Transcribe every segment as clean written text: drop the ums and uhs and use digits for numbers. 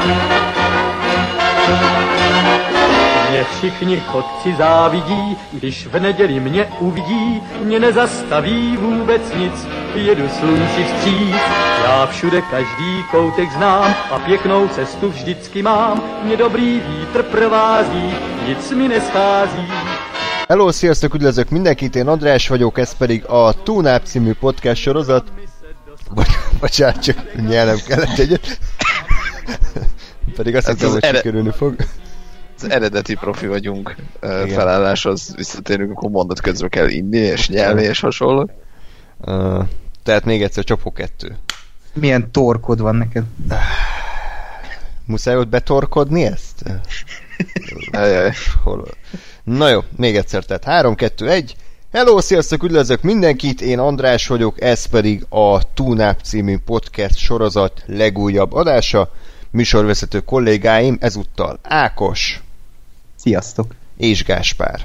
Mě všichni chodci závidí, když v neděli mě uvidí, mě nezastaví vůbec nic, jedu slunci vstříc. Já všude každý koutek znám a pěknou cestu vždycky mám, mě dobrý vítr provází, nic mi neschází. Hello, sziasztok, üdvözlök mindenkit, én András vagyok, ez pedig a Túnáp című podcast sorozat. Bocsánat, csak nyelnem kellett egyet. Pedig azt hiszem, hogy sikerülni fog. Az eredeti profi vagyunk felálláshoz visszatérünk, akkor mondat közben kell inni és nyelni és hasonló. Tehát még egyszer csapó 2. Milyen torkod van neked? Muszáj ott betorkodni ezt? Hol? Na jó, még egyszer, tehát 3, 2, 1. Hello, sziasztok, üdvözlök mindenkit, én András vagyok, ez pedig a Túnáp című podcast sorozat legújabb adása. Műsorvezető kollégáim ezúttal Ákos. Sziasztok. És Gáspár.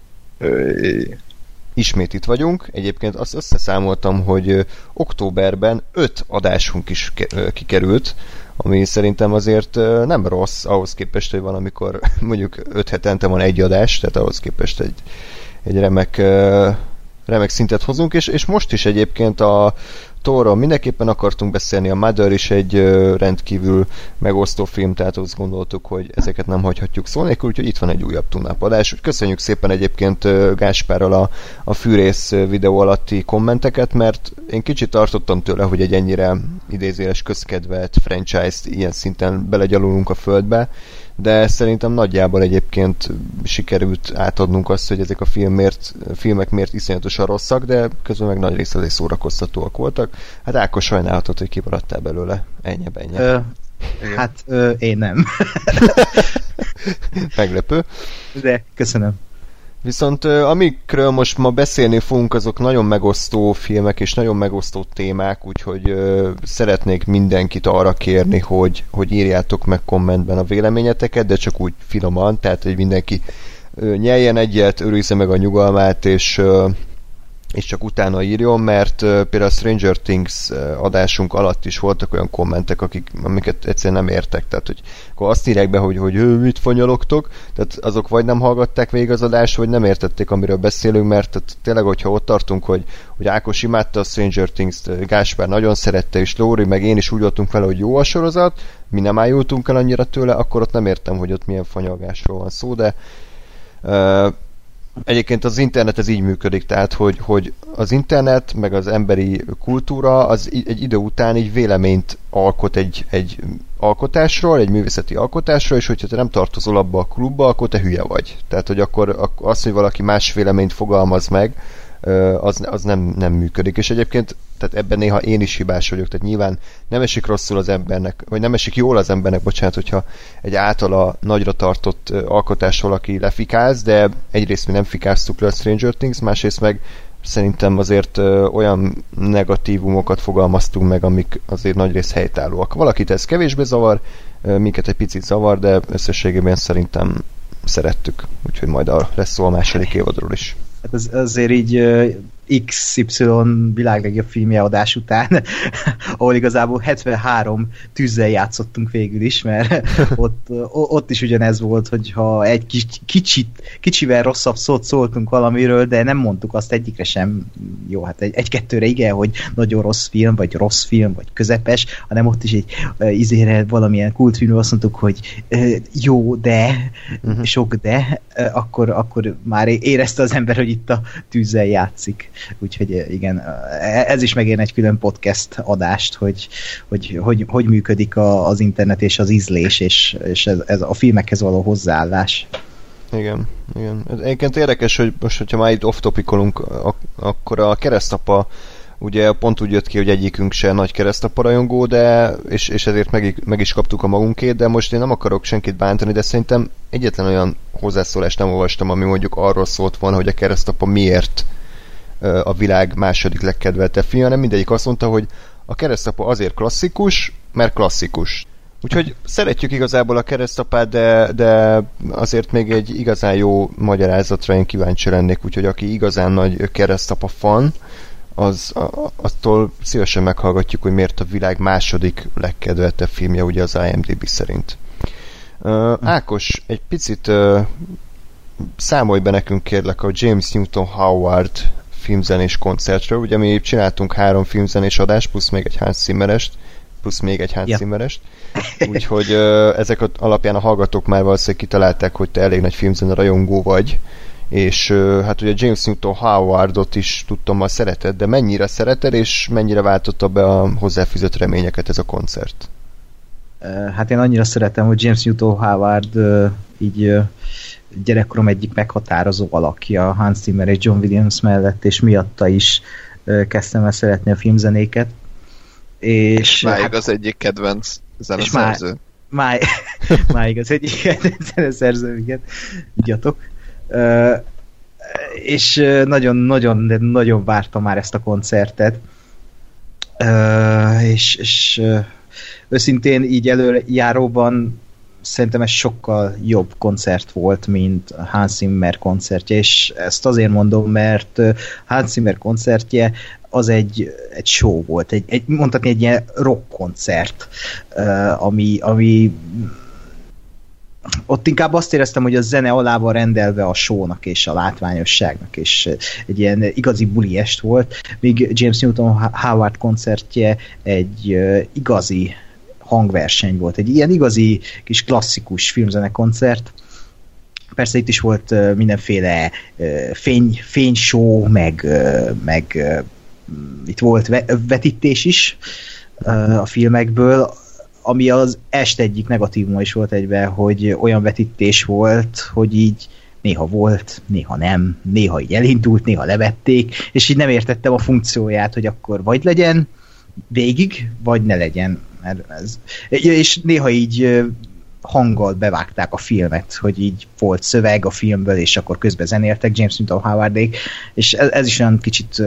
Ismét itt vagyunk. Egyébként azt összeszámoltam, hogy októberben 5 adásunk is kikerült, ami szerintem azért nem rossz ahhoz képest, hogy van, amikor mondjuk 5 hetente van egy adás, tehát ahhoz képest egy remek szintet hozunk, és most is egyébként a Thorról mindenképpen akartunk beszélni, a Mother is egy rendkívül megosztó film, tehát azt gondoltuk, hogy ezeket nem hagyhatjuk szó nélkül, úgyhogy itt van egy újabb túlnápadás. Köszönjük szépen egyébként Gáspárral a fűrész videó alatti kommenteket, mert én kicsit tartottam tőle, hogy egy ennyire idézéles közkedvelt franchise-t ilyen szinten belegyalulunk a földbe, de szerintem nagyjából egyébként sikerült átadnunk azt, hogy ezek a filmek miért iszonyatosan rosszak, de közben meg nagy rész azért szórakoztatóak voltak. Hát Ákos, sajnálhatod, hogy kimaradtál belőle. Ennyi. Én nem. Meglepő. De köszönöm. Viszont amikről most ma beszélni fogunk, azok nagyon megosztó filmek és nagyon megosztó témák, úgyhogy szeretnék mindenkit arra kérni, hogy írjátok meg kommentben a véleményeteket, de csak úgy finoman, tehát hogy mindenki nyeljen egyet, őrizze meg a nyugalmát, és csak utána írjon, mert például a Stranger Things adásunk alatt is voltak olyan kommentek, amiket egyszerűen nem értek, tehát hogy akkor azt írják be, hogy mit fanyalogtok, tehát azok vagy nem hallgatták végig az adást, vagy nem értették, amiről beszélünk, mert tehát tényleg, hogyha ott tartunk, hogy Ákos imádta a Stranger Things-t, Gáspár nagyon szerette, és Lóri, meg én is úgy voltunk vele, hogy jó a sorozat, mi nem ájultunk el annyira tőle, akkor ott nem értem, hogy ott milyen fanyalgásról van szó, de egyébként az internet ez így működik, tehát hogy az internet, meg az emberi kultúra az egy idő után így véleményt alkot egy alkotásról, egy művészeti alkotásról, és hogyha te nem tartozol abba a klubba, akkor te hülye vagy. Tehát, hogy akkor az, hogy valaki más véleményt fogalmaz meg, az nem működik. És egyébként tehát ebben néha én is hibás vagyok, tehát nyilván nem esik rosszul az embernek, vagy nem esik jól az embernek, bocsánat, hogyha egy általa nagyra tartott alkotás valaki lefikáz, de egyrészt mi nem fikáztuk le a Stranger Things, másrészt meg szerintem azért olyan negatívumokat fogalmaztunk meg, amik azért nagyrészt helytállóak. Valakit ez kevésbé zavar, minket egy picit zavar, de összességében szerintem szerettük, úgyhogy majd lesz szó a második évadról is. Hát azért így XY világ legjobb filmje adás után, ahol igazából 73 tűzzel játszottunk végül is, mert ott is ugyanez volt, hogyha egy kicsivel rosszabb szót szóltunk valamiről, de nem mondtuk azt egyikre sem, jó, hát egy-kettőre igen, hogy nagyon rossz film, vagy közepes, hanem ott is egy izére valamilyen kultfilmről azt mondtuk, hogy jó, de, sok de, akkor már érezte az ember, hogy itt a tűzzel játszik. Úgyhogy igen, ez is megérne egy külön podcast adást, hogy működik az internet és az ízlés, és ez a filmekhez való hozzáállás. Igen. Egyébként érdekes, hogy most, hogyha már itt off-topikolunk, akkor a Keresztapa ugye pont úgy jött ki, hogy egyikünk se nagy Keresztapa rajongó, de és ezért meg is kaptuk a magunkét, de most én nem akarok senkit bántani, de szerintem egyetlen olyan hozzászólást nem olvastam, ami mondjuk arról szólt volna, hogy a Keresztapa miért a világ második legkedveltebb film, hanem mindegyik azt mondta, hogy a Keresztapa azért klasszikus, mert klasszikus. Úgyhogy szeretjük igazából a Keresztapát, de azért még egy igazán jó magyarázatra én kíváncsi lennék, úgyhogy aki igazán nagy Keresztapa fan, attól szívesen meghallgatjuk, hogy miért a világ második legkedveltebb filmje ugye az IMDb szerint. Ákos, egy picit számolj be nekünk kérlek a James Newton Howard filmzenés koncertről, ugye mi csináltunk 3 filmzenés adást, plusz még egy Hans Zimmerest, úgyhogy ezek alapján a hallgatók már valószínűleg kitalálták, hogy te elég nagy filmzene rajongó vagy, és hát ugye James Newton Howardot is tudtam már szereted, de mennyire szereted, és mennyire váltotta be a hozzáfűzött reményeket ez a koncert? Hát én annyira szeretem, hogy James Newton Howard így gyerekkorom egyik meghatározó alakja Hans Zimmer és John Williams mellett, és miatta is kezdtem el szeretni a filmzenéket. És máig az egyik kedvenc zeneszerző. Máig az egyik kedvenc zeneszerző, igen. Igyatok. És nagyon vártam már ezt a koncertet. És őszintén így előjáróban szerintem ez sokkal jobb koncert volt, mint Hans Zimmer koncertje, és ezt azért mondom, mert Hans Zimmer koncertje az egy show volt, mondhatni egy ilyen rock koncert, ami ott inkább azt éreztem, hogy a zene alá van rendelve a shownak és a látványosságnak, és egy ilyen igazi buli est volt, míg James Newton Howard koncertje egy igazi hangverseny volt, egy ilyen igazi kis klasszikus filmzenekoncert. Persze itt is volt mindenféle fényshow, meg itt volt vetítés is a filmekből, ami az est egyik negatívuma is volt egyben, hogy olyan vetítés volt, hogy így néha volt, néha nem, néha így elindult, néha levették, és így nem értettem a funkcióját, hogy akkor vagy legyen végig, vagy ne legyen. És néha így hanggal bevágták a filmet, hogy így volt szöveg a filmből, és akkor közben zenéltek James Newton Howardék, és ez is olyan kicsit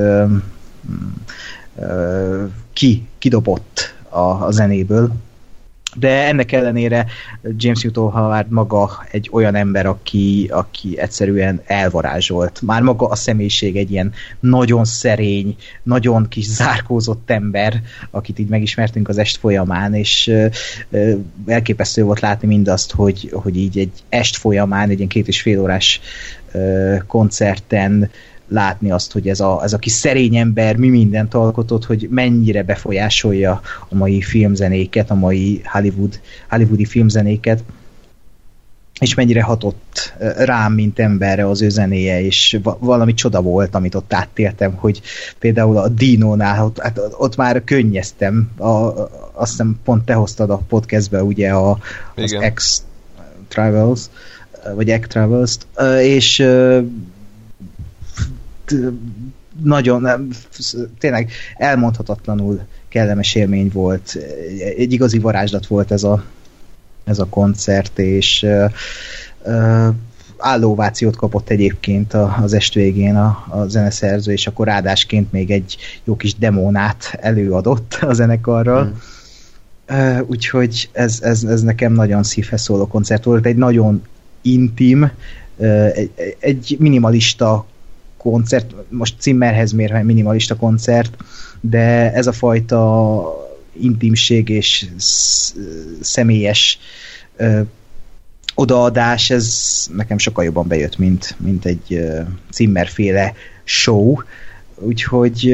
kidobott a zenéből. De ennek ellenére James Newton Howard maga egy olyan ember, aki egyszerűen elvarázsolt. Már maga a személyiség egy ilyen nagyon szerény, nagyon kis zárkózott ember, akit így megismertünk az est folyamán, és elképesztő volt látni mindazt, hogy így egy est folyamán, egy ilyen 2,5 órás koncerten látni azt, hogy ez a kis szerény ember mi mindent alkotott, hogy mennyire befolyásolja a mai filmzenéket, a mai hollywoodi filmzenéket, és mennyire hatott rám, mint emberre az ő zenéje, és valami csoda volt, amit ott áttéltem, hogy például a Dinónál, ott már könnyeztem, azt hiszem pont te hoztad a podcastbe ugye az X-Travels, vagy X-Travels-t, és nagyon, tényleg elmondhatatlanul kellemes élmény volt. Egy igazi varázslat volt ez a koncert, és álló ovációt kapott egyébként az est végén a zeneszerző, és akkor ráadásként még egy jó kis demónát előadott a zenekarral. Úgyhogy ez nekem nagyon szívhez szóló koncert volt. Egy nagyon intim, egy minimalista koncert, most Zimmerhez mérve minimalista koncert, de ez a fajta intimség és személyes odaadás, ez nekem sokkal jobban bejött, mint egy Zimmerféle show, úgyhogy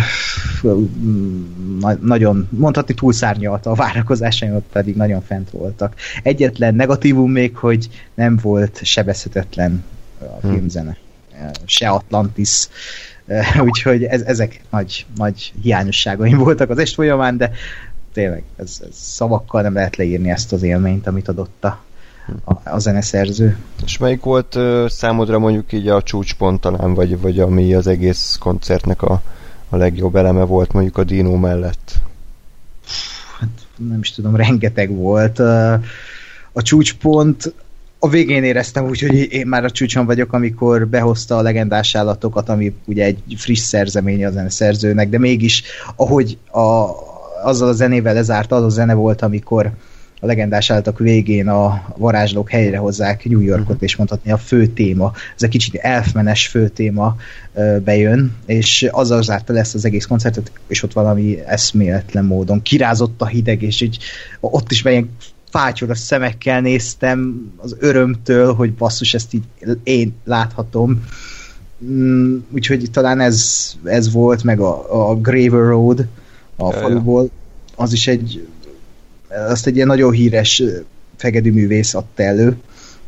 nagyon, mondhatni túlszárnyalta a várakozásaimat, pedig nagyon fent voltak. Egyetlen negatívum még, hogy nem volt sebezhetetlen a filmzene. Se Atlantis, úgyhogy ezek nagy hiányosságaim voltak az est folyamán, de tényleg ez szavakkal nem lehet leírni ezt az élményt, amit adott a zeneszerző. És melyik volt számodra mondjuk így a csúcspont talán, vagy ami az egész koncertnek a legjobb eleme volt mondjuk a Dino mellett? Hát nem is tudom, rengeteg volt. A csúcspont a végén éreztem úgy, hogy én már a csúcson vagyok, amikor behozta a legendás állatokat, ami ugye egy friss szerzeménye a zeneszerzőnek, de mégis, ahogy azzal a zenével lezárt, az a zene volt, amikor legendás állatok végén a varázslók helyre hozzák New Yorkot, és mondhatni a fő téma, ez egy kicsit elfmenes fő téma bejön, és azzal zárta lesz az egész koncertet, és ott valami eszméletlen módon kirázott a hideg, és így ott is ilyen fátyolos szemekkel néztem az örömtől, hogy basszus, ezt így én láthatom. Úgyhogy talán ez volt, meg a Graver Road a faluból, az is azt egy ilyen nagyon híres fegedűművész adta elő.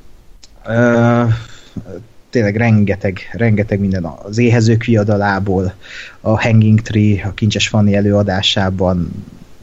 Tényleg rengeteg minden az Éhezők viadalából, a Hanging Tree, a Kincses Fanni előadásában,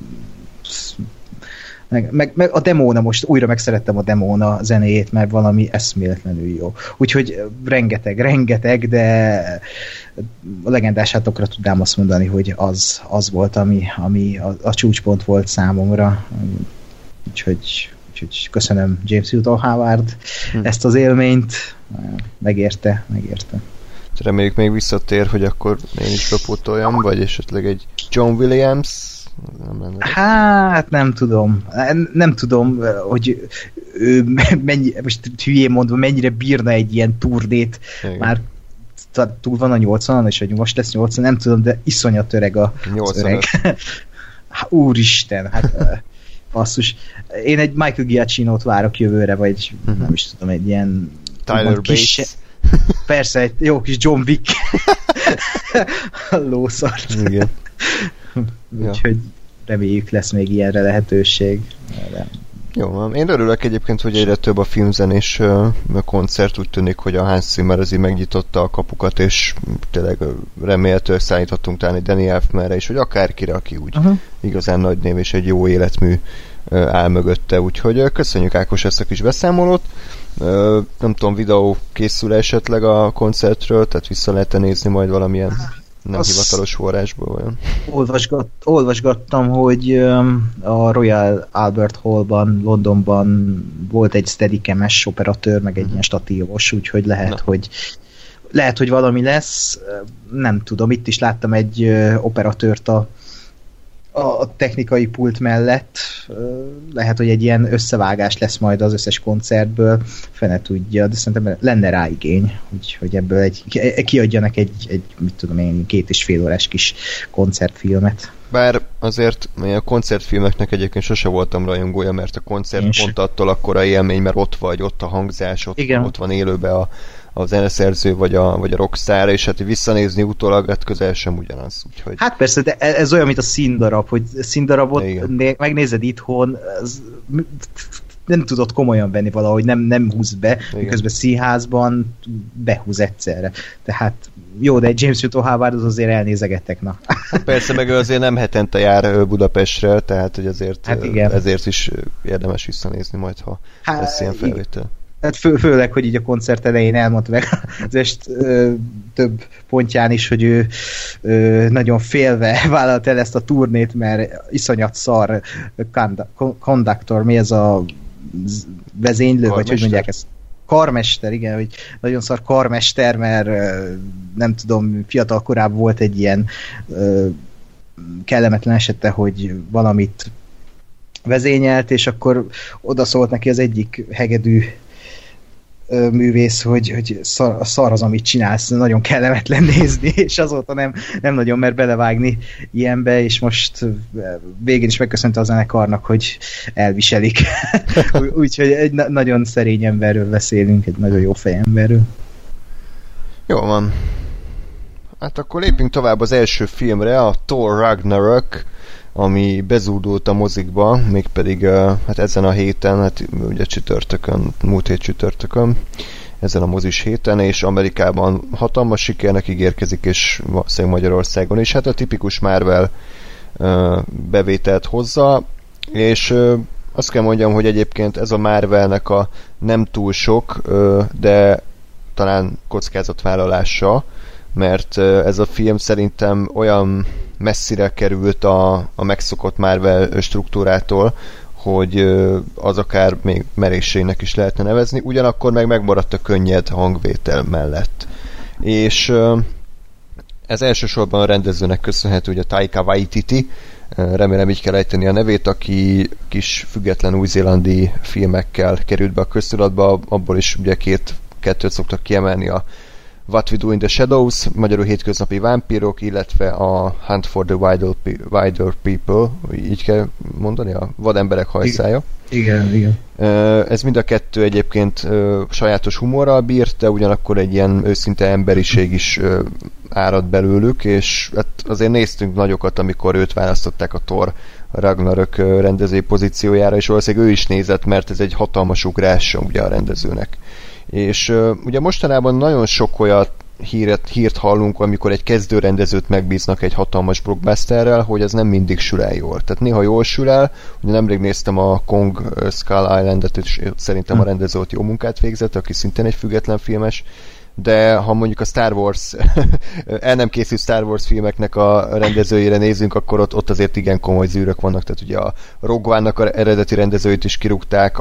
meg a Demona, most újra megszerettem a Demona zenéjét, mert valami eszméletlenül jó. Úgyhogy rengeteg, de a legendás átokra tudnám azt mondani, hogy az volt, ami a csúcspont volt számomra. Úgyhogy köszönöm James Newton Howard ezt az élményt. Megérte. Reméljük még visszatér, hogy akkor én is bepótoljam, vagy esetleg egy John Williams. Hát nem tudom, hogy ő most hülyén mondva, mennyire bírna egy ilyen turnét. Igen. Már túl van a 80-an, és hogy most lesz 80, nem tudom, de iszonyat öreg az öreg. Úristen, hát basszus. Én egy Michael Giacchino-t várok jövőre, vagy nem is tudom, egy ilyen Tyler Bates. Persze, egy jó kis John Wick. Lószart. Igen. Úgyhogy reméljük lesz még ilyenre lehetőség. De... Jó, én örülök egyébként, hogy egyre több a filmzenés koncert, úgy tűnik, hogy a Hans Zimmer azért megnyitotta a kapukat, és tényleg remélhetőleg szállítottunk talán egy Danny Elfmanre is, hogy akárkire, aki úgy igazán nagy név és egy jó életmű áll mögötte, úgyhogy köszönjük Ákos ezt a kis beszámolót. Nem tudom, videó készül esetleg a koncertről, tehát vissza lehet nézni majd valamilyen nem hivatalos forrásból olyan. Olvasgattam, hogy a Royal Albert Hallban, Londonban volt egy Steadicam-es operatőr, meg egy ilyen statívos, úgyhogy lehet, hogy valami lesz. Nem tudom, itt is láttam egy operatőrt a technikai pult mellett. Lehet, hogy egy ilyen összevágás lesz majd az összes koncertből, fene tudja, de szerintem lenne rá igény, hogy ebből kiadjanak egy mit tudom én, 2,5 órás kis koncertfilmet. Bár azért a koncertfilmeknek egyébként sose voltam rajongója, mert a koncert pont attól akkora élmény, mert ott vagy, ott a hangzás, ott van élőben a zeneszerző vagy a rockstar, és hát visszanézni utólag, hát közel sem ugyanaz. Úgyhogy... Hát persze, de ez olyan, mint a színdarab, hogy színdarabot megnézed itthon, nem tudod komolyan venni valahogy, nem húz be, miközben színházban behúz egyszerre. Tehát jó, de egy James Newton Howard az azért elnézegettek, na. Hát persze, meg azért nem hetente jár Budapestre, tehát hogy azért, ezért is érdemes visszanézni majd, ha lesz ilyen felvétel. Hát főleg, hogy így a koncert elején elmondta meg azért több pontján is, hogy ő nagyon félve vállalt el ezt a turnét, mert iszonyat szar conductor, mi ez a vezénylő, vagy hogy mondják ezt? Karmester, igen, hogy nagyon szar karmester, mert nem tudom, fiatal korában volt egy ilyen kellemetlen esete, hogy valamit vezényelt, és akkor odaszólt neki az egyik hegedű művész, hogy szar az, amit csinálsz, nagyon kellemetlen nézni, és azóta nem nagyon mer belevágni ilyenbe, és most végén is megköszönte a zenekarnak, hogy elviselik. Úgyhogy egy nagyon szerény emberről beszélünk, egy nagyon jó fejemberről. Jó van. Hát akkor lépjünk tovább az első filmre, a Thor Ragnarök, ami bezúdult a mozikba, mégpedig hát ezen a héten, hát ugye múlt hét csütörtökön, ezen a mozis héten, és Amerikában hatalmas sikernek ígérkezik, és valószínűleg Magyarországon is. Hát a tipikus Marvel bevételt hozza, és azt kell mondjam, hogy egyébként ez a Marvelnek a nem túl sok, de talán kockázatvállalása, mert ez a film szerintem olyan messzire került a megszokott Marvel struktúrától, hogy az akár még merészségnek is lehetne nevezni, ugyanakkor megmaradt a könnyed hangvétel mellett. És ez elsősorban a rendezőnek köszönhető, hogy a Taika Waititi, remélem így kell ejteni a nevét, aki kis független új-zélandi filmekkel került be a köztudatba, abból is ugye kettőt szoktak kiemelni, a What We Do in the Shadows, magyarul hétköznapi vámpírok, illetve a Hunt for the Wilder People, így kell mondani, a vademberek hajszája. Igen. Ez mind a kettő egyébként sajátos humorral bírt, de ugyanakkor egy ilyen őszinte emberiség is árad belőlük, és hát azért néztünk nagyokat, amikor őt választották a Thor Ragnarök rendezői pozíciójára, és valószínűleg ő is nézett, mert ez egy hatalmas ugrás ugye a rendezőnek. És ugye mostanában nagyon sok olyan hírt hallunk, amikor egy kezdőrendezőt megbíznak egy hatalmas blockbusterrel, hogy ez nem mindig sül el jól. Tehát néha jól sül el, ugye nemrég néztem a Kong Skull Island-et, és szerintem a rendező ott jó munkát végzett, aki szintén egy független filmes, de ha mondjuk a Star Wars el nem készült Star Wars filmeknek a rendezőjére nézünk, akkor ott azért igen komoly zűrök vannak, tehát ugye a Rogue One-nak a eredeti rendezőit is kirúgták,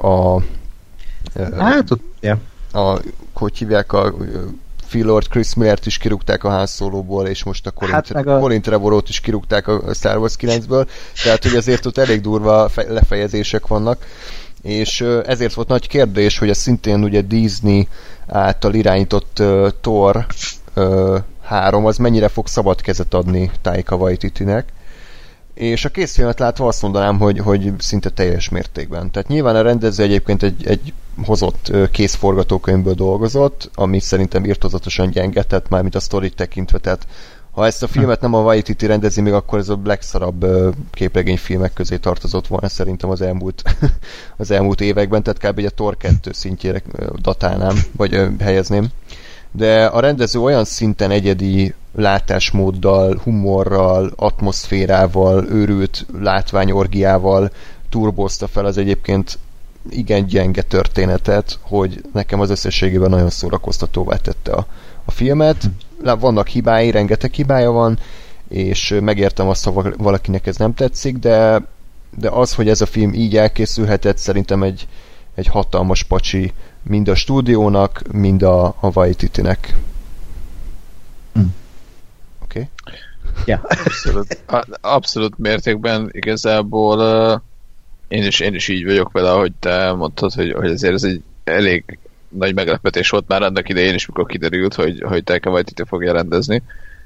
hogy hívják, a Phil Lord, Chris Millert is kirúgták a Han Solo-ból, és most a Colin Trevorrot is kirúgták a Star Wars 9-ből, tehát hogy azért ott elég durva lefejezések vannak, és ezért volt nagy kérdés, hogy a szintén ugye Disney által irányított Thor 3 az mennyire fog szabad kezet adni Taika Waititinek, és a készfilmet látva azt mondanám, hogy szinte teljes mértékben. Tehát nyilván a rendező egyébként egy hozott készforgatókönyvből dolgozott, ami szerintem irtózatosan gyenge, tehát mármint a sztorit tekintve, tehát ha ezt a filmet nem a Waititi rendezi még, akkor ez a legszarabb képregényfilmek közé tartozott volna szerintem az elmúlt években, tehát kb. A Thor 2 szintjére datálnám, vagy helyezném. De a rendező olyan szinten egyedi látásmóddal, humorral, atmoszférával, őrült látványorgiával turbózta fel az egyébként igen gyenge történetet, hogy nekem az összességében nagyon szórakoztatóvá tette a filmet. Vannak hibái, rengeteg hibája van, és megértem azt, ha valakinek ez nem tetszik, de az, hogy ez a film így elkészülhetett, szerintem egy hatalmas pacsi mind a stúdiónak, mind a Waititinek. Oké? Ja. Abszolút mértékben igazából én is így vagyok vele, hogy te mondtad, hogy azért ez egy elég nagy meglepetés volt már annak idején is, mikor kiderült, hogy Taika Waititi fogja rendezni.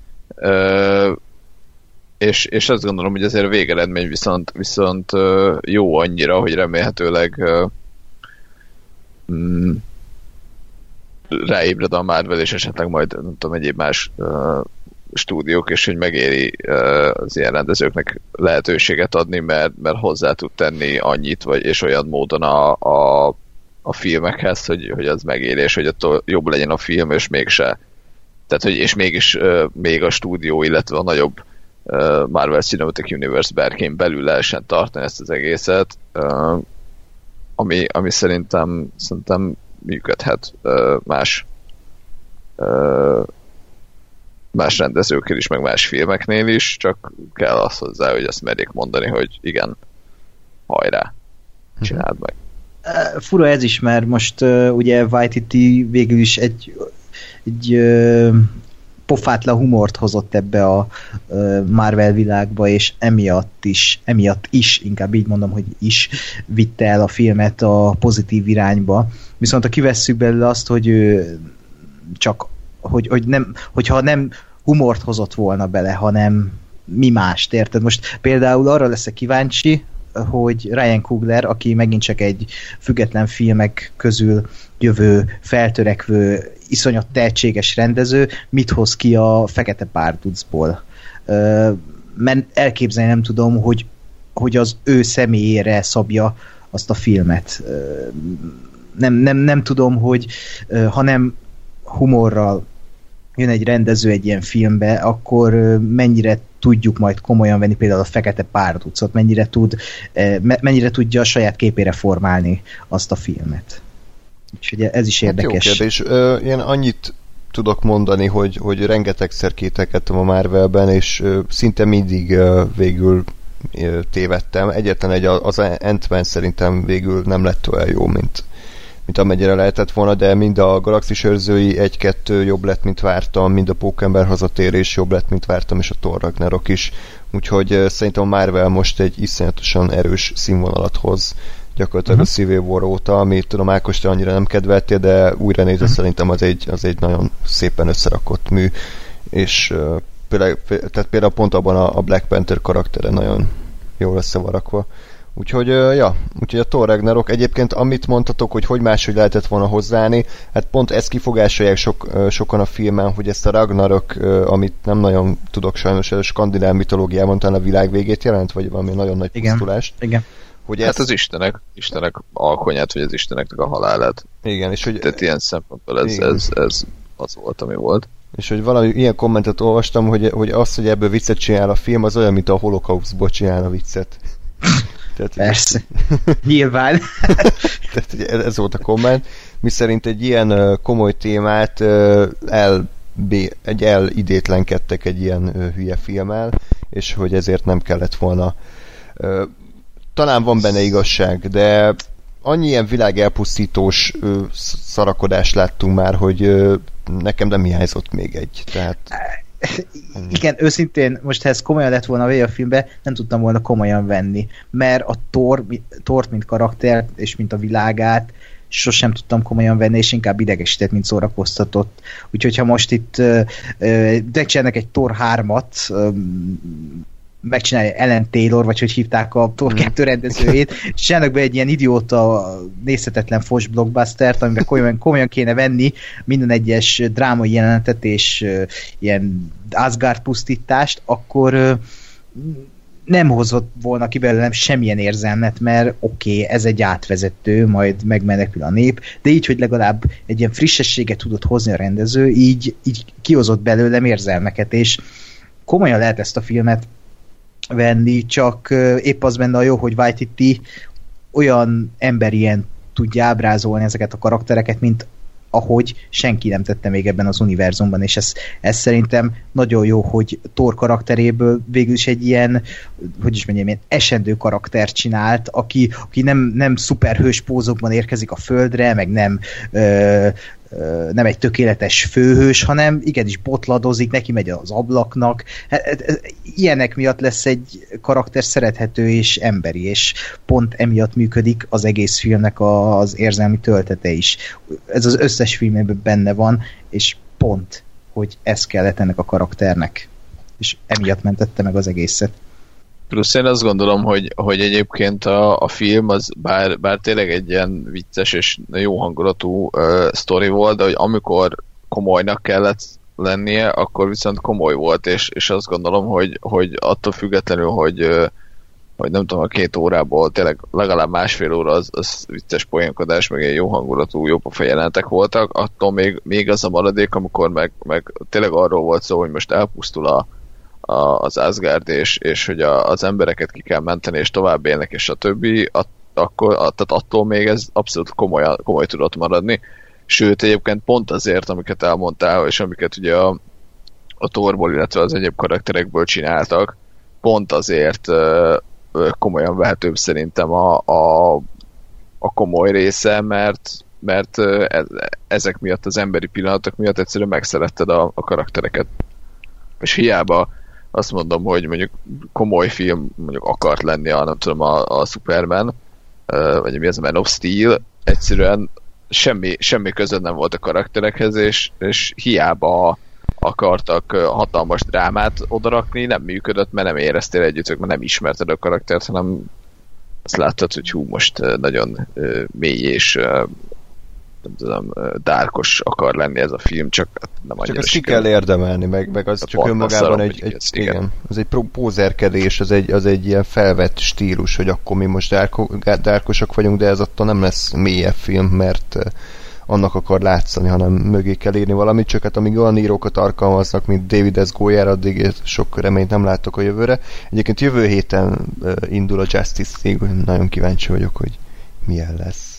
És azt gondolom, hogy azért a végeredmény viszont jó annyira, hogy remélhetőleg ráébred a Marvel, és esetleg majd nem tudom, egyéb más stúdiók, és hogy megéri az ilyen rendezőknek lehetőséget adni, mert hozzá tud tenni annyit, és olyan módon a filmekhez, hogy az megéri, és hogy attól jobb legyen a film, és mégse. Tehát, hogy és mégis még a stúdió, illetve a nagyobb Marvel Cinematic Universe berkén belül lehessen tartani ezt az egészet, ami szerintem működhet más rendezőkkel is, meg más filmeknél is, csak kell az hozzá, hogy azt merjék mondani, hogy igen, hajrá, csináld meg. Fura ez is, mert most ugye Waititi végül is egy pofátlan humort hozott ebbe a Marvel világba, és emiatt is, inkább így mondom, hogy is vitte el a filmet a pozitív irányba. Viszont ha kivesszük belőle azt, hogy ő csak hogyha nem humort hozott volna bele, hanem mi mást, érted? Most például arra leszek kíváncsi, hogy Ryan Coogler, aki megint csak egy független filmek közül jövő, feltörekvő, iszonyat tehetséges rendező, mit hoz ki a Fekete Párducból. Mert elképzelni nem tudom, hogy az ő személyére szabja azt a filmet. Nem tudom, hogy ha nem humorral jön egy rendező egy ilyen filmbe, akkor mennyire tudjuk majd komolyan venni például a Fekete Párducot, mennyire tudja a saját képére formálni azt a filmet. Úgyhogy ez is érdekes. Jó kérdés. Én annyit tudok mondani, hogy rengetegszer kételkedtem a Marvelben, és szinte mindig végül tévedtem. Egyetlen az Ant-Man szerintem végül nem lett olyan jó, mint amennyire lehetett volna, de mind a Galaxis őrzői 1-2 jobb lett, mint vártam, mind a Pókember hazatérés jobb lett, mint vártam, és a Thor Ragnarok is. úgyhogy szerintem a Marvel most egy iszonyatosan erős színvonalat hoz gyakorlatilag a Civil War óta, amit tudom, Ákos, te annyira nem kedveltél, de újra nézve szerintem az egy nagyon szépen összerakott mű, és például pont abban a Black Panther karaktere nagyon jól össze van rakva. Úgyhogy a Thor Ragnarok, egyébként amit mondtatok, hogy máshogy lehetett volna hozzáállni, hát pont ezt kifogásolják sokan a filmen, hogy ezt a Ragnarok, amit nem nagyon tudok sajnos, a skandináv mitológiában talán a világ végét jelent, vagy valami nagyon nagy pusztulást. Igen. Hogy hát az istenek alkonyát, vagy az isteneknek a halálát. Igen, és hogy... Tehát ilyen szempontból ez az volt, ami volt. És hogy valami ilyen kommentet olvastam, hogy az, hogy ebből viccet csinál a film, az olyan, mint a Holokausztból csinálna viccet. Tehát, persze. Nyilván. Tehát ez volt a komment. Miszerint egy ilyen komoly témát elidétlenkedtek egy ilyen hülye filmmel, és hogy ezért nem kellett volna. Talán van benne igazság, de annyi ilyen világelpusztítós szarakodást láttunk már, hogy nekem nem hiányzott még egy. Tehát... Igen, őszintén, most ha ez komolyan lett volna a filmbe, nem tudtam volna komolyan venni, mert a Thort, mint karakter, és mint a világát sosem tudtam komolyan venni, és inkább idegesített, mint szórakoztatott. Úgyhogy ha most itt megcsinálnak egy Thor 3-at, megcsinálja Ellen Taylor, vagy hogy hívták a Thor 2 rendezőjét, és csinálnak be egy ilyen idióta, nézhetetlen fos blockbustert, amiben komolyan kéne venni minden egyes drámai jelenetet és ilyen Asgard pusztítást, akkor nem hozott volna ki belőlem semmilyen érzelmet, mert oké, ez egy átvezető, majd megmenekül a nép, de így, hogy legalább egy ilyen frissességet tudott hozni a rendező, így kihozott belőlem érzelmeket, és komolyan lehet ezt a filmet venni, csak épp az benne a jó, hogy Waititi olyan emberien tudja ábrázolni ezeket a karaktereket, mint ahogy senki nem tette még ebben az univerzumban, és ez szerintem nagyon jó, hogy Thor karakteréből végül is egy ilyen, hogy is mondjam, ilyen esendő karaktert csinált, aki nem szuperhős pózokban érkezik a földre, meg nem egy tökéletes főhős, hanem igenis botladozik, neki megy az ablaknak. Ilyenek miatt lesz egy karakter szerethető és emberi, és pont emiatt működik az egész filmnek az érzelmi töltete is. Ez az összes filmben benne van, és pont, hogy ez kellett ennek a karakternek. És emiatt mentette meg az egészet. Plusz én azt gondolom, hogy egyébként a film az bár tényleg egy ilyen vicces és jó hangulatú sztori volt, de hogy amikor komolynak kellett lennie, akkor viszont komoly volt, és azt gondolom, hogy attól függetlenül, hogy nem tudom, a 2 órából tényleg legalább másfél óra az vicces poénkodás, meg egy jó hangulatú, jó pofa jelenetek voltak, attól még az a maradék, amikor meg tényleg arról volt szó, hogy most elpusztul az Asgard, és hogy az embereket ki kell menteni, és tovább élnek, és a többi, tehát attól még ez abszolút komoly tudott maradni. Sőt, egyébként pont azért, amiket elmondtál, és amiket ugye a Thorból, illetve az egyéb karakterekből csináltak, pont azért komolyan vehetőbb szerintem a komoly része, mert ezek miatt, az emberi pillanatok miatt egyszerűen megszeretted a karaktereket. És hiába azt mondom, hogy mondjuk komoly film mondjuk akart lenni nem tudom, a Superman, vagy mi az a Man of Steel, egyszerűen semmi között nem volt a karakterekhez, és hiába akartak hatalmas drámát odarakni, nem működött, mert nem éreztél együtt, mert nem ismerted a karaktert, hanem azt láttad, hogy most nagyon mély és nem tudom, dárkos akar lenni ez a film, csak nem annyira. Csak ezt ki kell érdemelni, meg az csak önmagában igen, az egy pózerkedés, az egy ilyen felvett stílus, hogy akkor mi most dárkosak vagyunk, de ez attól nem lesz mélyebb film, mert annak akar látszani, hanem mögé kell írni valamit, csak hát amíg olyan írókat alkalmaznak, mint David S. Goyer, addig sok reményt nem látok a jövőre. Egyébként jövő héten indul a Justice League, nagyon kíváncsi vagyok, hogy milyen lesz.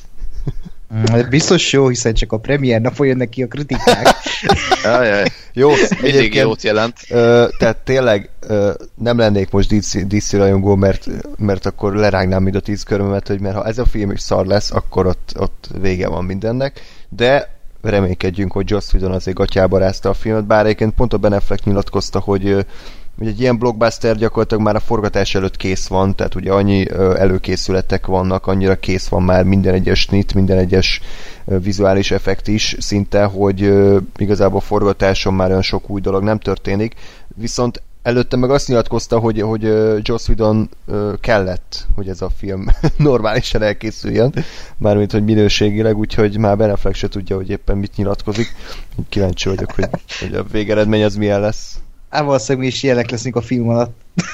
Biztos jó, hiszen csak a premier napon jönnek ki a kritikák. Jó, mindig jót jelent. Tehát tényleg nem lennék most DC rajongó, mert akkor lerágnám mind a 10 körömet, hogy mert ha ez a film is szar lesz, akkor ott vége van mindennek, de reménykedjünk, hogy Joss Whedon azért gatyába rázta a filmet, bár egyébként pont a Ben Affleck nyilatkozta, hogy Ugye egy ilyen blockbuster gyakorlatilag már a forgatás előtt kész van, tehát ugye annyi előkészületek vannak, annyira kész van már minden egyes snit, minden egyes vizuális effekt is szinte, hogy igazából forgatáson már olyan sok új dolog nem történik, viszont előtte meg azt nyilatkozta, hogy Joss Whedon kellett, hogy ez a film normálisan elkészüljön, mármint, hogy minőségileg, úgyhogy már Ben Affleck se tudja, hogy éppen mit nyilatkozik. Kíváncsi vagyok, hogy a végeredmény az milyen lesz. Valószínűleg mi is ilyenek leszünk a film alatt.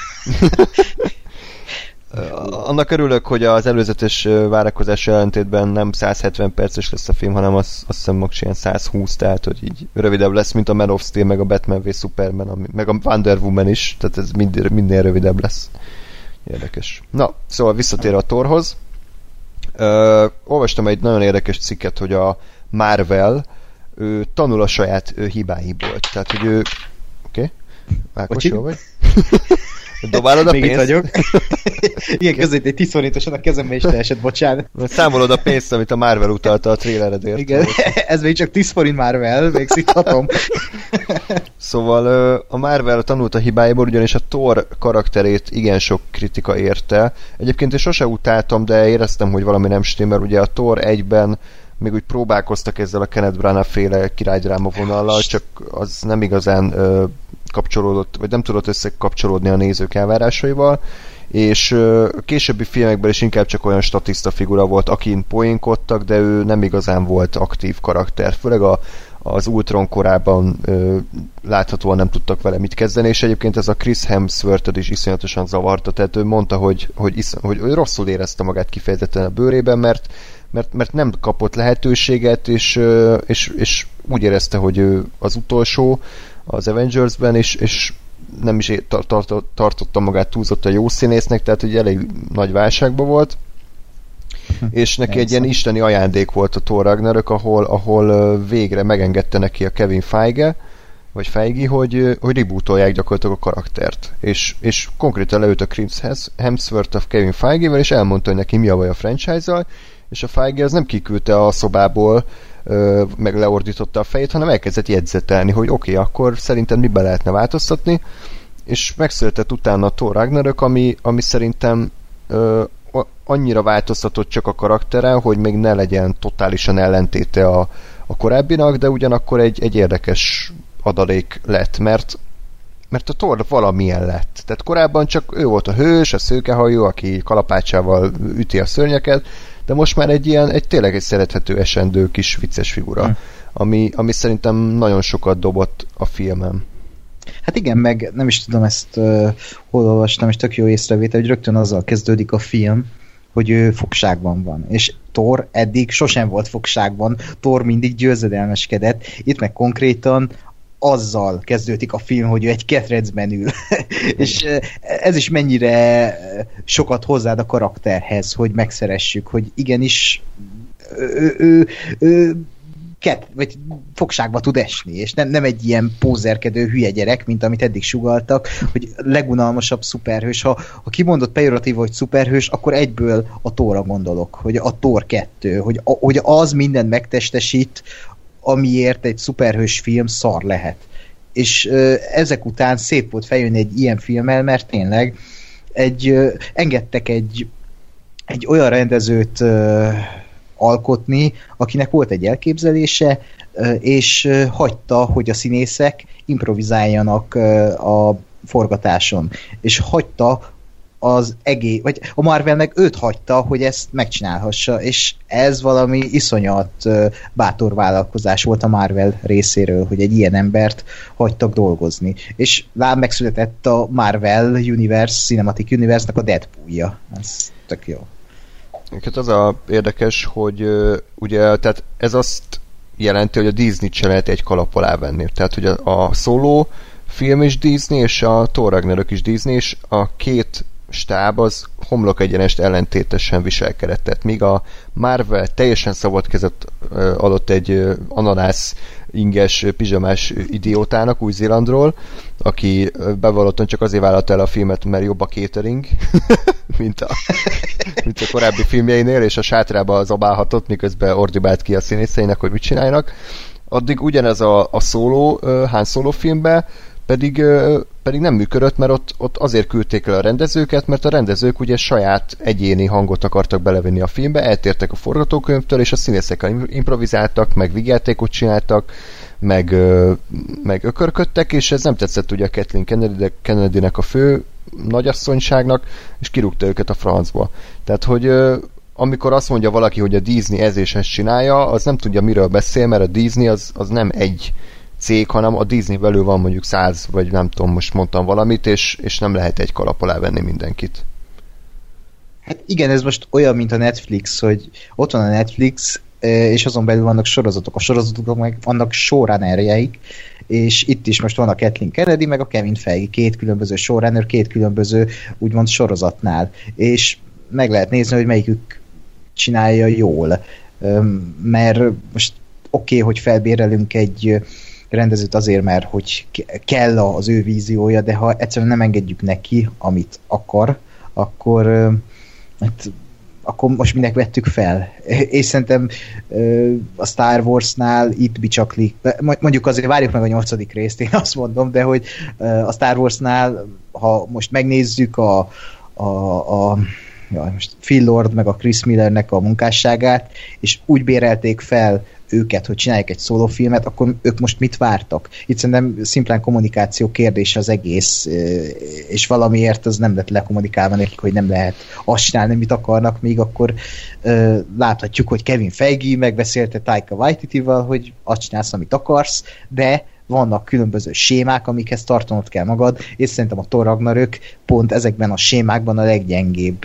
Annak örülök, hogy az előzetes várakozás ellentétben nem 170 perces lesz a film, hanem azt hiszem most ilyen 120, tehát hogy így rövidebb lesz, mint a Man of Steel, meg a Batman v Superman, meg a Wonder Woman is, tehát ez minden rövidebb lesz. Érdekes. Na, szóval visszatérve a Thorhoz. Olvastam egy nagyon érdekes cikket, hogy a Marvel tanul a saját hibáiból. Tehát, hogy ő... Oké? Ákos, jól vagy? Dobálod a pénzt? Még itt vagyok. Igen, között egy 10 forintosan a kezembe is leesett, bocsánat. Számolod a pénzt, amit a Marvel utalta a traileredért. Igen, ez még csak 10 forint Marvel, még szíthatom. Szóval a Marvel tanult a hibáiból, ugyanis a Thor karakterét igen sok kritika érte. Egyébként én sose utáltam, de éreztem, hogy valami nem stimmel. Ugye a Thor 1-ben még úgy próbálkoztak ezzel a Kenneth Branagh féle királydráma vonallal, csak az nem igazán kapcsolódott, vagy nem tudott összekapcsolódni a nézők elvárásaival, és későbbi filmekben is inkább csak olyan statiszta figura volt, akin poénkodtak, de ő nem igazán volt aktív karakter, főleg az Ultron korában láthatóan nem tudtak vele mit kezdeni, és egyébként ez a Chris Hemsworth-öt is iszonyatosan zavarta, tehát ő mondta, hogy rosszul érezte magát kifejezetten a bőrében, mert nem kapott lehetőséget, és úgy érezte, hogy ő az utolsó az Avengersben, és nem is tartotta magát túlzottan jó színésznek, tehát hogy elég nagy válságban volt, és neki egy ilyen isteni ajándék volt a Thor Ragnarök, ahol végre megengedte neki a Kevin Feige, vagy Feige, hogy rebootolják gyakorlatilag a karaktert. És konkrétan leült a Chris Hemsworth a Kevin Feige-vel, és elmondta, hogy neki mi a baj a franchise-zal, és a Feige az nem kiküldte a szobából, meg leordította a fejét, hanem elkezdett jegyzetelni, hogy oké, akkor szerintem miben lehetne változtatni, és megszületett utána a Thor Ragnarök, ami szerintem annyira változtatott csak a karakteren, hogy még ne legyen totálisan ellentéte a korábbinak, de ugyanakkor egy érdekes adalék lett, mert a Thor valamilyen lett. Tehát korábban csak ő volt a hős, a szőkehajú, aki kalapácsával üti a szörnyeket, de most már tényleg egy szerethető, esendő kis vicces figura, ami szerintem nagyon sokat dobott a filmen. Hát igen, meg nem is tudom, ezt hol olvastam, és tök jó észrevétel, hogy rögtön azzal kezdődik a film, hogy ő fogságban van. És Thor eddig sosem volt fogságban, Thor mindig győzedelmeskedett, itt meg konkrétan azzal kezdődik a film, hogy ő egy ketrecben ül. És ez is mennyire sokat hozzád a karakterhez, hogy megszeressük, hogy igenis vagy fogságba tud esni, és nem egy ilyen pózerkedő hülye gyerek, mint amit eddig sugalltak, hogy legunalmasabb szuperhős. Ha kimondott pejoratív, hogy szuperhős, akkor egyből a Thorra gondolok, hogy a Thor 2, hogy az mindent megtestesít, amiért egy szuperhős film szar lehet. És ezek után szép volt feljönni egy ilyen filmmel, mert tényleg engedtek egy olyan rendezőt alkotni, akinek volt egy elképzelése, és hagyta, hogy a színészek improvizáljanak a forgatáson. És hagyta vagy a Marvel meg őt hagyta, hogy ezt megcsinálhassa, és ez valami iszonyat bátor vállalkozás volt a Marvel részéről, hogy egy ilyen embert hagytak dolgozni. És megszületett a Marvel Universe, Cinematic Universe-nak a Deadpoolja. Ez tök jó. Hát az a érdekes, hogy ugye, tehát ez azt jelenti, hogy a Disney-t se lehet egy kalap alá venni. Tehát, hogy a Solo film is Disney, és a Thor Ragnarök is Disney, és a két stáb az homlok egyenest ellentétesen viselkedett. Tehát míg a Marvel teljesen szabad kezet adott egy ananász inges, pizsamás idiótának Új-Zélandról, aki bevallottan csak azért vállalta el a filmet, mert jobb a catering, mint a korábbi filmjeinél, és a sátrába zabálhatott, miközben ordibált ki a színészeinek, hogy mit csináljanak. Addig ugyanez a Han Solo filmben pedig nem működött, mert ott azért küldték el a rendezőket, mert a rendezők ugye saját egyéni hangot akartak belevenni a filmbe, eltértek a forgatókönyvtől, és a színészekkel improvizáltak, meg vígjátékot csináltak, meg ökörködtek, és ez nem tetszett ugye a Kathleen Kennedynek, a fő nagyasszonyságnak, és kirúgta őket a francba. Tehát, hogy amikor azt mondja valaki, hogy a Disney ez és ezt csinálja, az nem tudja, miről beszél, mert a Disney az nem egy cég, hanem a Disney belül van mondjuk 100, vagy nem tudom, most mondtam valamit, és nem lehet egy kalap alá venni mindenkit. Hát igen, ez most olyan, mint a Netflix, hogy ott van a Netflix, és azon belül vannak sorozatok. A sorozatok meg vannak showrunnerjeik, és itt is most van a Kathleen Kennedy, meg a Kevin Feige, 2 különböző showrunner, 2 különböző úgymond sorozatnál. És meg lehet nézni, hogy melyikük csinálja jól. Mert most oké, hogy felbérelünk egy rendezőt azért, mert hogy kell az ő víziója, de ha egyszerűen nem engedjük neki, amit akar, akkor most minek vettük fel. És szerintem a Star Warsnál itt bicsaklik, mondjuk azért várjuk meg a 8. részt, én azt mondom, de hogy a Star Warsnál, ha most megnézzük most Phil Lord meg a Chris Millernek a munkásságát, és úgy bérelték fel őket, hogy csinálják egy szólófilmet, akkor ők most mit vártak? Itt szerintem szimplán kommunikáció kérdés az egész, és valamiért az nem lett lekommunikálva nekik, hogy nem lehet azt csinálni, mit akarnak, még akkor láthatjuk, hogy Kevin Feige megbeszélte Taika Waititival, hogy azt csinálsz, amit akarsz, de vannak különböző sémák, amikhez tartanod kell magad, és szerintem a Thor Ragnarök pont ezekben a sémákban a leggyengébb.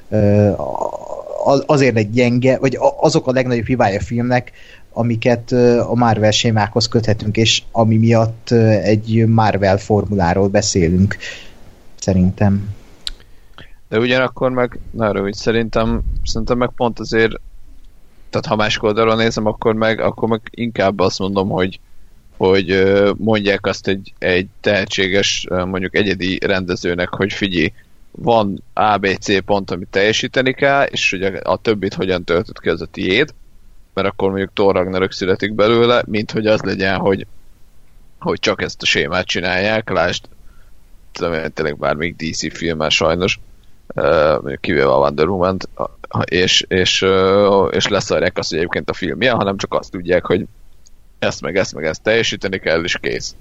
Azért egy gyenge, vagy azok a legnagyobb hibája a filmnek, amiket a Marvel sémákhoz köthetünk, és ami miatt egy Marvel formuláról beszélünk, szerintem. De ugyanakkor meg, szerintem meg pont azért, tehát ha másik oldalról nézem, akkor meg inkább azt mondom, hogy mondják azt egy tehetséges, mondjuk egyedi rendezőnek, hogy figyelj, van ABC pont, amit teljesíteni kell, és hogy a többit hogyan töltött ki, az a tiéd, mert akkor mondjuk Thor Ragnarök születik belőle, mint hogy az legyen, hogy csak ezt a sémát csinálják, lásd, tényleg bármelyik DC filmmel sajnos, mondjuk kivéve a Wonder Woman-t, és leszarják azt, hogy egyébként a film milyen, hanem csak azt tudják, hogy ezt meg ezt teljesíteni kell, és kész.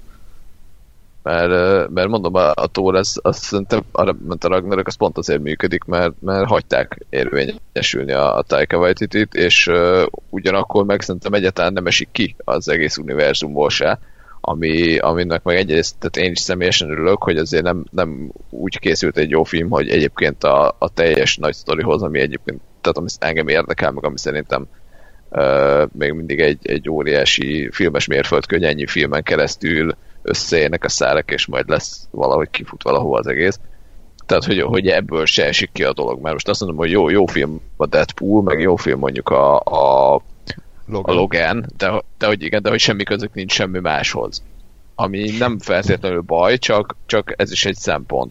Mert mondom, a Thor, azt szerintem, mint a Ragnarök, az pont azért működik, mert hagyták érvényesülni a Taika Waititit, és ugyanakkor meg szerintem egyáltalán nem esik ki az egész univerzumból se, aminek meg egyrészt, tehát én is személyesen örülök, hogy azért nem úgy készült egy jó film, hogy egyébként a teljes nagy sztorihoz, ami egyébként, tehát ami engem érdekel, meg ami szerintem még mindig egy óriási filmes mérföldkő, hogy ennyi filmen keresztül összeérnek a szálak, és majd lesz valahogy kifut valahova az egész. Tehát, hogy ebből se esik ki a dolog. Mert most azt mondom, hogy jó film a Deadpool, meg jó film mondjuk a Logan, de hogy semmi közük nincs semmi máshoz. Ami nem feltétlenül baj, csak ez is egy szempont,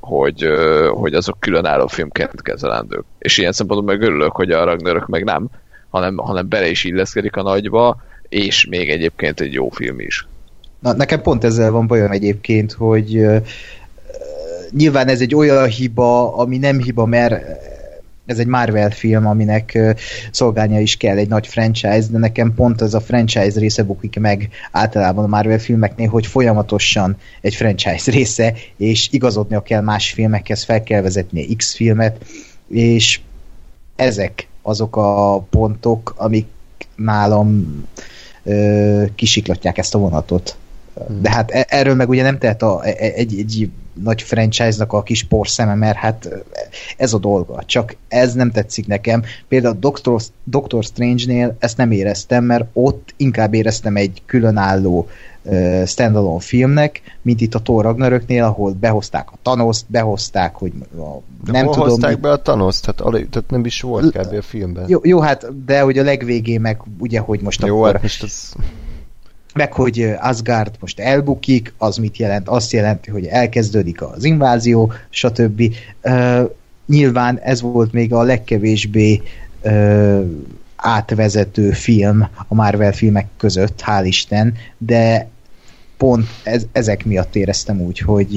hogy azok különálló filmként kezelendők. És ilyen szempontból meg örülök, hogy a Ragnarök meg nem, hanem bele is illeszkedik a nagyba, és még egyébként egy jó film is. Na, nekem pont ezzel van bajom egyébként, hogy nyilván ez egy olyan hiba, ami nem hiba, mert ez egy Marvel film, aminek szolgálnia is kell egy nagy franchise, de nekem pont ez a franchise része bukik meg általában a Marvel filmeknél, hogy folyamatosan egy franchise része, és igazodnia kell más filmekhez, fel kell vezetni X filmet, és ezek azok a pontok, amik nálam kisiklatják ezt a vonatot. De hát erről meg ugye nem tehet egy nagy franchise-nak a kis porszeme, mert hát ez a dolga. Csak ez nem tetszik nekem. Például Doctor Strange-nél ezt nem éreztem, mert ott inkább éreztem egy különálló standalone filmnek, mint itt a Thor Ragnaröknél, ahol behozták a Thanost, behozták, hogy nem tudom... hozták be a Thanost? Tehát nem is volt kb. A filmben. Jó, hát, de hogy a legvégén meg ugye, hogy most jó, akkor... Hát most az... meg hogy Asgard most elbukik, az mit jelent? Azt jelenti, hogy elkezdődik az invázió, stb. Nyilván ez volt még a legkevésbé átvezető film a Marvel filmek között, hál' Isten, de pont ezek miatt éreztem úgy,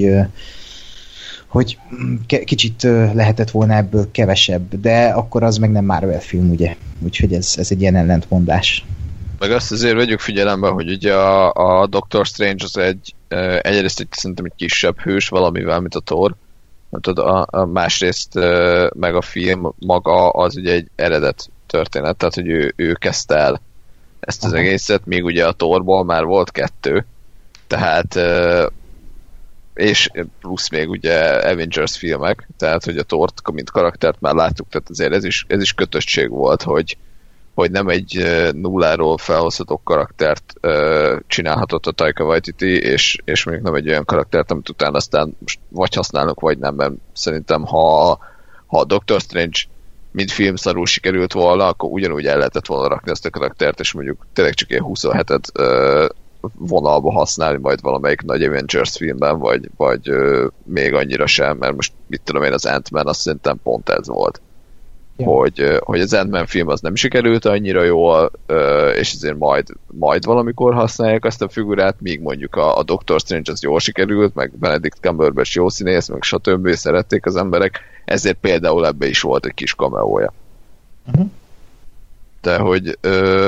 hogy kicsit lehetett volna ebből kevesebb, de akkor az meg nem Marvel film, ugye? Úgyhogy ez egy ilyen ellentmondás. Meg azt azért vegyük figyelembe, hogy ugye a Doctor Strange az egyrészt szerintem egy kisebb hős valamivel, mint a Thor. A másrészt meg a film maga az ugye egy eredet történet, tehát hogy ő kezdte el ezt az egészet, míg ugye a Thorból már volt 2, tehát és plusz még ugye Avengers filmek, tehát hogy a Thort, mint karaktert már láttuk, tehát azért ez is kötöttség volt, hogy nem egy nulláról felhozható karaktert csinálhatott a Taika Waititi, és mondjuk nem egy olyan karaktert, amit utána aztán most vagy használnak, vagy nem, mert szerintem ha a Doctor Strange mint filmszarul sikerült volna, akkor ugyanúgy el lehetett volna rakni ezt a karaktert, és mondjuk tényleg csak ilyen 27-et vonalba használni majd valamelyik nagy Avengers filmben, vagy még annyira sem, mert most mit tudom én, az Ant-Man azt szerintem pont ez volt. Ja. Hogy az Ant-Man film az nem sikerült annyira jól, és ezért majd valamikor használják azt a figurát, míg mondjuk a Doctor Strange az jól sikerült, meg Benedict Cumberbatch jó színész, meg stb. Szerették az emberek, ezért például ebbe is volt egy kis cameója. De hogy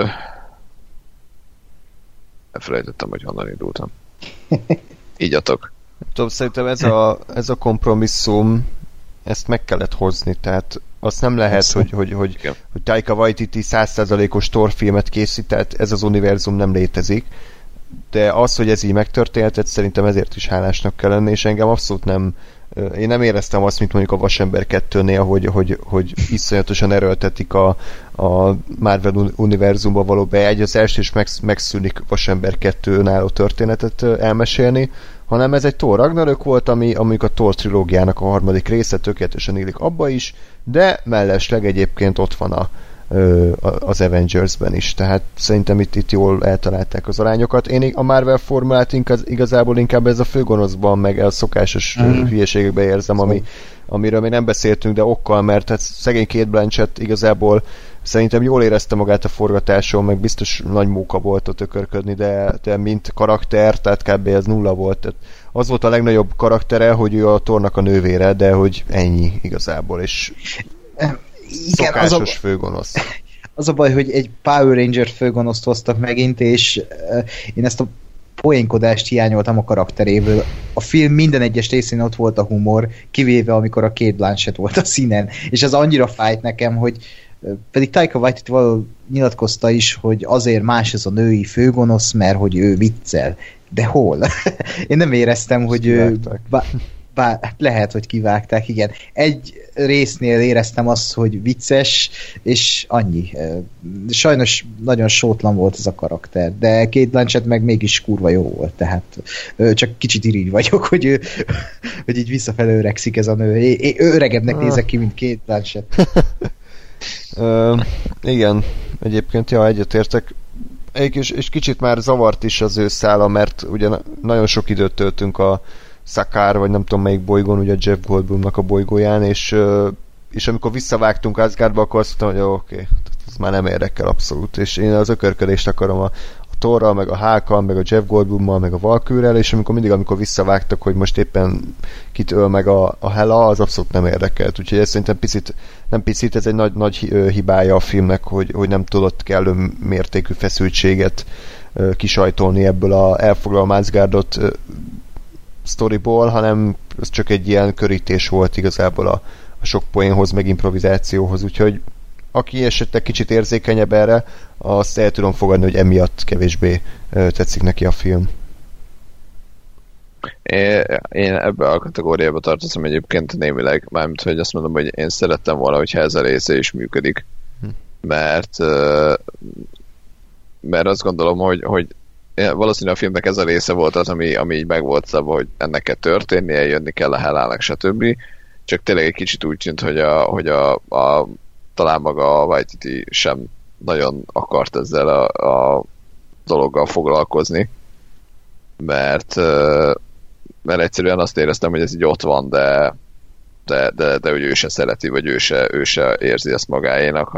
elfelejtettem, hogy honnan indultam. Ígyatok. Tudom, szerintem ez a kompromisszum, ezt meg kellett hozni, tehát azt nem lehet, hogy Taika Waititi 100%-os Thor filmet készít, tehát ez az univerzum nem létezik, de az, hogy ez így megtörtént, szerintem ezért is hálásnak kell lenni, és engem abszolút nem, én nem éreztem azt, mint mondjuk a Vasember 2-nél, hogy iszonyatosan erőltetik a Marvel univerzumba való bejegy, az első is megszűnik Vasember 2 önálló történetet elmesélni, hanem ez egy Thor Ragnarök volt, ami a Thor trilógiának a harmadik része, tökéletesen illik abba is, de mellesleg egyébként ott van az Avengersben is, tehát szerintem itt jól eltalálták az arányokat. Én a Marvel formulát igazából inkább ez a főgonoszban, meg a szokásos hülyeségekben érzem, amiről még nem beszéltünk, de okkal, mert hát szegény Cate Blanchett igazából szerintem jól érezte magát a forgatáson, meg biztos nagy móka volt a tökörködni, de mint karakter, tehát kb. Ez nulla volt. Tehát az volt a legnagyobb karaktere, hogy ő a Thornak a nővére, de hogy ennyi igazából, és szokásos főgonosz. Az a baj, hogy egy Power Ranger főgonoszt hoztak megint, és én ezt a poénkodást hiányoltam a karakteréből. A film minden egyes részén ott volt a humor, kivéve amikor a Cate Blanchett volt a színen, és ez annyira fájt nekem, hogy pedig Taika Waititi valahol nyilatkozta is, hogy azért más ez a női főgonosz, mert hogy ő viccel. De hol? Én nem éreztem, hogy ő... lehet, hogy kivágták, igen. Egy résznél éreztem azt, hogy vicces, és annyi. Sajnos nagyon sótlan volt ez a karakter, de Cate Blanchett meg mégis kurva jó volt, tehát csak kicsit irigy vagyok, hogy így visszafelé öregszik ez a nő. Én öregebbnek nézek ki, mint Cate Blanchett. Igen, egyébként egyetértek. És kicsit már zavart is az ő szála, mert ugye nagyon sok időt töltünk a Sakaar, vagy nem tudom melyik bolygón, ugye Jeff Goldblumnak a bolygóján, és amikor visszavágtunk Asgardba, akkor azt mondtam, hogy oké, ez már nem érdekel abszolút, és én az ökörködést akarom a Thorral, meg a Hulkkal, meg a Jeff Goldblummal, meg a Valkyrrel, és amikor visszavágtak, hogy most éppen kit öl meg a Hela, az abszolút nem érdekelt. Úgyhogy ez szerintem ez egy nagy hibája a filmnek, hogy nem tudott kellő mértékű feszültséget kisajtolni ebből a elfoglalom Asgardot sztoriból, hanem ez csak egy ilyen körítés volt igazából a sok poénhoz, meg improvizációhoz, úgyhogy aki esetleg kicsit érzékenyebb erre, azt el tudom fogadni, hogy emiatt kevésbé tetszik neki a film. Én ebbe a kategóriába tartozom egyébként némileg, mármint, hogy azt mondom, hogy én szerettem volna, hogyha ez a része is működik. Mert azt gondolom, hogy valószínűleg a filmnek ez a része volt az, ami így meg volt szabva, hogy ennek kell történnie, jönni kell a Helának, stb. Csak tényleg egy kicsit úgy tűnt, hogy talán maga a Waititi sem nagyon akart ezzel a dologgal foglalkozni, mert egyszerűen azt éreztem, hogy ez így ott van, de hogy ő se szereti, vagy ő se érzi ezt magáénak,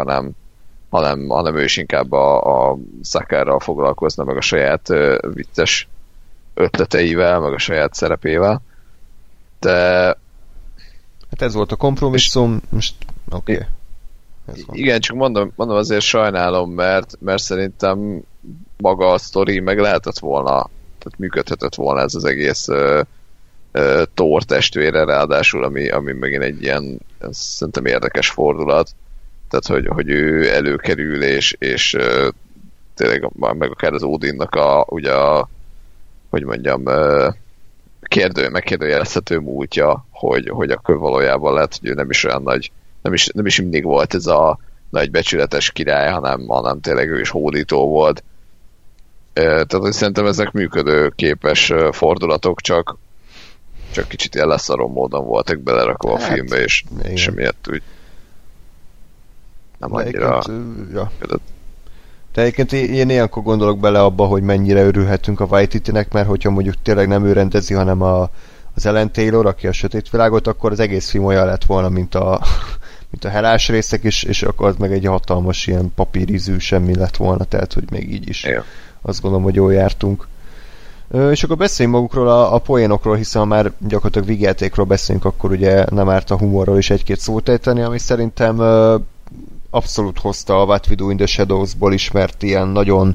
hanem ő is inkább a Sakaarral foglalkozna, meg a saját vicces ötleteivel, meg a saját szerepével. De... Hát ez volt a kompromisszum, most oké. Igen, csak mondom azért sajnálom, mert szerintem maga a sztori meg lehetett volna, tehát működhetett volna ez az egész Thor testvére, ráadásul, ami megint egy ilyen, szerintem érdekes fordulat. Tehát, hogy ő előkerül, és tényleg meg akár az Odinnak hogy mondjam, megkérdőjelezhető múltja, hogy akkor valójában lehet, hogy ő nem is olyan nagy, nem is mindig volt ez a nagy becsületes király, hanem tényleg ő is hódító volt. Tehát, hogy szerintem ezek működőképes fordulatok, csak kicsit ilyen leszarom módon voltak belerakva a filmbe, és emiatt úgy nem annyira... Ja. De egyébként én ilyenkor gondolok bele abba, hogy mennyire örülhetünk a Waititi-nek, mert hogyha mondjuk tényleg nem ő rendezi, hanem az Ellen Taylor, aki a Sötét Világot, akkor az egész film olyan lett volna, mint a Helás részek, és akkor az meg egy hatalmas ilyen papírizű semmi lett volna, tehát hogy még így is azt gondolom, hogy jól jártunk. És akkor beszéljünk magukról a poénokról, hiszen már gyakorlatilag vígjátékról beszélünk, akkor ugye nem árt a humorról is egy-két szót ejteni, ami szerintem abszolút hozta a What We Do in the Shadows-ból ismert ilyen nagyon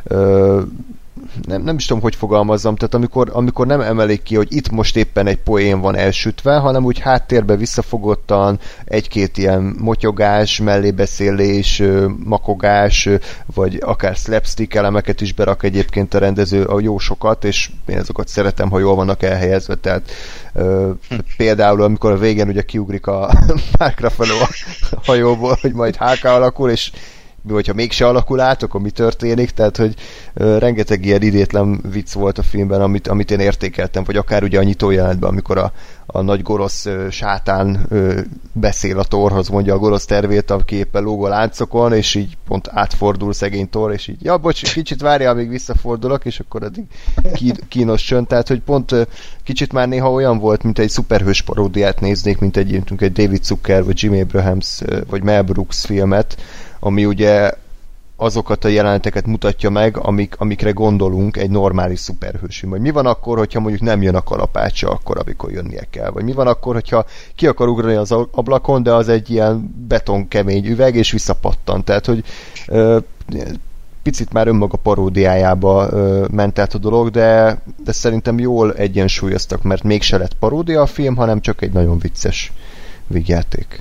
nem is tudom, hogy fogalmazzam, tehát amikor nem emelik ki, hogy itt most éppen egy poén van elsütve, hanem úgy háttérbe visszafogottan egy-két ilyen motyogás, mellébeszélés, makogás, vagy akár slapstick elemeket is berak egyébként a rendező a jó sokat, és én azokat szeretem, ha jól vannak elhelyezve, tehát például amikor a végén ugye kiugrik a Mark Ruffalo a hajóból, hogy majd HK alakul, és hogyha mégse alakul át, akkor mi történik, tehát, hogy rengeteg ilyen idétlen vicc volt a filmben, amit én értékeltem, vagy akár ugye a nyitójelentben, amikor a nagy gorosz sátán beszél a Thorhoz, mondja a gorosz tervét, aki éppen lóg a láncokon, és így pont átfordul szegény Thor, és így, ja, bocs, kicsit várjál, még visszafordulok, és akkor addig kínos csönd, tehát, hogy pont kicsit már néha olyan volt, mint egy szuperhős paródiát néznék, mint egy David Zucker, vagy Jim Abrahams, vagy Mel Brooks filmet, ami ugye azokat a jeleneteket mutatja meg, amikre gondolunk egy normális szuperhősünk. Vagy mi van akkor, hogyha mondjuk nem jön a kalapácsa akkor, amikor jönnie kell? Vagy mi van akkor, hogyha ki akar ugrani az ablakon, de az egy ilyen betonkemény üveg, és visszapattan. Tehát, hogy picit már önmaga paródiájába ment át a dolog, de szerintem jól egyensúlyoztak, mert mégse lett paródia a film, hanem csak egy nagyon vicces vígjáték.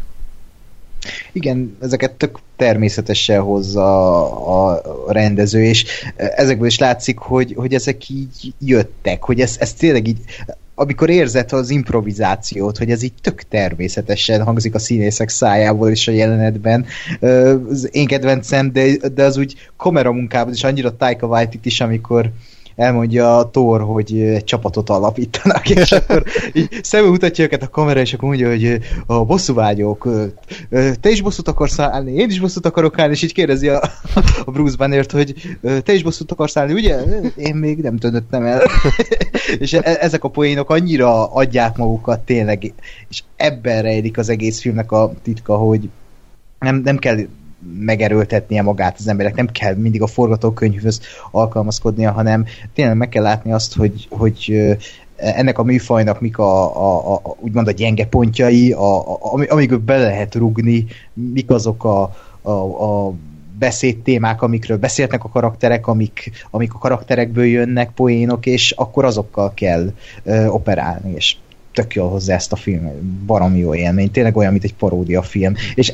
Igen, ezeket tök természetesen hozza a rendező, és ezekből is látszik, hogy ezek így jöttek, hogy ez tényleg így, amikor érzed az improvizációt, hogy ez így tök természetesen hangzik a színészek szájából is a jelenetben. Az én kedvencem, de az úgy kameramunkában is annyira Taika Waititi is, amikor elmondja a Thor, hogy egy csapatot alapítanak, és akkor így szembe mutatja őket a kamera, és akkor mondja, hogy a bosszúvágyók, te is bosszút akarsz állni, én is bosszút akarok állni, és így kérdezi a Bruce Bannert, hogy te is bosszút akarsz állni, ugye? Én még nem döntöttem el. És ezek a poénok annyira adják magukat tényleg, és ebben rejlik az egész filmnek a titka, hogy nem kell megerőltetnie magát az emberek, nem kell mindig a forgatókönyvhöz alkalmazkodnia, hanem tényleg meg kell látni azt, hogy ennek a műfajnak mik úgymond a gyenge pontjai, amikből bele lehet rugni, mik azok a beszédtémák, amikről beszélnek a karakterek, amik a karakterekből jönnek poénok, és akkor azokkal kell operálni, és tök jól hozzá ezt a film, baromi jó élmény, tényleg olyan, mint egy paródia film. És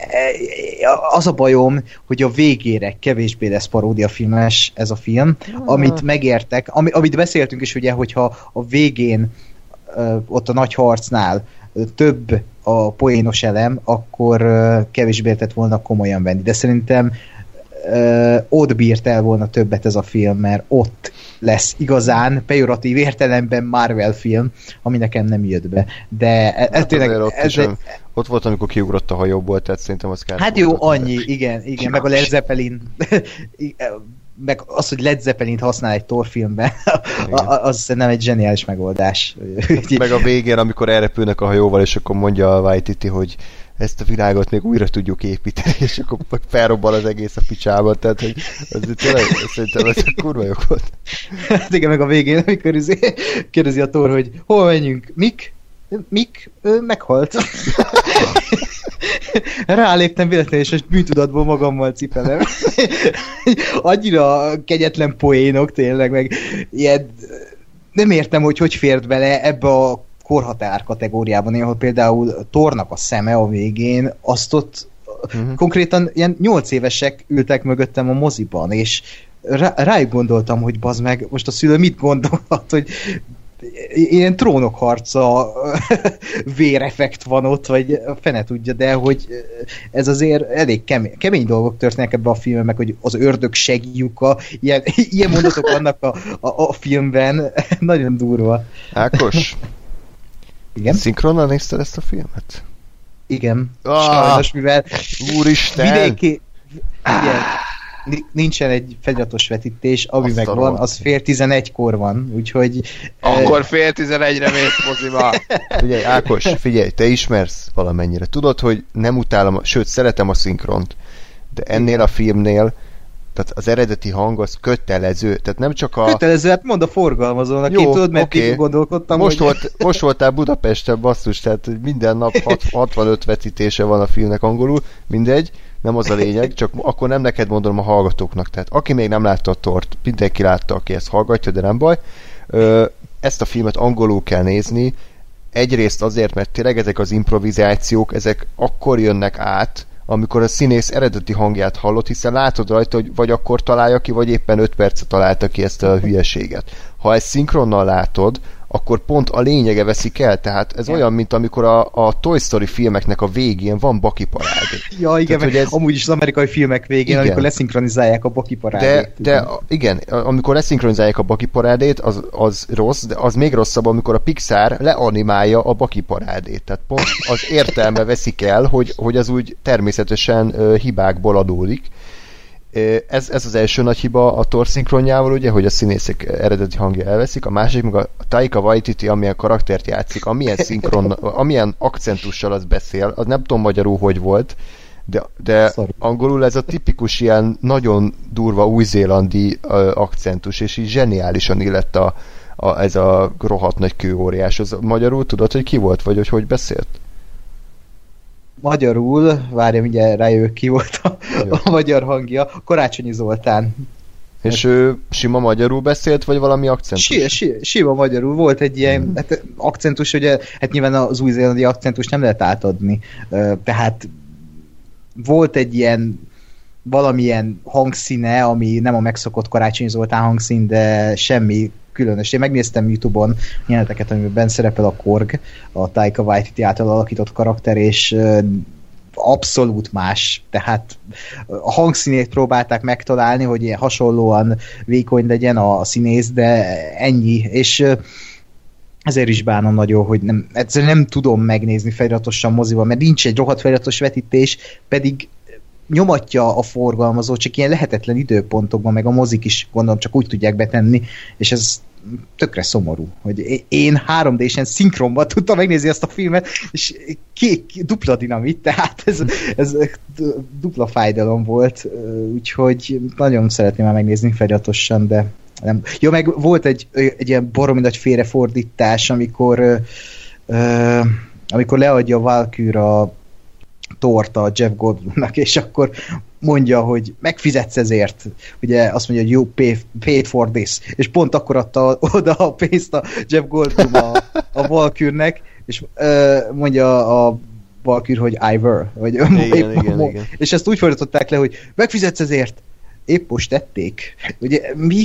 az a bajom, hogy a végére kevésbé lesz paródia filmes ez a film, amit megértek, amit beszéltünk is ugye, hogyha a végén ott a nagy harcnál több a poénos elem, akkor kevésbé lehetett volna komolyan venni. De szerintem ott bírt el volna többet ez a film, mert ott lesz igazán pejoratív értelemben Marvel film, ami nekem nem jött be. De ez tényleg... Ott volt, amikor kiugrott a hajóból, tehát szerintem az kell. Hát jó, annyi, igen, meg a Led Zeppelin. Meg az, hogy Led Zeppelint használ egy Thor filmben, az szerintem egy zseniális megoldás. Meg a végén, amikor elrepülnek a hajóval, és akkor mondja a Waititi, hogy ezt a világot még újra tudjuk építeni, és akkor felrobban az egész a picsába, tehát hogy az tényleg, szerintem ez kurva jó volt. Hát igen, meg a végén, amikor kérdezi a Thor, hogy hol menjünk? Mik? Meghalt. Ráléptem véletlenül, és most bűntudatból magammal cipelem. Annyira kegyetlen poénok tényleg, meg ilyen, nem értem, hogy fért bele ebbe a korhatár kategóriában, ahol például Thornak a szeme a végén, azt ott konkrétan ilyen 8 évesek ültek mögöttem a moziban, és rájuk gondoltam, hogy bazd meg, most a szülő mit gondolhat, hogy ilyen trónokharca véreffekt van ott, vagy fene tudja, de hogy ez azért elég kemény dolgok történnek ebben a filmben, meg hogy az ördög segjuka, ilyen mondatok vannak a filmben, nagyon durva. Ákos, igen? szinkronnal nézted ezt a filmet? Igen. Sajnos, mivel úristen! Vidéki... nincsen egy feliratos vetítés, ami azt meg van, az 10:30-kor van, úgyhogy... Akkor 10:30-re mész moziba. Figyelj, Ákos, figyelj, te ismersz valamennyire. Tudod, hogy nem utálom, sőt, szeretem a szinkront, de ennél a filmnél, tehát az eredeti hang az kötelező, tehát nem csak a... Kötelező, hát mondd a forgalmazónak, én tudod, mert okay. Gondolkodtam, most voltál Budapesten, basszus, tehát minden nap 65 vetítése van a filmnek angolul, mindegy, nem az a lényeg, csak akkor nem neked mondom a hallgatóknak, tehát aki még nem látta a Thort, mindenki látta, aki ezt hallgatja, de nem baj, ezt a filmet angolul kell nézni, egyrészt azért, mert tényleg ezek az improvizációk, ezek akkor jönnek át, amikor a színész eredeti hangját hallott, hiszen látod rajta, hogy vagy akkor találja ki, vagy éppen 5 percet találta ki ezt a hülyeséget. Ha ezt szinkronnal látod, akkor pont a lényege veszik el, tehát ez olyan, mint amikor a Toy Story filmeknek a végén van Baki parádé. Ja, igen, tehát, ez... amúgy is az amerikai filmek végén, igen. Amikor leszinkronizálják a Baki parádét. De igen, amikor leszinkronizálják a Baki parádét, az rossz, de az még rosszabb, amikor a Pixar leanimálja a Baki parádét. Tehát pont az értelme veszik el, hogy az úgy természetesen hibákból adódik. Ez az első nagy hiba a Thor szinkronjával, ugye, hogy a színészek eredeti hangja elveszik, a másik meg a Taika Waititi, amilyen karaktert játszik, amilyen akcentussal az beszél, az nem tudom magyarul, hogy volt, de angolul ez a tipikus ilyen nagyon durva új-zélandi akcentus, és így zseniálisan illett ez a rohadt nagy kőóriás. Az magyarul tudod, hogy ki volt, vagy hogy beszélt? Magyarul, várja, mindjárt rájövök, ki volt a magyar hangja, Karácsonyi Zoltán. És ő sima magyarul beszélt, vagy valami akcentus? Sima magyarul. Volt egy ilyen akcentus, ugye, hát nyilván az új-zélandi akcentus nem lehet átadni. Tehát volt egy ilyen valamilyen hangszíne, ami nem a megszokott Karácsonyi Zoltán hangszín, de semmi különös. Én megnéztem YouTube-on jeleneteket, amiben benne szerepel a Korg, a Taika Waititi által alakított karakter, és abszolút más. Tehát a hangszínét próbálták megtalálni, hogy ilyen hasonlóan vékony legyen a színész, de ennyi. És ezért is bánom nagyon, hogy egyszerűen nem tudom megnézni feliratosan moziban, mert nincs egy rohadt feliratos vetítés, pedig nyomatja a forgalmazó, csak ilyen lehetetlen időpontokban, meg a mozik is gondolom csak úgy tudják betenni, és ez tökre szomorú, hogy én 3D-sen szinkronban tudtam megnézni ezt a filmet, és dupla dinamit, tehát ez dupla fájdalom volt, úgyhogy nagyon szeretném már megnézni feliratosan, de nem. Jó, meg volt egy ilyen baromi nagy félrefordítás, amikor leadja a Valkyrie a Thort a Jeff Goldblumnak, és akkor mondja, hogy megfizetsz ezért. Ugye azt mondja, hogy you paid for this. És pont akkor adta oda a pénzt a Jeff Goldblum a Valkyrie-nek, és mondja a Valkyrie, hogy I were. Vagy igen. És ezt úgy fordították le, hogy megfizetsz ezért. Épp most tették. Ugye mi?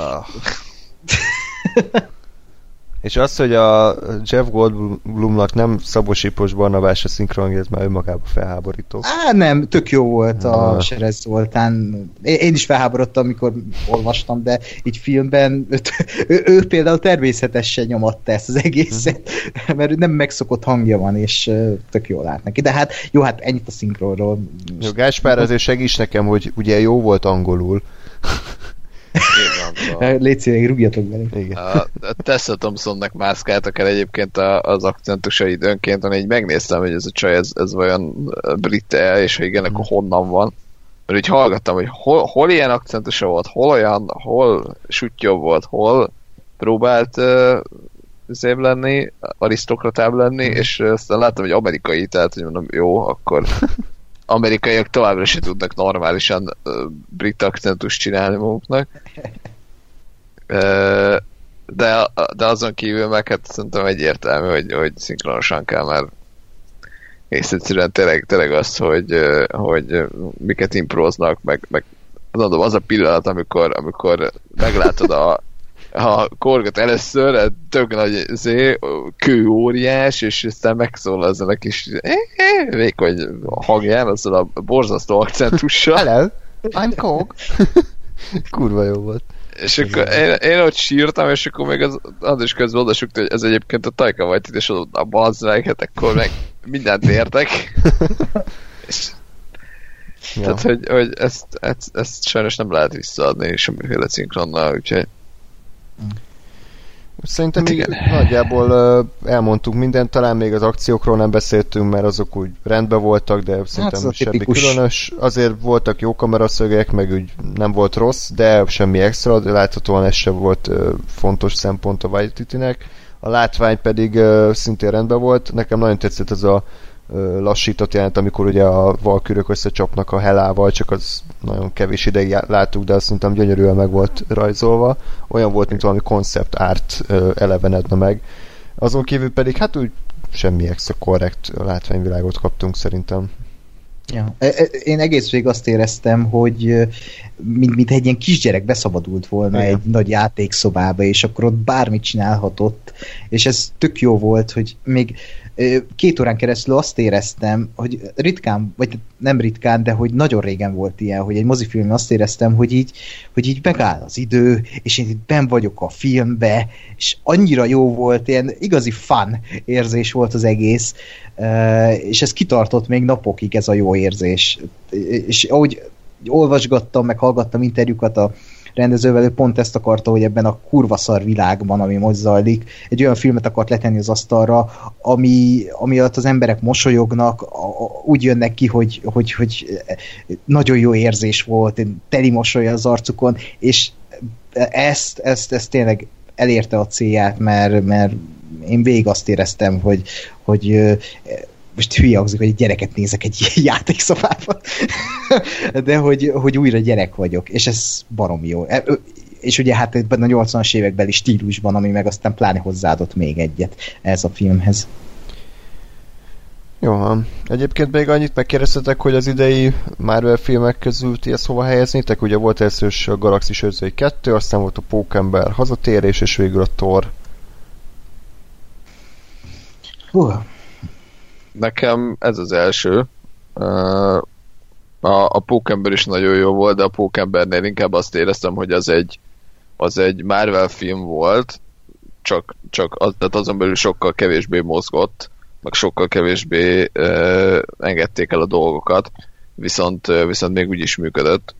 És az, hogy a Jeff Goldblumnak nem Szabó Sipos Barnabás a szinkronja, ez már önmagában felháborító. Nem, tök jó volt a Serez Zoltán. Én is felháborodtam, amikor olvastam, de így filmben ő például természetesen nyomatta ezt az egészet, mert nem megszokott hangja van, és tök jól lát neki. De hát jó, hát ennyit a szinkronról. Jó, Gáspár, azért segíts nekem, hogy ugye jó volt angolul. Légy szíves, rúgjatok velünk. Igen. A Tessa Thompsonnak mászkáltak el egyébként az akcentusai időnként, hanem így megnéztem, hogy ez a csaj, ez vajon brit-e, és ha igen, akkor honnan van. Mert úgy hallgattam, hogy hol ilyen akcentusa volt, hol olyan, hol süttyöbb volt, hol próbált szép lenni, arisztokratább lenni, és aztán láttam, hogy amerikai, tehát hogy mondom, jó, akkor amerikaiak továbbra se tudnak normálisan brit akcentust csinálni maguknak. De azon kívül meg hát szerintem egyértelmű, hogy szinkronosan kell, mert és egyszerűen tényleg az, hogy miket impróznak, meg mondom, az a pillanat, amikor meglátod a Korgot először, tök nagy kő óriás, és aztán megszólal ezzel a kis vékony hangján, azzal a borzasztó akcentussal. Hello, I'm Korg. Kurva jó volt. És akkor én ott sírtam, és akkor még az Andris közben odasukta, hogy ez egyébként a Taika Waititi, és oda bazd meg, hát akkor meg mindent értek. És Ja. tehát, hogy ezt sajnos nem lehet visszaadni semmiféle szinkronnal, úgyhogy Szerintem hát így igen. nagyjából elmondtuk mindent, talán még az akciókról nem beszéltünk, mert azok úgy rendben voltak, de szerintem Hát, semmi tipikus. különös. Azért voltak jó kameraszögek, meg úgy nem volt rossz, de semmi extra, de láthatóan ez sem volt fontos szempont a Waititinek. A látvány pedig szintén rendben volt. Nekem nagyon tetszett ez a lassított jelent, amikor ugye a valkürök összecsapnak a Helával, csak az nagyon kevés ideig láttuk, de azt szerintem gyönyörűen meg volt rajzolva. Olyan volt, mint valami concept art elevenedne meg. Azon kívül pedig hát úgy semmi extra korrekt látványvilágot kaptunk szerintem. Ja. Én egész végig azt éreztem, hogy mint egy ilyen kisgyerek beszabadult volna Igen. egy nagy játékszobába, és akkor ott bármit csinálhatott, és ez tök jó volt, hogy még 2 órán keresztül azt éreztem, hogy ritkán, vagy nem ritkán, de hogy nagyon régen volt ilyen, hogy egy mozifilmben azt éreztem, hogy így megáll az idő, és én itt benn vagyok a filmbe, és annyira jó volt, ilyen igazi fun érzés volt az egész, és ez kitartott még napokig, ez a jó érzés. És ahogy olvasgattam, meg hallgattam interjúkat a rendezővel, ő pont ezt akarta, hogy ebben a kurva szar világban, ami most zajlik, egy olyan filmet akart letenni az asztalra, ami alatt az emberek mosolyognak, úgy jönnek ki, hogy nagyon jó érzés volt, teli mosoly az arcukon, és ezt tényleg elérte a célját, mert én végig azt éreztem, hogy most hülye hangzik, hogy egy gyereket nézek egy játékszobában, de hogy újra gyerek vagyok, és ez baromi jó. És ugye hát ebben a 80-as évekbeli stílusban, ami meg aztán pláne hozzáadott még egyet ez a filmhez. Jó, egyébként még annyit megkérdeztetek, hogy az idei Marvel filmek közül ti ezt hova helyeznétek? Ugye volt először a Galaxis Őrzői 2, aztán volt a Pókember hazatérés, és végül a Thor. nekem ez az első. A Pókember is nagyon jó volt, de a Pókembernél inkább azt éreztem, hogy az egy Marvel film volt, csak tehát azon belül sokkal kevésbé mozgott, meg sokkal kevésbé engedték el a dolgokat, viszont még úgy is működött.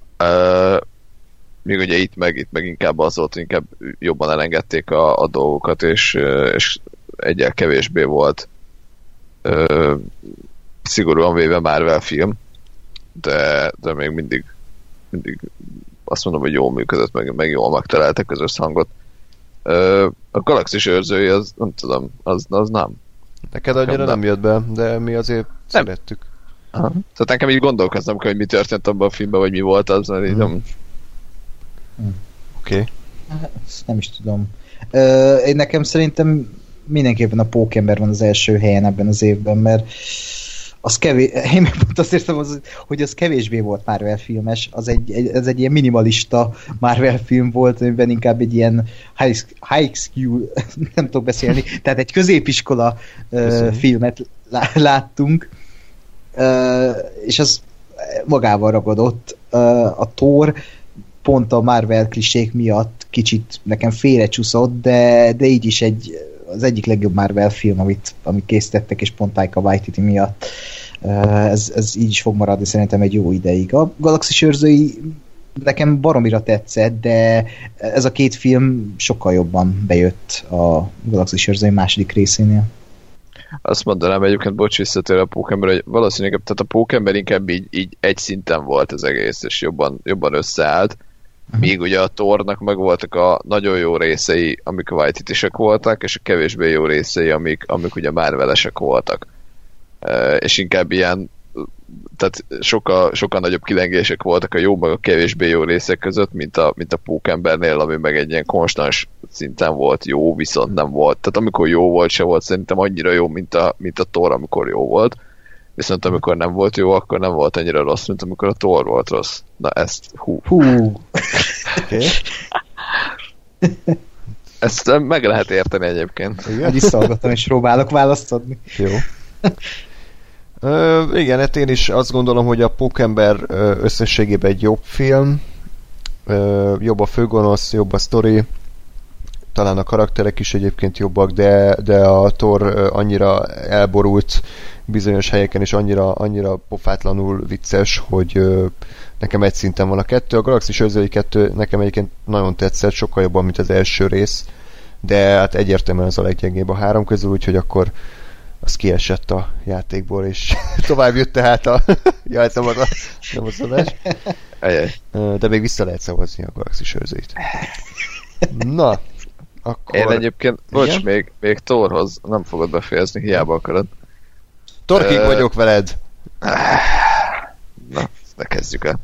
Még ugye itt meg inkább az volt, inkább jobban elengedték a dolgokat, és egyel kevésbé volt szigorúan véve Marvel film, de még mindig azt mondom, hogy jól működött, meg jól megtaláltak közös hangot. A Galaxis őrzői, az nem tudom, az nem. Neked annyira nem jött be, de mi azért nem szerettük. Aha. Tehát nekem így gondolkoznom kell, hogy mi történt abban a filmben, vagy mi volt az, mert így nem... Oké. Ezt nem is tudom. Én nekem szerintem mindenképpen a Pókember van az első helyen ebben az évben, mert az én meg pont azt értem, hogy az kevésbé volt Marvel filmes, ez egy ilyen minimalista Marvel film volt, amiben inkább egy ilyen high school, nem tudok beszélni, tehát egy középiskola filmet láttunk, és az magával ragadott. A Thor pont a Marvel klisék miatt kicsit nekem félrecsúszott, de így is az egyik legjobb Marvel film, amit készítettek, és pont Taika Waititi miatt ez így is fog maradni szerintem egy jó ideig. A Galaxis őrzői nekem baromira tetszett, de ez a két film sokkal jobban bejött a Galaxis őrzői második részénél. Azt mondanám egyébként, bocs, visszatérve a Pókember, hogy valószínűleg tehát a Pókember inkább így egy szinten volt az egész, és jobban összeállt. Míg ugye a Thornak meg voltak a nagyon jó részei, amik a Waititi-sek voltak, és a kevésbé jó részei, amik ugye Marvel-esek voltak. És inkább ilyen, tehát sokkal nagyobb kilengések voltak a jó meg a kevésbé jó részek között, mint a Pókembernél, ami meg egy ilyen konstans szinten volt jó, viszont nem volt. Tehát amikor jó volt, se volt szerintem annyira jó, mint a Thor, amikor jó volt. Viszont amikor nem volt jó, akkor nem volt annyira rossz, mint amikor a Thor volt rossz. Na ezt, Okay. Ezt meg lehet érteni egyébként. Visszahallgatom, és próbálok választ adni. Jó. Igen, hát én is azt gondolom, hogy a Pókember összességében egy jobb film. Jobb a főgonosz, jobb a sztori. Talán a karakterek is egyébként jobbak, de a Thor annyira elborult bizonyos helyeken, és annyira pofátlanul vicces, hogy nekem egy szinten van a kettő. A Galaxis őrzői 2 nekem egyébként nagyon tetszett, sokkal jobban, mint az első rész, de hát egyértelműen az a leggyengébb a 3 közül, úgyhogy akkor az kiesett a játékból, és tovább jött tehát a... Ja, ez nem a szavazás. De még vissza lehet szavazni a Galaxis őrzőit. Na, akkor... Én egyébként, bocs, még Thorhoz nem fogod befejezni, hiába akarod. Torkig vagyok veled! Na, ne kezdjük el.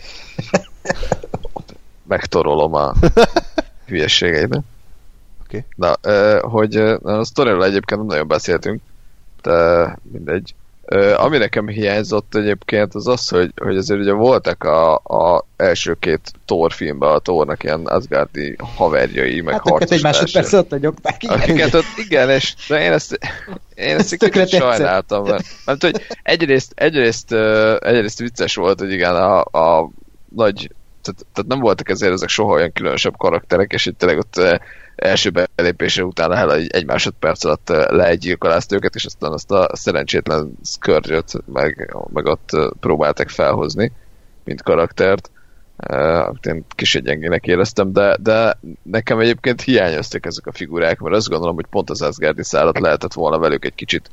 Megtorolom a hülyességeibe. Okay. Na, hogy a sztoriról egyébként nagyon beszéltünk, de mindegy. Ami nekem hiányzott egyébként az az, hogy azért ugye voltak a első két Thor filmben a Thornak ilyen asgardi haverjai, meg harcos. Hát egy másodperc ott agyogták. Igen, és de én ezt egy kicsit sajnáltam, mert hogy egyrészt vicces volt, hogy igen, a nagy, tehát nem voltak ezek soha olyan különösebb karakterek, és itt tényleg ott első belépése után egy másodperc alatt leegyilkolázta őket, és aztán azt a szerencsétlen Scourge-öt meg ott próbáltak felhozni, mint karaktert. Én kicsit gyengének éreztem, de nekem egyébként hiányoztak ezek a figurák, mert azt gondolom, hogy pont az Asgardi szállat lehetett volna velük egy kicsit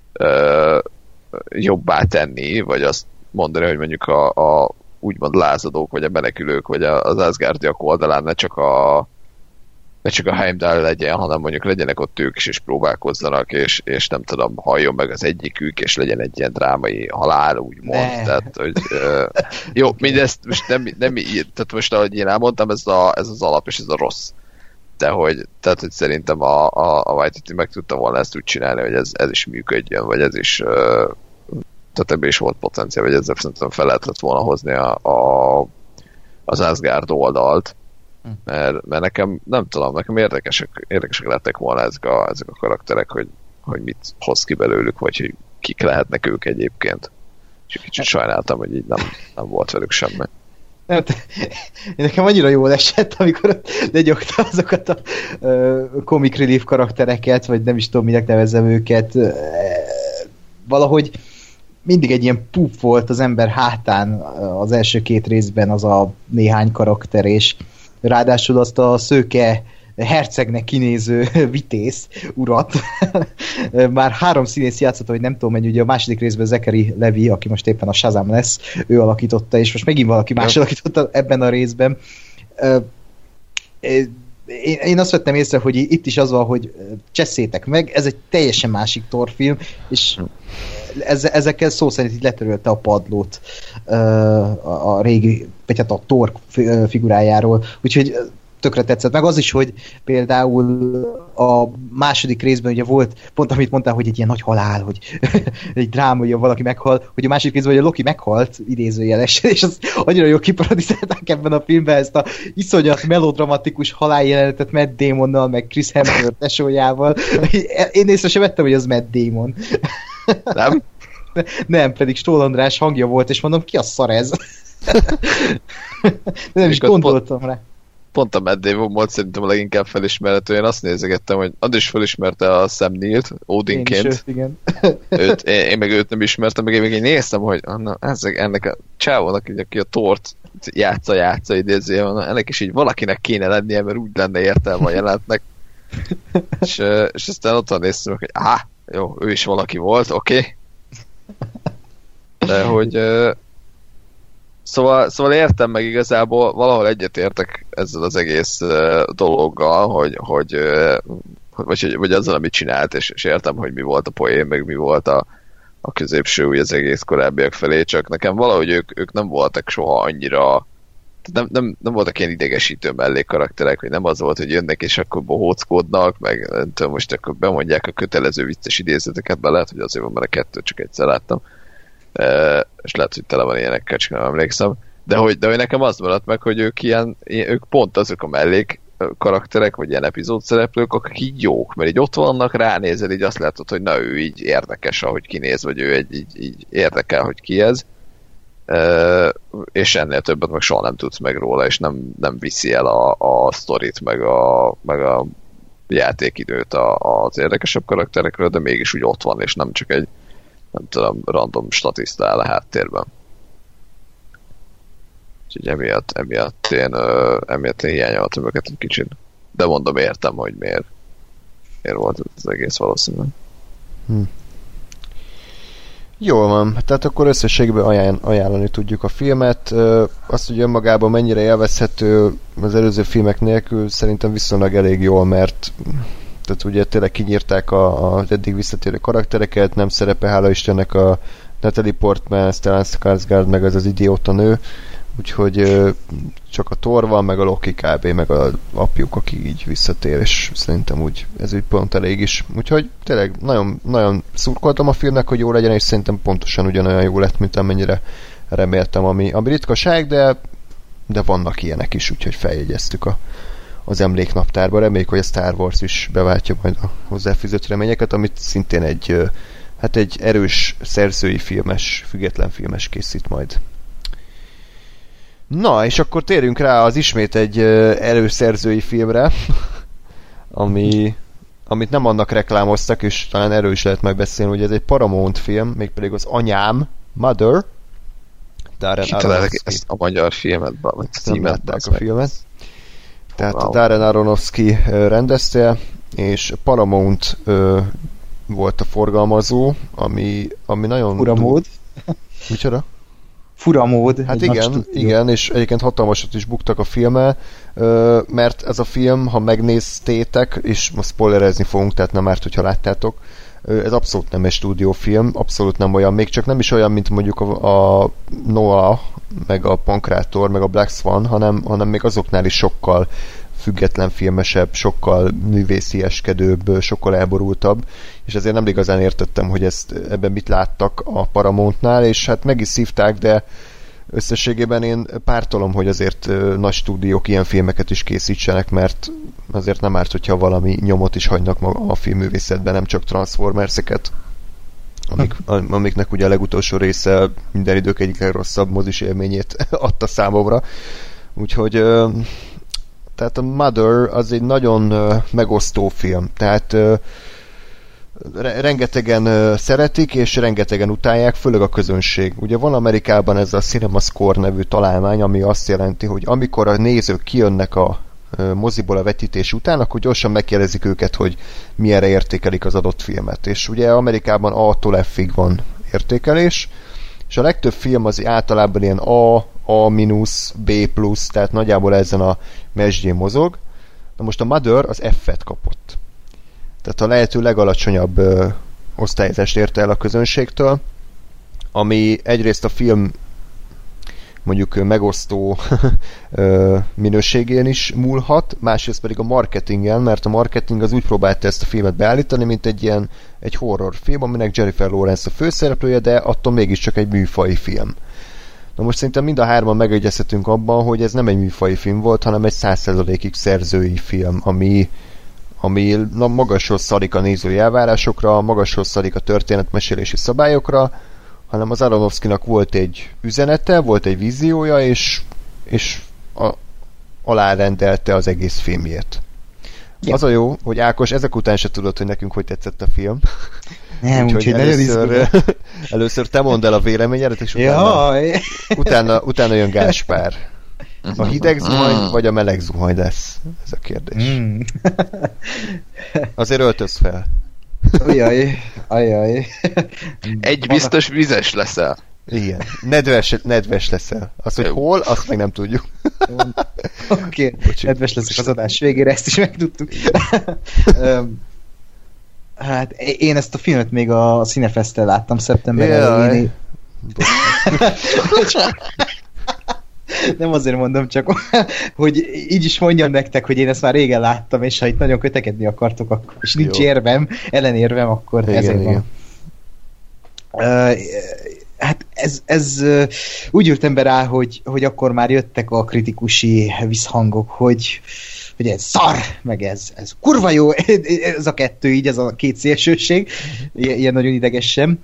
jobbá tenni, vagy azt mondani, hogy mondjuk a úgymond lázadók, vagy a menekülők, vagy az Asgardiak oldalán ne csak a Heimdall legyen, hanem mondjuk legyenek ott ők is, és próbálkozzanak, és nem tudom, halljon meg az egyikük, és legyen egy ilyen drámai halál, úgymond. Tehát, hogy, jó, okay. Mindezt most nem így, tehát most ahogy én elmondtam, ez az alap, és ez a rossz. Tehát, hogy szerintem a Waititi meg tudta volna ezt úgy csinálni, hogy ez is működjön, vagy ez is tehát ebben is volt potenciál, vagy ezzel szerintem fel lehetett volna hozni az Asgard oldalt, mert nekem, nem tudom, nekem érdekesek lettek volna ezek a karakterek, hogy mit hoz ki belőlük, vagy hogy kik lehetnek ők egyébként. És kicsit sajnáltam, hogy így nem volt velük semmi. Nekem annyira jól esett, amikor legyogta azokat a comic relief karaktereket, vagy nem is tudom, minek nevezem őket. Valahogy mindig egy ilyen pup volt az ember hátán az első két részben az a néhány karakter, és ráadásul azt a szőke hercegnek kinéző vitéz urat. Már 3 színész játszott, hogy nem tudom mennyi, ugye a második részben Zachary Levi, aki most éppen a Shazam lesz, ő alakította, és most megint valaki más alakította ebben a részben. Én azt vettem észre, hogy itt is az van, hogy cseszétek meg, ez egy teljesen másik Thor film, és ezekkel szó szerint így letörölte a padlót a régi, vagy hát a Thor figurájáról, úgyhogy tökre tetszett. Meg az is, hogy például a második részben ugye volt, pont amit mondtál, hogy egy ilyen nagy halál, hogy egy dráma, hogy valaki meghal, hogy a második részben, hogy a Loki meghalt, idézőjelesen, és az annyira jól kiparodizálták ebben a filmben ezt a iszonyat melodramatikus haláljelenetet Matt Damonnal, meg Chris Hemsworth tesójával. Én észre sem vettem, hogy az Matt Damon. Nem? Nem, pedig Stól András hangja volt, és mondom, ki a szar ez? De nem is gondoltam rá. pont a Matt Damon volt szerintem a leginkább felismerhető. Én azt nézegettem, hogy az is felismerte a Sam Neill-t, Odinként. Igen. Én meg őt nem ismertem, meg én néztem, hogy ennek a csávónak, aki a Thort játsza idézőjelben, ennek is így valakinek kéne lennie, mert úgy lenne értelme a jelentnek. és aztán otthon néztem, hogy jó, ő is valaki volt, oké. De hogy Szóval értem meg igazából, valahol egyetértek ezzel az egész dologgal, vagy azzal, amit csinált, és értem, hogy mi volt a poén, meg mi volt a középső úgy az egész korábbiak felé, csak nekem valahogy ők nem voltak soha annyira, nem voltak ilyen idegesítő mellékkarakterek, hogy nem az volt, hogy jönnek és akkor bohóckodnak, meg nem tudom, most akkor bemondják a kötelező vicces idézeteket, be lehet, hogy azért van, mert a kettőt csak egyszer láttam. És lehet, hogy tele van ilyenekkel, csak nem emlékszem. De hogy nekem az maradt meg, hogy ők pont azok a mellék karakterek, vagy ilyen epizódszereplők, akik így jók, mert így ott vannak, ránézel, így azt látod, hogy na ő így érdekes, ahogy kinéz, vagy ő így érdekel, hogy ki ez. És ennél többet meg soha nem tudsz meg róla, és nem viszi el a sztorit, meg a játékidőt az érdekesebb karakterekről, de mégis úgy ott van, és nem csak egy nem tudom, random statiszta áll a háttérben. Úgyhogy emiatt én hiányoltam őket egy kicsit. De mondom, értem, hogy miért volt az egész valószínűleg. Jól van, tehát akkor összességben ajánlani tudjuk a filmet. Azt, hogy önmagában mennyire élvezhető az előző filmek nélkül, szerintem viszonylag elég jól, mert tehát ugye tényleg kinyírták az eddig visszatérő karaktereket, nem szerepe, hála Istennek, a Natalie Portman, Stellan Skarsgård, meg az idióta nő, úgyhogy csak a Thor van, meg a Loki kb, meg az apjuk, aki így visszatér, és szerintem úgy ez úgy pont elég is. Úgyhogy tényleg nagyon, nagyon szurkoltam a filmnek, hogy jó legyen, és szerintem pontosan ugyanolyan jó lett, mint amennyire reméltem, ami ritkaság, de vannak ilyenek is, úgyhogy feljegyeztük az emléknaptárba. Reméljük, hogy a Star Wars is beváltja majd a hozzáfűzött reményeket, amit szintén egy erős szerzői filmes, független filmes készít majd. Na, és akkor térjünk rá az ismét egy erős szerzői filmre, amit nem annak reklámoztak, és talán erről is lehet majd beszélni, hogy ez egy Paramount film, mégpedig az Anyám, Mother. Kitaláltak ezt a magyar filmet, vagy címet. A filmet. Tehát a Darren Aronofsky rendezte, és Paramount volt a forgalmazó, ami nagyon... Furamód. Micsoda? Furamód. Hát igen, és egyébként hatalmasat is buktak a filmmel, mert ez a film, ha megnéztétek, és most spoilerezni fogunk, tehát nem árt, hogyha láttátok, ez abszolút nem egy stúdiófilm, abszolút nem olyan, még csak nem is olyan, mint mondjuk a Noah, meg a Pankrátor, meg a Black Swan, hanem még azoknál is sokkal független filmesebb, sokkal művészieskedőbb, sokkal elborultabb, és ezért nem igazán értettem, hogy ebben mit láttak a Paramountnál, és hát meg is szívták, de összességében én pártolom, hogy azért nagy stúdiók ilyen filmeket is készítsenek, mert azért nem árt, hogyha valami nyomot is hagynak a filmművészetben, nem csak Transformers-eket, amiknek ugye a legutolsó része minden idők egyik legrosszabb mozis élményét adta számomra. Úgyhogy tehát a Mother az egy nagyon megosztó film. Tehát rengetegen szeretik, és rengetegen utálják, főleg a közönség. Ugye van Amerikában ez a CinemaScore nevű találmány, ami azt jelenti, hogy amikor a nézők kijönnek a moziból a vetítés után, akkor gyorsan megkérdezik őket, hogy milyenre értékelik az adott filmet. És ugye Amerikában A-tól F-ig van értékelés, és a legtöbb film az általában ilyen A-, B+, tehát nagyjából ezen a mesdjén mozog. Na most a Mother az F-et kapott. Tehát a lehető legalacsonyabb osztályozást érte el a közönségtől, ami egyrészt a film mondjuk megosztó minőségén is múlhat, másrészt pedig a marketingen, mert a marketing az úgy próbálta ezt a filmet beállítani, mint egy horrorfilm, aminek Jennifer Lawrence a főszereplője, de attól mégiscsak egy műfaji film. Na most szerintem mind a hárman megegyezhetünk abban, hogy ez nem egy műfaji film volt, hanem egy 100%-ig szerzői film, ami magasról szarik a nézői elvárásokra, magasról szarik a történetmesélési szabályokra, hanem az Aronofskynak volt egy üzenete, volt egy víziója, és alárendelte az egész filmjét. Ja. Az a jó, hogy Ákos ezek után se tudod, hogy nekünk hogy tetszett a film. Nem, úgyhogy először te mondd el a véleményedet, és utána jön Gáspár. A hideg zuhany, vagy a meleg zuhany lesz? Ez a kérdés. Azért öltöz fel. Ajaj. Egy biztos vizes leszel. Igen. Nedves leszel. Az, hogy hol, azt meg nem tudjuk. Oké. Nedves leszek az adás végére, ezt is megtudtuk. Hát én ezt a filmet még a Cinefestel láttam szeptember elején. Nem azért mondom, csak hogy így is mondjam nektek, hogy én ezt már régen láttam, és ha itt nagyon kötekedni akartok, akkor, és nincs érvem, ellenérvem, akkor igen, ezért van. Hát ez úgy ültem be rá, hogy akkor már jöttek a kritikusi visszhangok, hogy ez szar, meg ez kurva jó, ez a kettő így, ez a két szélsőség, ilyen nagyon idegesen.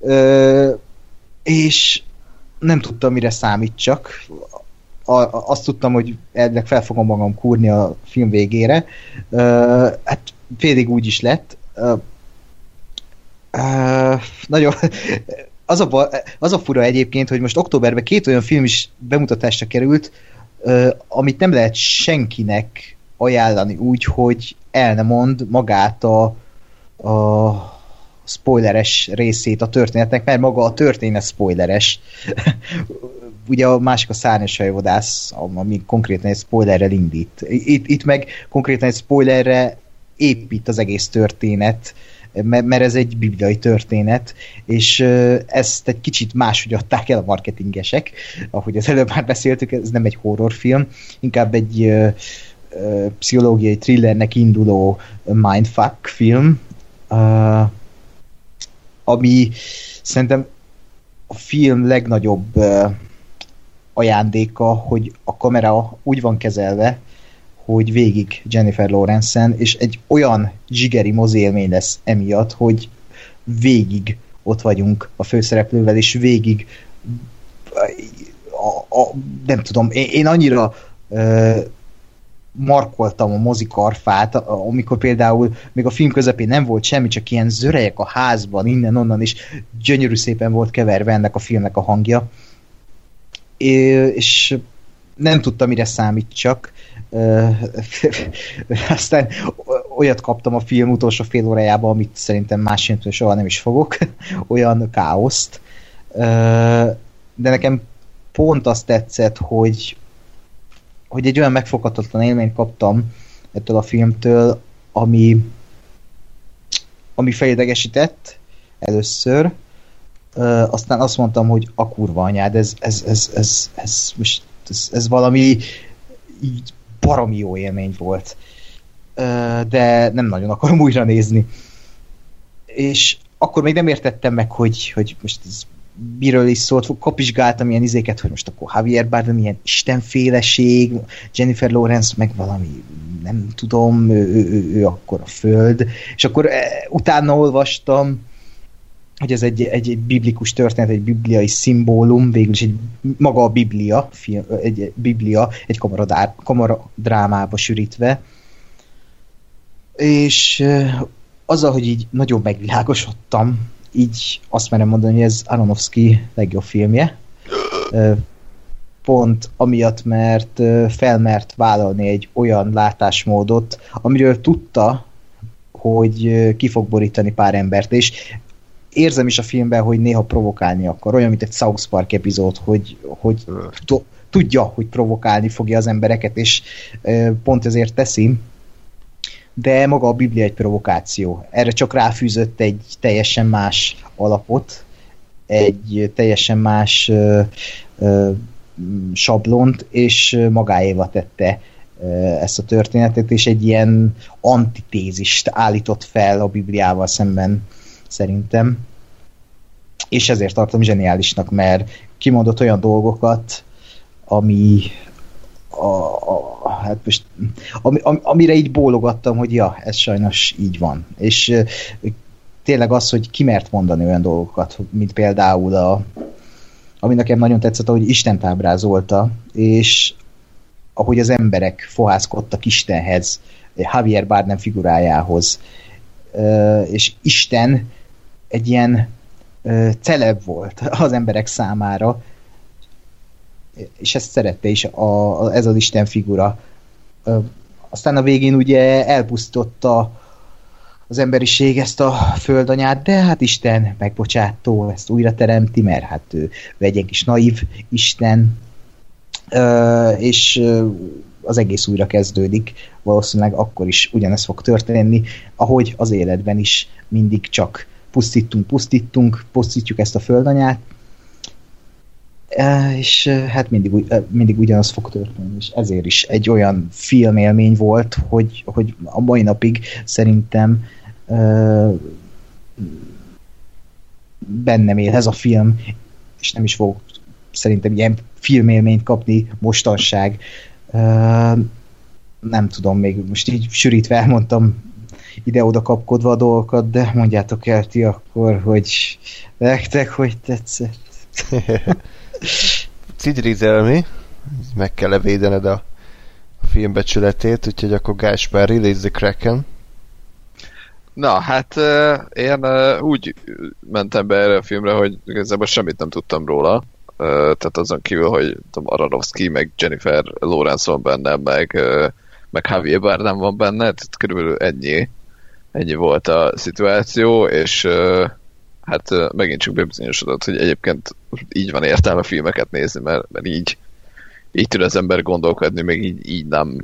És nem tudtam, mire számítsak. Azt tudtam, hogy elvileg fel fogom magam kúrni a film végére. Hát félig úgy is lett. Nagyon... Az a fura egyébként, hogy most októberben 2 olyan film is bemutatásra került, amit nem lehet senkinek ajánlani úgy, hogy el ne mond magát a spoileres részét a történetnek, mert maga a történet spoileres. Ugye a másik a Szárnyas hajóvadász, ami konkrétan egy spoilerrel indít. Itt meg konkrétan egy spoilerre épít az egész történet, mert ez egy bibliai történet, és ezt egy kicsit máshogy adták el a marketingesek, ahogy az előbb már beszéltük, ez nem egy horrorfilm, inkább egy pszichológiai thrillernek induló mindfuck film, ami szerintem a film legnagyobb ajándéka, hogy a kamera úgy van kezelve, hogy végig Jennifer Lawrence-en, és egy olyan zsigeri mozélmény lesz emiatt, hogy végig ott vagyunk a főszereplővel, és végig nem tudom, én annyira markoltam a mozikarfát, amikor például még a film közepén nem volt semmi, csak ilyen zörejek a házban, innen-onnan, és gyönyörű szépen volt keverve ennek a filmnek a hangja. És nem tudtam, mire számítsak. Aztán olyat kaptam a film utolsó fél órájában, amit szerintem más filmtől soha nem is fogok. Olyan káoszt. De nekem pont azt tetszett, hogy egy olyan megfoghatatlan élményt kaptam ettől a filmtől, ami felidegesített először. Aztán azt mondtam, hogy a kurva anyád, ez valami így baromi jó élmény volt. De nem nagyon akarom újra nézni. És akkor még nem értettem meg, hogy most ez miről is szólt, kapizsgáltam ilyen izéket, hogy most akkor Javier Bardem ilyen istenféleség, Jennifer Lawrence meg valami, nem tudom, ő akkor a föld, és akkor utána olvastam, hogy ez egy biblikus történet, egy bibliai szimbólum, végülis maga a Biblia, egy kamaradrámába sűrítve, és azzal, hogy így nagyon megvilágosodtam, így azt merem mondani, hogy ez Aronofsky legjobb filmje. Pont amiatt, mert felmert vállalni egy olyan látásmódot, amiről tudta, hogy ki fog borítani pár embert, és érzem is a filmben, hogy néha provokálni akar, olyan, mint egy South Park epizód, hogy tudja, hogy provokálni fogja az embereket, és pont ezért teszi, de maga a Biblia egy provokáció. Erre csak ráfűzött egy teljesen más alapot, egy teljesen más sablont, és magáéva tette ezt a történetet, és egy ilyen antitézist állított fel a Bibliával szemben szerintem. És ezért tartom zseniálisnak, mert kimondott olyan dolgokat, hát most, amire így bólogattam, hogy ja, ez sajnos így van. És tényleg az, hogy ki mert mondani olyan dolgokat, mint például ami nekem nagyon tetszett, ahogy Istent ábrázolta, és ahogy az emberek fohászkodtak Istenhez, Javier Bardem figurájához, és Isten egy ilyen celeb volt az emberek számára, és ezt szerette is ez az Isten figura. Aztán a végén ugye elpusztította az emberiség ezt a földanyát, de hát Isten megbocsátó, ezt újra teremti, mert hát ő egy ilyen kis naív Isten, és az egész újra kezdődik. Valószínűleg akkor is ugyanez fog történni, ahogy az életben is mindig csak pusztítjuk ezt a földanyát, és hát mindig ugyanaz fog történni, és ezért is egy olyan filmélmény volt, hogy a mai napig szerintem bennem él ez a film, és nem is fog szerintem ilyen filmélményt kapni mostanság. Nem tudom, még most így sűrítve elmondtam ide-oda kapkodva a dolgokat, de mondjátok el ti akkor, hogy nektek hogy tetszett. Cidrizelmi, meg kell védened a filmbecsületét, úgyhogy akkor Gáspár, Release the Kraken. Na, hát én úgy mentem be erre a filmre, hogy igazából semmit nem tudtam róla. Tehát azon kívül, hogy Aronofsky, meg Jennifer Lawrence van benne, meg Javier Bardem van benne, tehát körülbelül ennyi volt a szituáció, és hát megint csak bebizonyosodott, hogy egyébként így van értelme filmeket nézni, mert így tud az ember gondolkodni, még így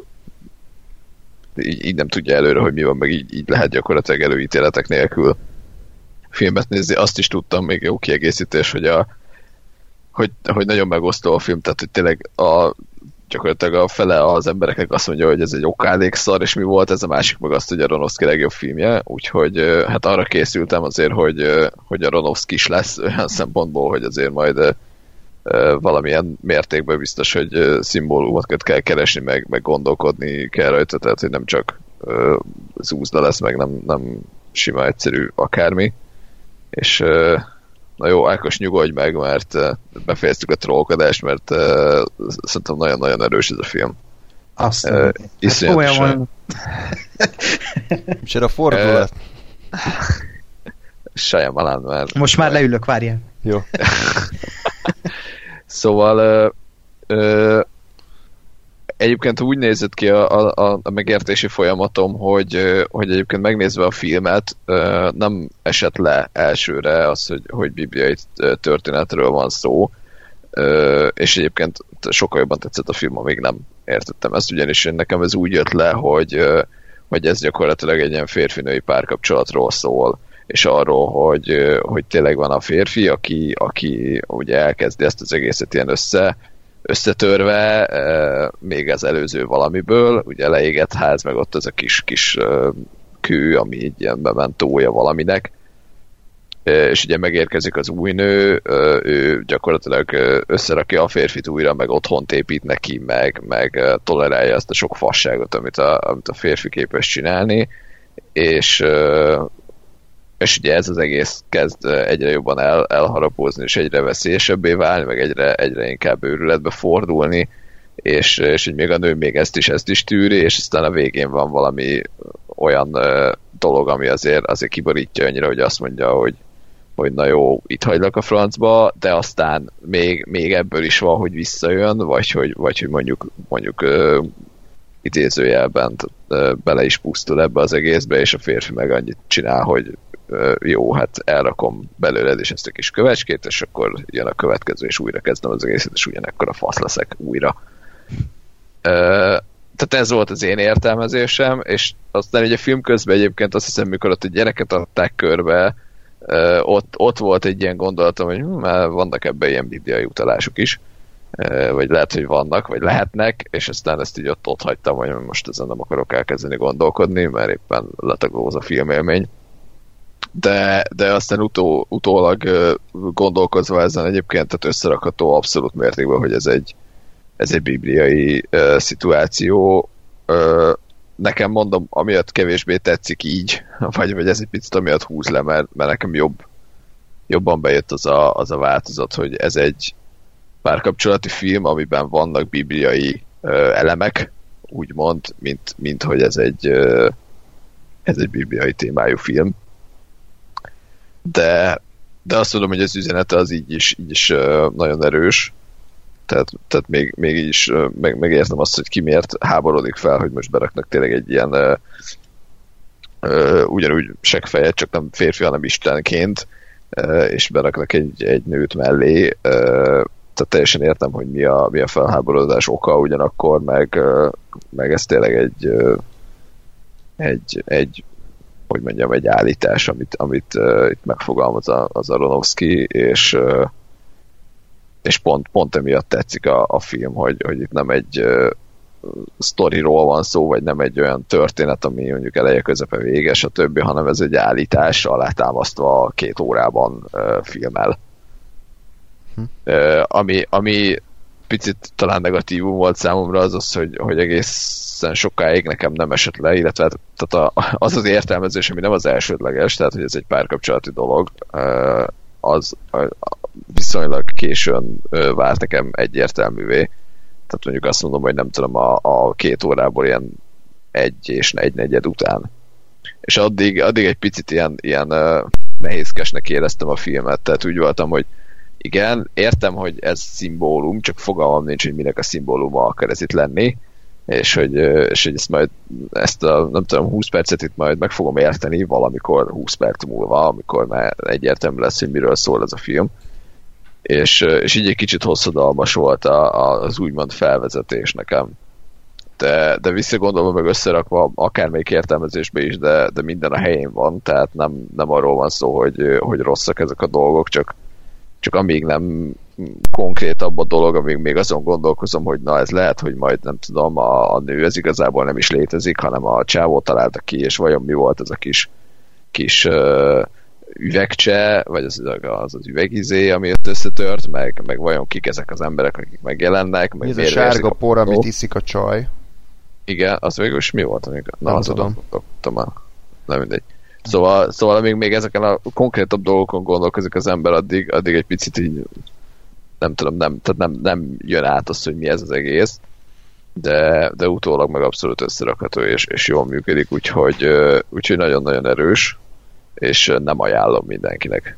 nem tudja előre, hogy mi van, meg így lehet gyakorlatilag előítéletek nélkül filmet nézni. Azt is tudtam, még jó kiegészítés, hogy nagyon megosztó a film, tehát hogy tényleg gyakorlatilag a fele az embereknek azt mondja, hogy ez egy okádék szar, és mi volt ez, a másik meg azt, hogy Aronofsky legjobb filmje, úgyhogy hát arra készültem azért, hogy Aronofsky is lesz olyan szempontból, hogy azért majd valamilyen mértékben biztos, hogy szimbólumokat kell keresni, meg gondolkodni kell rajta, tehát hogy nem csak zúzda lesz, meg nem sima egyszerű akármi, és na jó, Ákos, nyugodj meg, mert befejeztük a trollkodást, mert szerintem nagyon-nagyon erős ez a film. Azt iszonyatosan. És erre a fordulat. Shyamalan már. Most már leülök, várjál. Jó. Szóval egyébként úgy nézett ki a megértési folyamatom, hogy egyébként megnézve a filmet nem esett le elsőre az, hogy bibliai történetről van szó, és egyébként sokkal jobban tetszett a film, amíg nem értettem ezt, ugyanis nekem ez úgy jött le, hogy ez gyakorlatilag egy ilyen férfi-női párkapcsolatról szól, és arról, hogy tényleg van a férfi, aki ugye elkezdi ezt az egészet ilyen összetörve, még az előző valamiből, ugye leégett ház, meg ott ez a kis kő, ami így ilyen bementója valaminek, és ugye megérkezik az új nő, ő gyakorlatilag összerakja a férfit újra, meg otthont épít neki, meg tolerálja ezt a sok fasságot, amit a férfi képes csinálni, és ugye ez az egész kezd egyre jobban elharapózni, és egyre veszélyesebbé válni, meg egyre inkább őrületbe fordulni, és így még a nő még ezt is tűri, és aztán a végén van valami olyan dolog, ami azért kiborítja annyira, hogy azt mondja, hogy na jó, itt hagylak a francba, de aztán még ebből is van, hogy visszajön, vagy hogy mondjuk idézőjelben bele is pusztul ebbe az egészbe, és a férfi meg annyit csinál, hogy jó, hát elrakom belőled és ezt a kis kövecskét, és akkor jön a következő, és újra kezdem az egészet, és ugyanekkor a fasz leszek újra. Tehát ez volt az én értelmezésem, és aztán ugye a film közben egyébként azt hiszem, mikor ott a gyereket adták körbe, ott volt egy ilyen gondolatom, hogy már vannak ebben ilyen bibliai utalások is, vagy lehet, hogy vannak, vagy lehetnek, és aztán ezt így ott hagytam, hogy most ezen nem akarok elkezdeni gondolkodni, mert éppen letagolóz a filmélmény. De aztán utólag gondolkozva ezen egyébként, tehát összerakható abszolút mértékben, hogy ez egy bibliai szituáció. Nekem mondom, amiatt kevésbé tetszik így, vagy ez egy picit amiatt húz le, mert nekem jobban bejött az a változat, hogy ez egy párkapcsolati film, amiben vannak bibliai elemek, úgymond, mint hogy ez egy bibliai témájú film. De azt tudom, hogy az üzenete az így is nagyon erős. Tehát még így is megértem azt, hogy ki miért háborodik fel, hogy most beraknak tényleg egy ilyen ugyanúgy seggfejet, csak nem férfi, hanem istenként, és beraknak egy nőt mellé. Tehát teljesen értem, hogy mi a felháborodás oka, ugyanakkor meg ez tényleg egy hogy mondjam, egy állítás, amit itt megfogalmaz az Aronofsky, és pont emiatt tetszik a film, hogy itt nem egy sztoriról van szó, vagy nem egy olyan történet, ami mondjuk eleje, közepe, vége, stb., hanem ez egy állítás alátámasztva 2 órában filmmel. Ami picit talán negatívum volt számomra az, hogy egészen sokáig nekem nem esett le, illetve tehát az értelmezés, ami nem az elsődleges, tehát hogy ez egy párkapcsolati dolog, az viszonylag későn vált nekem egyértelművé. Tehát mondjuk azt mondom, hogy nem tudom, a 2 órából ilyen 1 és 1/4 után. És addig egy picit ilyen nehézkesnek éreztem a filmet, tehát úgy voltam, hogy igen, értem, hogy ez szimbólum, csak fogalmam nincs, hogy minek a szimbóluma akar ez itt lenni, és hogy ezt a nem tudom, 20 percet itt majd meg fogom érteni valamikor 20 perc múlva, amikor már egyértelmű lesz, hogy miről szól ez a film. És így egy kicsit hosszadalmas volt az úgymond felvezetés nekem. De visszagondolva, meg összerakva akármelyik értelmezésbe is, de minden a helyén van, tehát nem arról van szó, hogy rosszak ezek a dolgok, csak amíg nem konkrétabb a dolog, amíg még azon gondolkozom, hogy na ez lehet, hogy majd nem tudom, a nő ez igazából nem is létezik, hanem a csávó találta ki, és vajon mi volt ez a kis üvegcse, vagy az üvegizé, ami ott összetört, meg vajon kik ezek az emberek, akik megjelennek. Meg ez a sárga por, amit iszik a csaj. Igen, az végül is mi volt? Nem tudom. Nem mindegy. Szóval amíg még ezeken a konkrétabb dolgokon gondolkozik az ember, addig egy picit így nem tudom, nem jön át az, hogy mi ez az egész, de utólag meg abszolút összerakható és jól működik, úgyhogy nagyon-nagyon erős, és nem ajánlom mindenkinek.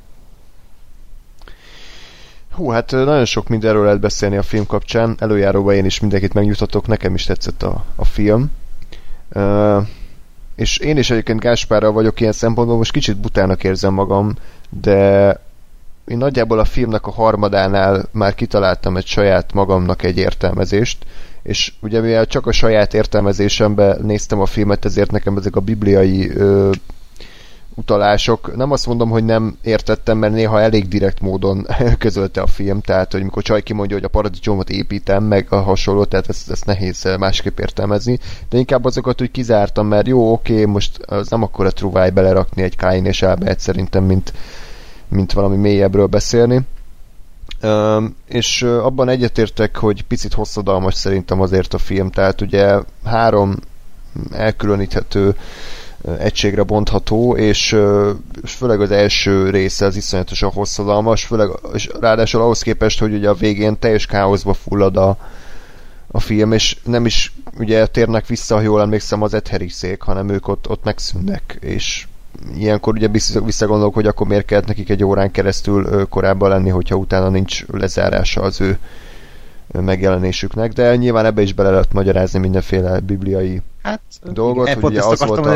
Hú, hát nagyon sok mindenről lehet beszélni a film kapcsán. Előjáróban én is mindenkit megnyugtatok, nekem is tetszett a film. És én is egyébként Gáspárral vagyok ilyen szempontból, most kicsit butának érzem magam, de én nagyjából a filmnek a harmadánál már kitaláltam egy saját magamnak egy értelmezést, és ugye mivel csak a saját értelmezésemben néztem a filmet, ezért nekem ezek a bibliai utalások, nem azt mondom, hogy nem értettem, mert néha elég direkt módon közölte a film, tehát hogy mikor Csaj kimondja, hogy a paradicsomot építem, meg a hasonló, tehát ezt nehéz másképp értelmezni, de inkább azokat úgy kizártam, mert jó, oké, most az nem akkora truváj belerakni egy Káin és Ábelt szerintem, mint valami mélyebbről beszélni. És abban egyetértek, hogy picit hosszadalmas szerintem azért a film, tehát ugye 3 elkülöníthető egységre bontható, és főleg az első része az iszonyatosan hosszadalmas, és ráadásul ahhoz képest, hogy ugye a végén teljes káoszba fullad a film, és nem is ugye térnek vissza, ha jól emlékszem, az Etheriszék, hanem ők ott megszűnnek, és ilyenkor ugye visszagondolok, hogy akkor miért kellett nekik egy órán keresztül korábban lenni, hogyha utána nincs lezárása az ő megjelenésüknek, de nyilván ebbe is bele lehet magyarázni mindenféle bibliai dolgot, hogy ugye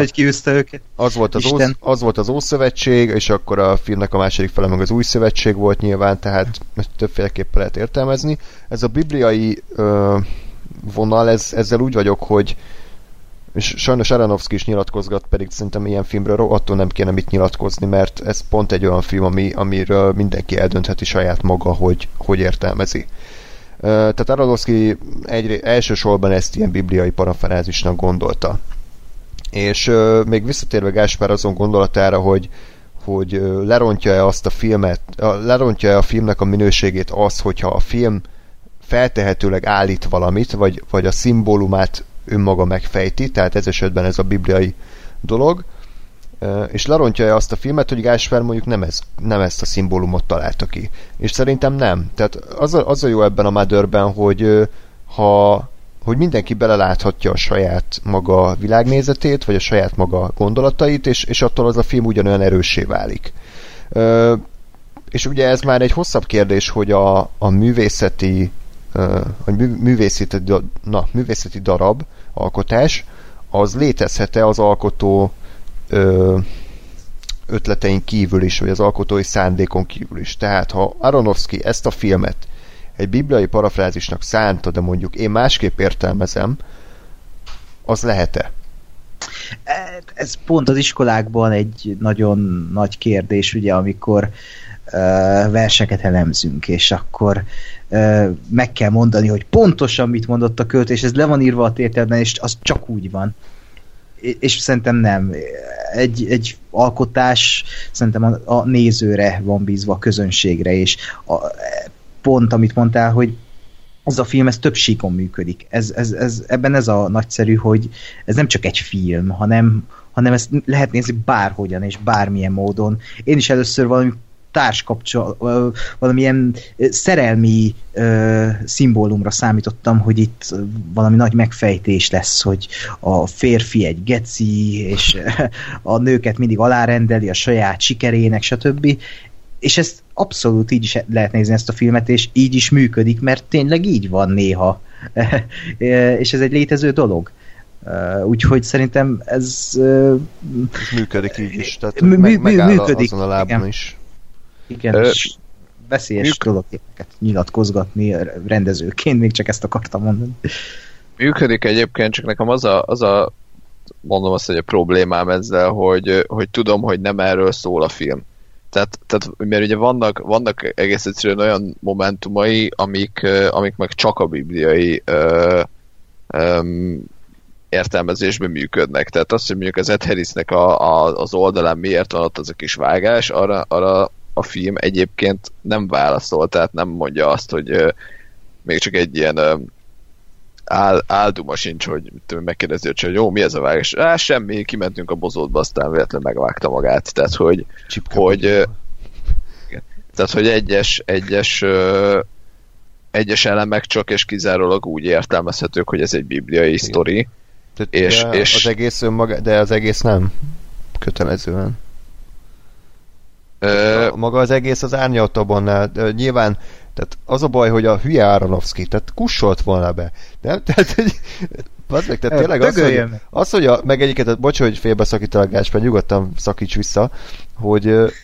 az volt az Ószövetség, és akkor a filmnek a második fele meg az Új Szövetség volt nyilván, tehát többféleképpen lehet értelmezni. Ez a bibliai vonal, ezzel úgy vagyok, hogy és sajnos Aronofsky is nyilatkozgat, pedig szerintem ilyen filmről attól nem kéne mit nyilatkozni, mert ez pont egy olyan film, amiről mindenki eldöntheti saját maga, hogy értelmezi. Tehát Aronofsky elsősorban ezt ilyen bibliai parafrázisnak gondolta. És még visszatérve Gáspár azon gondolatára, hogy lerontja-e azt a filmet, lerontja-e a filmnek a minőségét az, hogyha a film feltehetőleg állít valamit, vagy a szimbólumát önmaga megfejti, tehát ez esetben ez a bibliai dolog, és lerontja azt a filmet, hogy Gáspár mondjuk nem ezt a szimbólumot találta ki. És szerintem nem. Tehát az a jó ebben a Motherben, hogy ha hogy mindenki beleláthatja a saját maga világnézetét, vagy a saját maga gondolatait, és attól az a film ugyanolyan erőssé válik. És ugye ez már egy hosszabb kérdés, hogy a művészeti darab, alkotás, az létezhet-e az alkotó ötletein kívül is, vagy az alkotói szándékon kívül is. Tehát, ha Aronofsky ezt a filmet egy bibliai parafrázisnak szánta, de mondjuk én másképp értelmezem, az lehet-e? Ez pont az iskolákban egy nagyon nagy kérdés, ugye, amikor verseket elemzünk, és akkor meg kell mondani, hogy pontosan mit mondott a költő, és ez le van írva a tételben, és az csak úgy van. És szerintem nem. Egy alkotás szerintem a nézőre van bízva, a közönségre, és pont amit mondtál, hogy ez a film, ez több síkon működik. Ebben ez a nagyszerű, hogy ez nem csak egy film, hanem ezt lehet nézni bárhogyan és bármilyen módon. Én is először valami valamilyen szerelmi szimbólumra számítottam, hogy itt valami nagy megfejtés lesz, hogy a férfi egy geci, és a nőket mindig alárendeli a saját sikerének, stb. És ezt abszolút így is lehet nézni, ezt a filmet, és így is működik, mert tényleg így van néha. És ez egy létező dolog. Úgyhogy szerintem ez működik így is. Tehát megáll működik azon a lábon, igen. Is. Igen, és veszélyes dolog ilyeneket nyilatkozgatni rendezőként, még csak ezt akartam mondani. Működik egyébként, csak nekem mondom azt, hogy a problémám ezzel, hogy tudom, hogy nem erről szól a film. Tehát mert ugye vannak egész egyszerűen olyan momentumai, amik meg csak a bibliai értelmezésben működnek. Tehát az, hogy mondjuk az Ed Harrisnek az oldalán miért van ott az a kis vágás, arra a film egyébként nem válaszol, tehát nem mondja azt, hogy még csak egy ilyen álduma sincs, hogy megkérdezi, hogy jó, mi ez a vágás? Semmi, kimentünk a bozótba, aztán véletlenül megvágta magát. Tehát, hogy egyes elemek csak és kizárólag úgy értelmezhetők, hogy ez egy bibliai sztori. És az egész de az egész nem kötelezően. Maga az egész az árnyalt abban, nyilván tehát az a baj, hogy a hülye Aronofsky, tehát kussolt volna be. Nem? Tehát, tehát tényleg az, hogy meg egyiket, bocs, hogy félbeszakítalak, Gáspár, nyugodtan szakíts vissza, hogy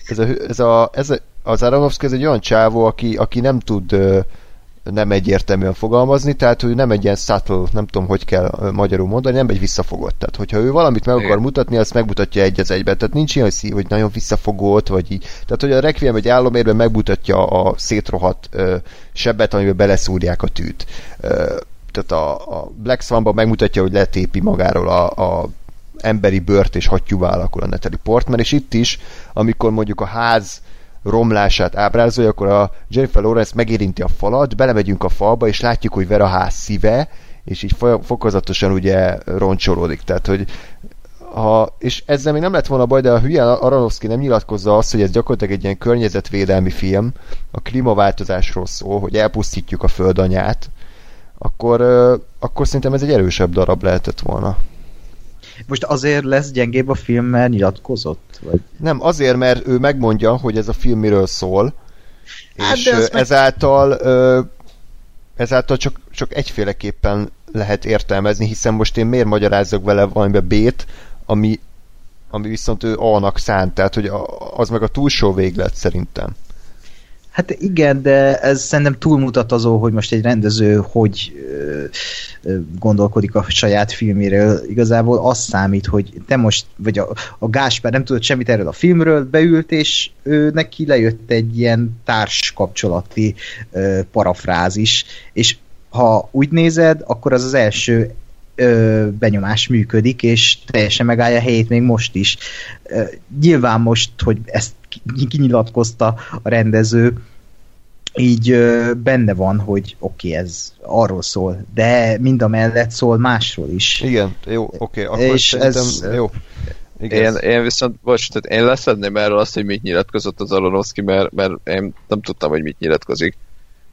az Aronofsky ez egy olyan csávó, aki nem tud nem egyértelműen fogalmazni, tehát ő nem egy ilyen subtle, nem tudom, hogy kell magyarul mondani, nem egy visszafogott. Tehát, hogyha ő valamit meg akar mutatni, azt megmutatja egy az egyben. Tehát nincs ilyen szív, hogy nagyon visszafogott, vagy így. Tehát, hogy a Requiem egy álomérben megmutatja a szétrohadt sebbet, amiben beleszúrják a tűt. Tehát a Black Swanban megmutatja, hogy letépi magáról a emberi bőrt, és hattyúvá alakul a Natalie Portman, és itt is, amikor mondjuk a ház romlását ábrázolja, akkor a Jennifer Lawrence megérinti a falat, belemegyünk a falba, és látjuk, hogy ver a ház szíve, és így fokozatosan ugye roncsolódik. Tehát, hogy és ezzel még nem lett volna baj, de a hülye Aronofsky nem nyilatkozza azt, hogy ez gyakorlatilag egy ilyen környezetvédelmi film, a klímaváltozásról szól, hogy elpusztítjuk a földanyát, akkor szerintem ez egy erősebb darab lehetett volna. Most azért lesz gyengébb a film, mert nyilatkozott? Vagy? Nem, azért, mert ő megmondja, hogy ez a film miről szól, és ezáltal csak egyféleképpen lehet értelmezni, hiszen most én miért magyarázzak vele valamibe B-t, ami viszont ő A-nak szánt, tehát hogy az meg a túlsó véglet szerintem. Hát igen, de ez szerintem túlmutat azon, hogy most egy rendező hogy gondolkodik a saját filméről. Igazából az számít, hogy te most, vagy a Gáspár nem tudott semmit erről a filmről, beült, és neki lejött egy ilyen társkapcsolati parafrázis, és ha úgy nézed, akkor az első benyomás működik, és teljesen megállja a helyét még most is. Nyilván most, hogy ezt kinyilatkozta a rendező, így benne van, hogy oké, ez arról szól, de mindamellett szól másról is. Igen, jó, oké, akkor és ez jó. Én viszont, tehát én leszedném erről azt, hogy mit nyilatkozott az Aronofsky, mert én nem tudtam, hogy mit nyilatkozik.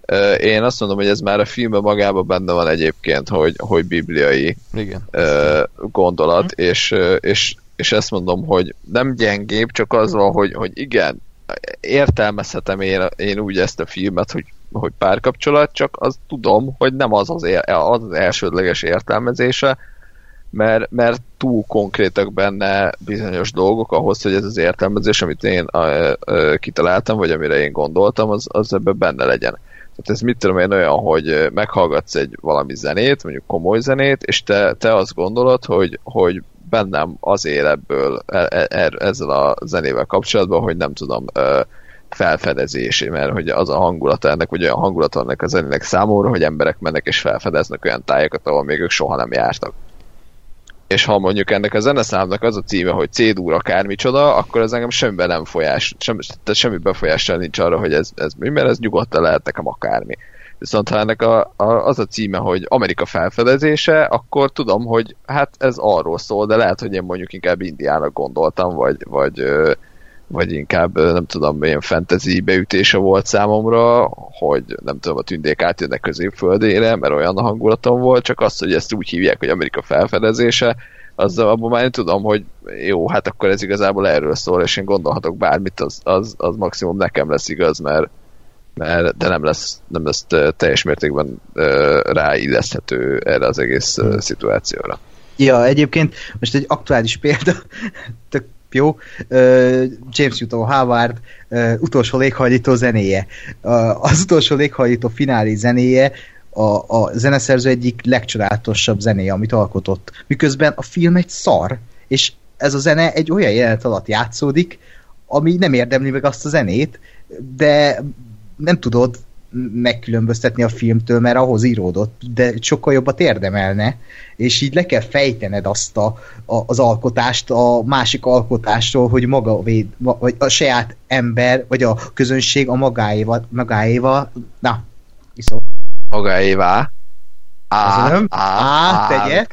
Én azt mondom, hogy ez már a filmben magában benne van egyébként, hogy bibliai Igen. Gondolat, és ezt mondom, hogy nem gyengébb, csak az van, hogy igen, értelmezhetem én úgy ezt a filmet, hogy párkapcsolat, csak azt tudom, hogy nem az elsődleges értelmezése, mert túl konkrétak benne bizonyos dolgok ahhoz, hogy ez az értelmezés, amit én kitaláltam, vagy amire én gondoltam, az ebben benne legyen. Tehát ez mit tudom én olyan, hogy meghallgatsz valami zenét, mondjuk komoly zenét, és te azt gondolod, hogy bennem az él ebből ezzel a zenével kapcsolatban, hogy nem tudom, felfedezési, mert hogy az a hangulata ennek, vagy olyan hangulata ennek a zenének számomra, hogy emberek mennek és felfedeznek olyan tájakat, ahol még ők soha nem jártak. És ha mondjuk ennek a zeneszámnak az a címe, hogy C-dur akármicsoda, akkor ez engem semmiben nem tehát semmi befolyással nincs arra, hogy ez mi, mert ez nyugodtan lehet nekem akármi. Viszont ha ennek az a címe, hogy Amerika felfedezése, akkor tudom, hogy hát ez arról szól, de lehet, hogy én mondjuk inkább Indiának gondoltam, vagy inkább, nem tudom, ilyen fantasy beütése volt számomra, hogy nem tudom, a tündék átjönnek Középföldére, mert olyan a hangulatom volt, csak az, hogy ezt úgy hívják, hogy Amerika felfedezése, abban már én tudom, hogy jó, hát akkor ez igazából erről szól, és én gondolhatok bármit, az maximum nekem lesz igaz, de nem lesz teljes mértékben ráilleszthető erre az egész szituációra. Ja, egyébként most egy aktuális példa, tök jó, James Newton Howard utolsó léghajlító zenéje. Az utolsó léghajlító finálé zenéje a zeneszerző egyik legcsodálatosabb zenéje, amit alkotott. Miközben a film egy szar, és ez a zene egy olyan jelenet alatt játszódik, ami nem érdemli meg azt a zenét, de nem tudod megkülönböztetni a filmtől, mert ahhoz íródott, de sokkal jobbat érdemelne, és így le kell fejtened azt az alkotást a másik alkotástól, hogy vagy a saját ember, vagy a közönség a magáéval iszok. Magáévá. Tegye.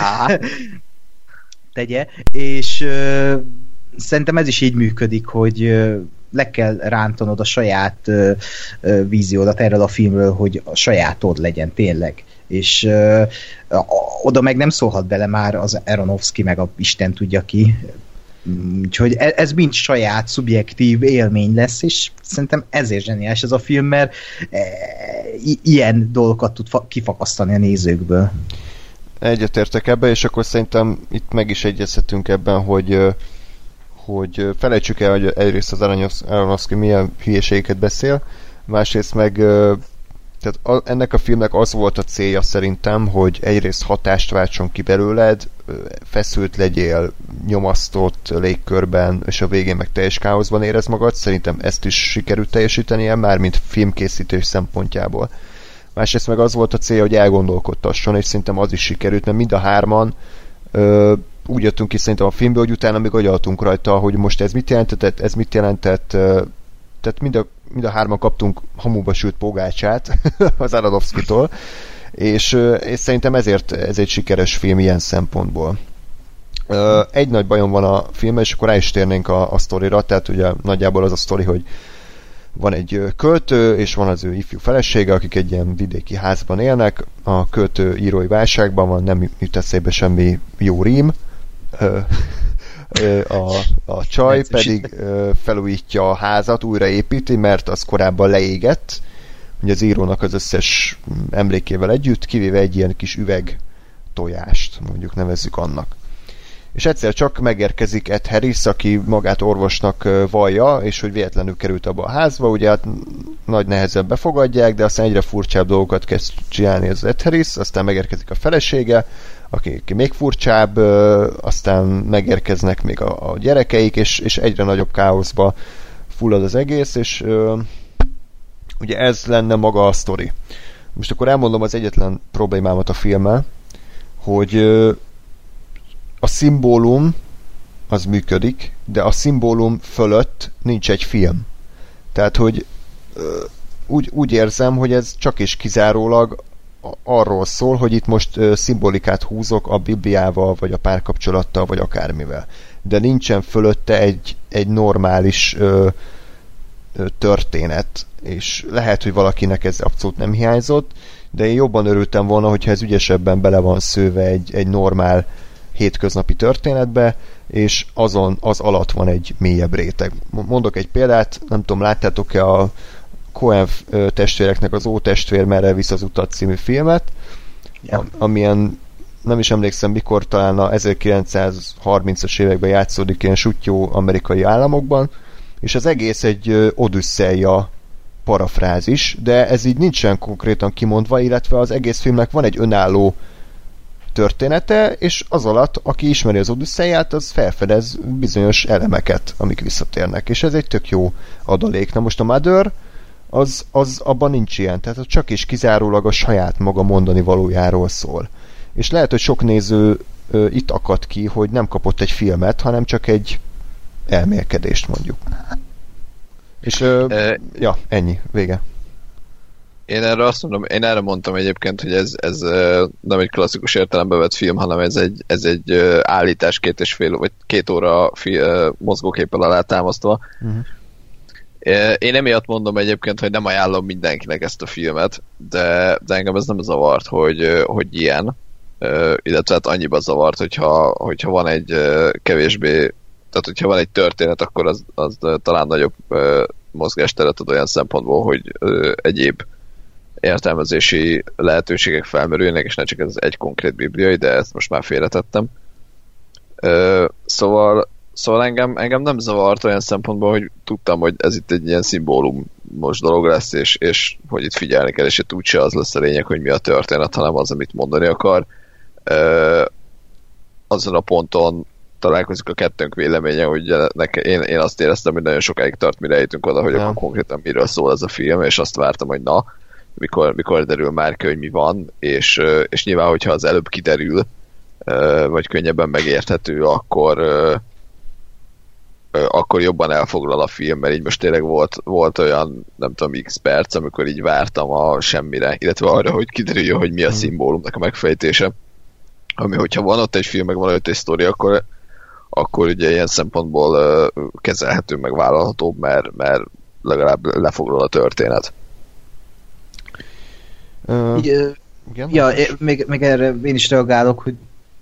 Tegye, és szerintem ez is így működik, hogy le kell rántanod a saját víziódat erről a filmről, hogy a sajátod legyen tényleg. És oda meg nem szólhat bele már az Aronofsky, meg a Isten tudja ki. Úgyhogy ez mind saját, szubjektív élmény lesz, és szerintem ezért zseniális ez a film, mert ilyen dolgokat tud kifakasztani a nézőkből. Egyetértek ebbe, és akkor szerintem itt meg is egyezhetünk ebben, hogy felejtsük el, hogy egyrészt az Aronofsky milyen hülyeségeket beszél, másrészt meg tehát ennek a filmnek az volt a célja szerintem, hogy egyrészt hatást váltson ki belőled, feszült legyél, nyomasztott légkörben, és a végén meg teljes káoszban érez magad. Szerintem ezt is sikerült teljesítenie, már mint filmkészítés szempontjából. Másrészt meg az volt a célja, hogy elgondolkodtasson, és szerintem az is sikerült, mert mind a hárman úgy jöttünk ki szerintem a filmből, hogy utána még agyaltunk rajta, hogy most ez mit jelentett, tehát mind a hárman kaptunk hamuba sült pogácsát az Aronofskytól, és szerintem ezért ez egy sikeres film ilyen szempontból. Egy nagy bajom van a filmmel, és akkor rá is térnénk a sztorira, tehát ugye nagyjából az a sztori, hogy van egy költő, és van az ő ifjú felesége, akik egy ilyen vidéki házban élnek, a költő írói válságban van, nem jut eszébe semmi jó rím, a csaj pedig felújítja a házat, újraépíti, mert az korábban leégett, ugye az írónak az összes emlékével együtt, kivéve egy ilyen kis üveg tojást, mondjuk nevezzük annak. És egyszer csak megérkezik Ed Harris, aki magát orvosnak vallja, és hogy véletlenül került abba a házba, ugye hát nagy nehezen befogadják, de aztán egyre furcsább dolgokat kezd csinálni az Ed Harris, aztán megérkezik a felesége, aki még furcsább, aztán megérkeznek még a gyerekeik, és egyre nagyobb káoszba fullad az egész, és ugye ez lenne maga a sztori. Most akkor elmondom az egyetlen problémámat a filmmel, hogy a szimbólum az működik, de a szimbólum fölött nincs egy film. Tehát, hogy úgy érzem, hogy ez csak és kizárólag arról szól, hogy itt most szimbolikát húzok a Bibliával, vagy a párkapcsolattal, vagy akármivel. De nincsen fölötte egy normális történet, és lehet, hogy valakinek ez abszolút nem hiányzott, de én jobban örültem volna, hogyha ez ügyesebben bele van szőve egy normál hétköznapi történetbe, és az alatt van egy mélyebb réteg. Mondok egy példát, nem tudom, láttátok-e a Coen testvéreknek az Ó testvér, merre visz az utat című filmet, ja. Amilyen, nem is emlékszem mikor, talán a 1930-as években játszódik ilyen suttyó amerikai államokban, és az egész egy Odüsszeia parafrázis, de ez így nincsen konkrétan kimondva, illetve az egész filmnek van egy önálló története, és az alatt, aki ismeri az Odüsszeiát, az felfedez bizonyos elemeket, amik visszatérnek, és ez egy tök jó adalék. Na most a Mother, az abban nincs ilyen, tehát csak is kizárólag a saját maga mondani valójáról szól. És lehet, hogy sok néző itt akadt ki, hogy nem kapott egy filmet, hanem csak egy elmélkedést mondjuk. És ja, ennyi, vége. Én erre mondtam egyébként, hogy ez nem egy klasszikus értelembe vett film, hanem ez egy állítás 2,5 vagy 2 óra mozgóképpel alátámasztva. Uh-huh. Én emiatt mondom egyébként, hogy nem ajánlom mindenkinek ezt a filmet, de engem ez nem zavart, hogy ilyen, illetve hát annyiban zavart, hogyha van egy kevésbé, tehát hogyha van egy történet, akkor az talán nagyobb mozgásteret ad olyan szempontból, hogy egyéb értelmezési lehetőségek felmerülnek, és ne csak ez egy konkrét bibliai, de ezt most már félretettem. Szóval engem nem zavart olyan szempontból, hogy tudtam, hogy ez itt egy ilyen szimbólumos dolog lesz, és hogy itt figyelni kell, és itt úgyse az lesz a lényeg, hogy mi a történet, hanem az, amit mondani akar. Azon a ponton találkozik a kettőnk véleménye, hogy én azt éreztem, hogy nagyon sokáig tart, mire eljutunk oda, hogy akkor konkrétan miről szól ez a film, és azt vártam, hogy mikor derül már ki, hogy mi van, és nyilván, hogyha az előbb kiderül, vagy könnyebben megérthető, akkor jobban elfoglal a film, mert így most tényleg volt olyan, nem tudom, x perc, amikor így vártam a semmire, illetve arra, hogy kiderüljön, hogy mi a szimbólumnak a megfejtése. Ami, hogyha van ott egy film, meg van ott egy sztori, akkor ugye ilyen szempontból kezelhető, meg vállalhatóbb, mert legalább lefoglal a történet. Igen? Ja, még erre én is reagálok, hogy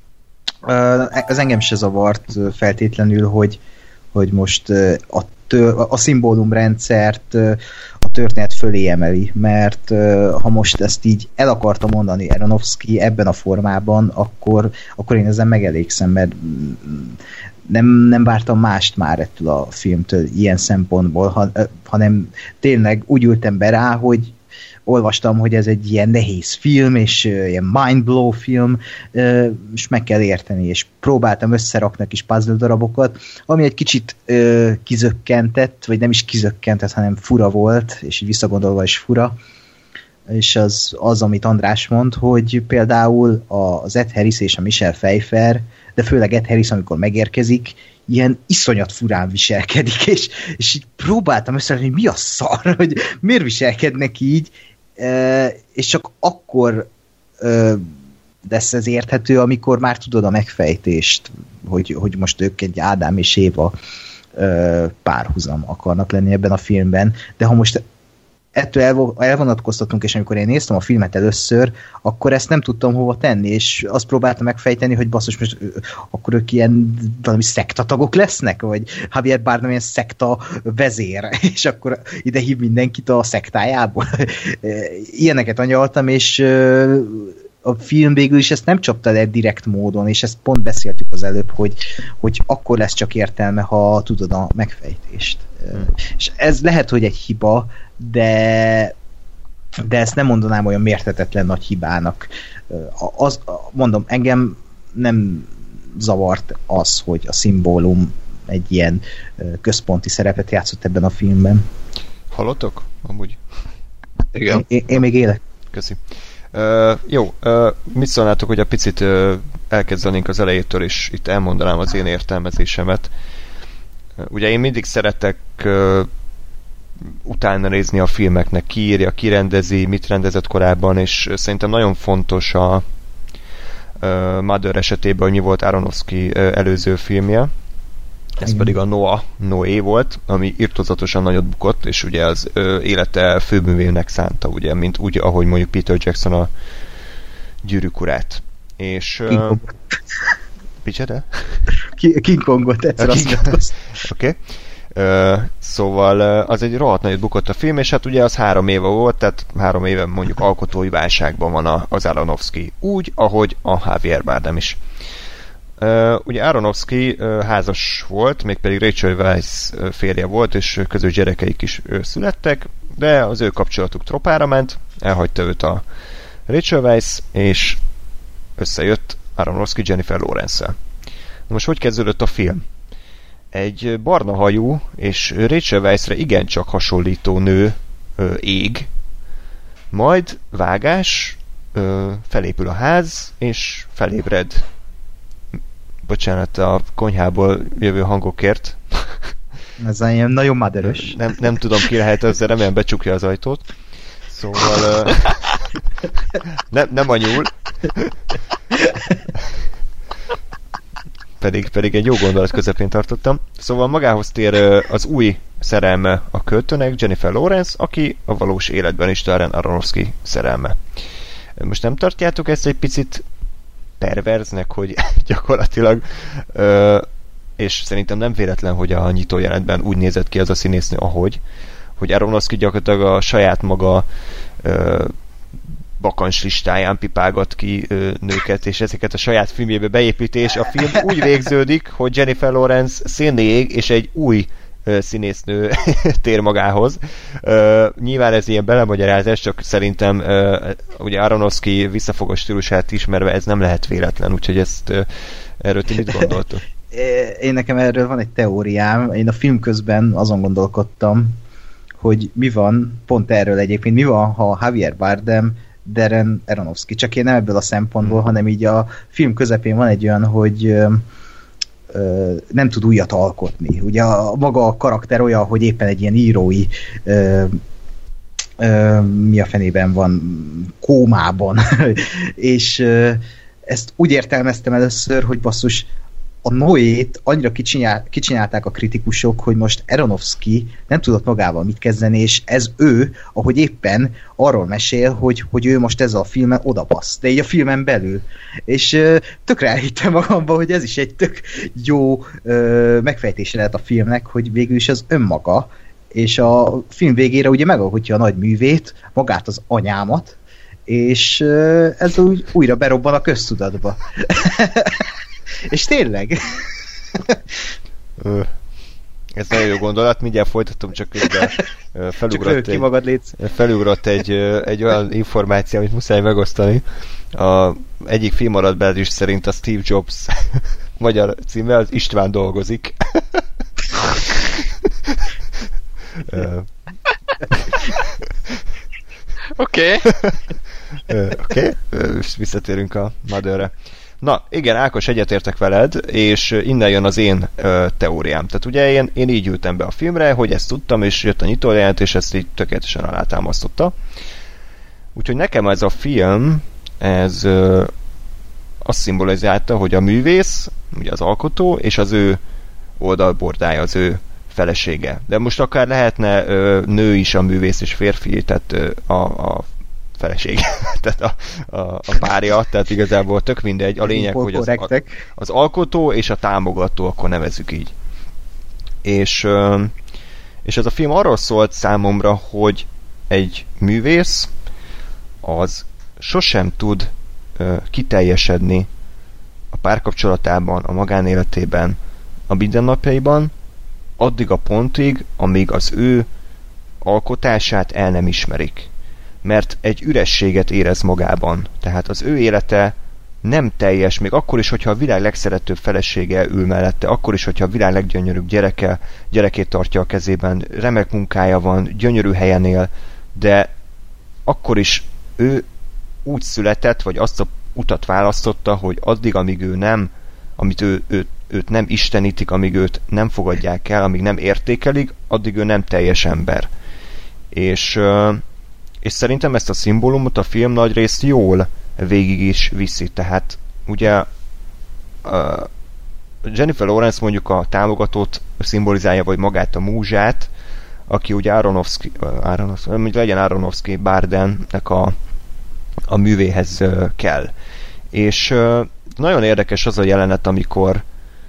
ez engem se zavart feltétlenül, hogy most a szimbólumrendszert a történet fölé emeli, mert ha most ezt így el akarta mondani Aronofsky ebben a formában, akkor én ezen megelégszem, mert nem vártam mást már ettől a filmtől ilyen szempontból, hanem tényleg úgy ültem be rá, hogy olvastam, hogy ez egy ilyen nehéz film, és ilyen mindblow film, és meg kell érteni, és próbáltam összerakni kis puzzle darabokat, ami egy kicsit kizökkentett, vagy nem is kizökkentett, hanem fura volt, és így visszagondolva is fura, és az, amit András mond, hogy például az Ed Harris és a Michelle Pfeiffer, de főleg Ed Harris, amikor megérkezik, ilyen iszonyat furán viselkedik, és így próbáltam összerakni, hogy mi a szar, hogy miért viselkednek így, és csak akkor lesz ez érthető, amikor már tudod a megfejtést, hogy most ők egy Ádám és Éva párhuzam akarnak lenni ebben a filmben, de ha most ettől elvonatkoztatunk, és amikor én néztem a filmet először, akkor ezt nem tudtam hova tenni, és azt próbáltam megfejteni, hogy basszus, most akkor ők ilyen valami szektatagok lesznek, vagy Javier Bardem ilyen szekta vezér, és akkor ide hív mindenkit a szektájából. Ilyeneket anyaltam, és a film végül is ezt nem csapta le direkt módon, és ezt pont beszéltük az előbb, hogy akkor lesz csak értelme, ha tudod a megfejtést. És ez lehet, hogy egy hiba, de ezt nem mondanám olyan mérthetetlen nagy hibának. Mondom, engem nem zavart az, hogy a szimbólum egy ilyen központi szerepet játszott ebben a filmben. Hallottok? Amúgy. Igen. Én még élek. Köszi. Jó, mit szólnátok, hogy a picit elkezdenénk az elejétől, és itt elmondanám az én értelmezésemet. Ugye én mindig szeretek utána nézni a filmeknek, ki írja, ki rendezi, mit rendezett korábban, és szerintem nagyon fontos a Mother esetében, hogy mi volt Aronofsky előző filmje. Ez pedig a Noé volt, ami irtózatosan nagyot bukott, és ugye az élete főművének szánta, ugye, mint úgy, ahogy mondjuk Peter Jackson a Gyűrűk urát. És... Picsoda? King Kongot egyszer azt mondta. Oké. Szóval az egy rohadt nagyot bukott a film, és hát ugye az 3 éve volt, tehát 3 éve mondjuk alkotói válságban van az Aronofsky. Úgy, ahogy a Javier Bardem is. Ugye Aronofsky házas volt, mégpedig Rachel Weisz férje volt, és közös gyerekeik is születtek, de az ő kapcsolatuk tropára ment, elhagyta őt a Rachel Weisz, és összejött Aronofsky Jennifer Lawrence-szel. Most hogy kezdődött a film? Egy barna hajú és Rachel Weiszre igencsak hasonlító nő ég, majd vágás, felépül a ház, és felébred. Bocsánat, a konyhából jövő hangokért. Ez ilyen nagyon maderös. Nem tudom, ki lehet ezzel, remélem becsukja az ajtót. Szóval nem a nyúl. Pedig egy jó gondolat közepén tartottam. Szóval magához tér az új szerelme a költőnek, Jennifer Lawrence, aki a valós életben is Darren Aronofsky szerelme. Most nem tartjátok ezt egy picit perverznek, hogy gyakorlatilag és szerintem nem véletlen, hogy a nyitójelentben úgy nézett ki az a színésznő, hogy Aronofsky gyakorlatilag a saját maga bakancs listáján pipálgat ki nőket, és ezeket a saját filmjébe beépíti, és a film úgy végződik, hogy Jennifer Lawrence szénné ég, és egy új színésznő tér magához. Nyilván ez ilyen belemagyarázás, csak szerintem ugye Aronofsky visszafogott stílusát ismerve ez nem lehet véletlen, úgyhogy erről ti mit gondoltok? Én nekem erről van egy teóriám. Én a film közben azon gondolkodtam, hogy mi van, pont erről egyébként, mi van, ha Javier Bardem Darren Aronofsky, csak én nem ebből a szempontból, hanem így a film közepén van egy olyan, hogy nem tud újat alkotni. Ugye maga a karakter olyan, hogy éppen egy ilyen írói mi a fenében van, kómában. És ezt úgy értelmeztem először, hogy basszus, a Noét annyira kicsinálták a kritikusok, hogy most Aronofsky nem tudott magával mit kezdeni, és ez ő, ahogy éppen arról mesél, hogy ő most ezzel a filmen odabasz, de így a filmen belül. És tökre elhittem magamba, hogy ez is egy tök jó megfejtése lehet a filmnek, hogy végül is az önmaga, és a film végére ugye megalkotja a nagy művét, magát az anyámat, és ez úgy újra berobban a köztudatba. És tényleg? Ez nagyon jó gondolat, mindjárt folytatom, csak felugrott egy olyan információ, amit muszáj megosztani. Egyik filmadatbázis szerint a Steve Jobs magyar címe az István dolgozik. Oké. Oké, visszatérünk a Motherre. Na, igen, Ákos, egyetértek veled, és innen jön az én teóriám. Tehát ugye én így ültem be a filmre, hogy ezt tudtam, és jött a nyitójelent, és ezt így tökéletesen alátámasztotta. Úgyhogy nekem ez a film, ez azt szimbolizálta, hogy a művész, ugye az alkotó, és az ő oldalbordája, az ő felesége. De most akár lehetne nő is a művész, és férfi, tehát a felesége, tehát a párja, tehát igazából tök mindegy. A lényeg, hogy az alkotó és a támogató, akkor nevezzük így. És ez a film arról szólt számomra, hogy egy művész az sosem tud kiteljesedni a párkapcsolatában, a magánéletében, a mindennapjaiban, addig a pontig, amíg az ő alkotását el nem ismerik. Mert egy ürességet érez magában. Tehát az ő élete nem teljes, még akkor is, hogyha a világ legszeretőbb felesége ül mellette, akkor is, hogyha a világ leggyönyörűbb gyerekét tartja a kezében, remek munkája van, gyönyörű helyen él, de akkor is ő úgy született, vagy azt a utat választotta, hogy addig, amíg ő nem, amit őt nem istenítik, amíg őt nem fogadják el, amíg nem értékelik, addig ő nem teljes ember. És szerintem ezt a szimbólumot a film nagyrészt jól végig is viszi. Tehát ugye Jennifer Lawrence mondjuk a támogatót szimbolizálja, vagy magát a múzsát, aki ugye Aronofsky legyen Aronofsky Bardennek a művéhez kell. És nagyon érdekes az a jelenet, amikor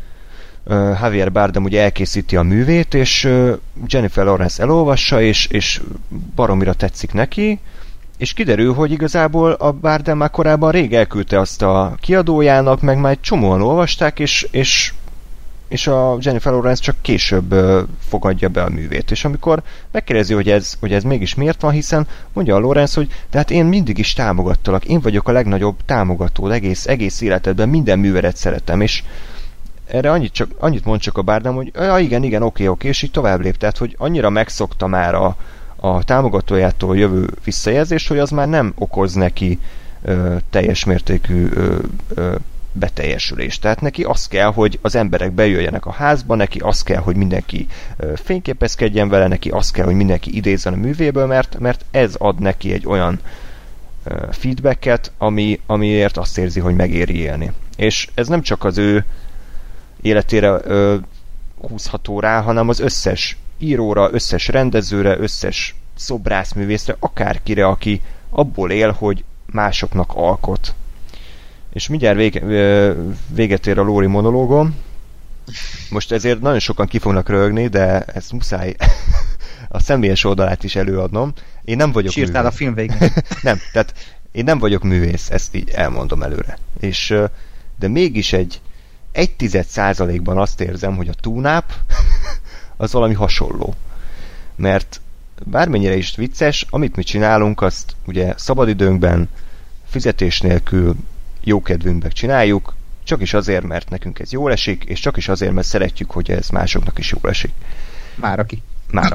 Javier Bardem ugye elkészíti a művét, és Jennifer Lawrence elolvassa, és baromira tetszik neki, és kiderül, hogy igazából a Bardem már korábban rég elküldte azt a kiadójának, meg már egy csomóan olvasták, és a Jennifer Lawrence csak később fogadja be a művét. És amikor megkérdezi, hogy ez mégis miért van, hiszen mondja a Lawrence, hogy de hát én mindig is támogattalak, én vagyok a legnagyobb támogató, egész életedben minden művedet szeretem, és erre annyit mond csak a Bardem, hogy ja, igen, oké, és így tovább lép. Tehát, hogy annyira megszokta már a támogatójától jövő visszajelzést, hogy az már nem okoz neki teljes mértékű beteljesülést. Tehát neki az kell, hogy az emberek bejöjjenek a házba, neki az kell, hogy mindenki fényképezkedjen vele, neki az kell, hogy mindenki idézzen a művéből, mert ez ad neki egy olyan feedbacket, amiért azt érzi, hogy megéri élni. És ez nem csak az ő életére húzható rá, hanem az összes íróra, összes rendezőre, összes szobrászművészre, akárkire, aki abból él, hogy másoknak alkot. És mindjárt véget ér a Lóri monológom. Most ezért nagyon sokan ki fognak röhögni, de ezt muszáj a személyes oldalát is előadnom. Én nem vagyok Sírtál művész. A film végén. Nem, tehát én nem vagyok művész, ezt így elmondom előre. De mégis egy 0,1%-ban azt érzem, hogy a túnáp az valami hasonló. Mert bármennyire is vicces, amit mi csinálunk, azt ugye szabadidőnkben, fizetés nélkül, jókedvünkben csináljuk, csak is azért, mert nekünk ez jól esik, és csak is azért, mert szeretjük, hogy ez másoknak is jól esik. Már aki.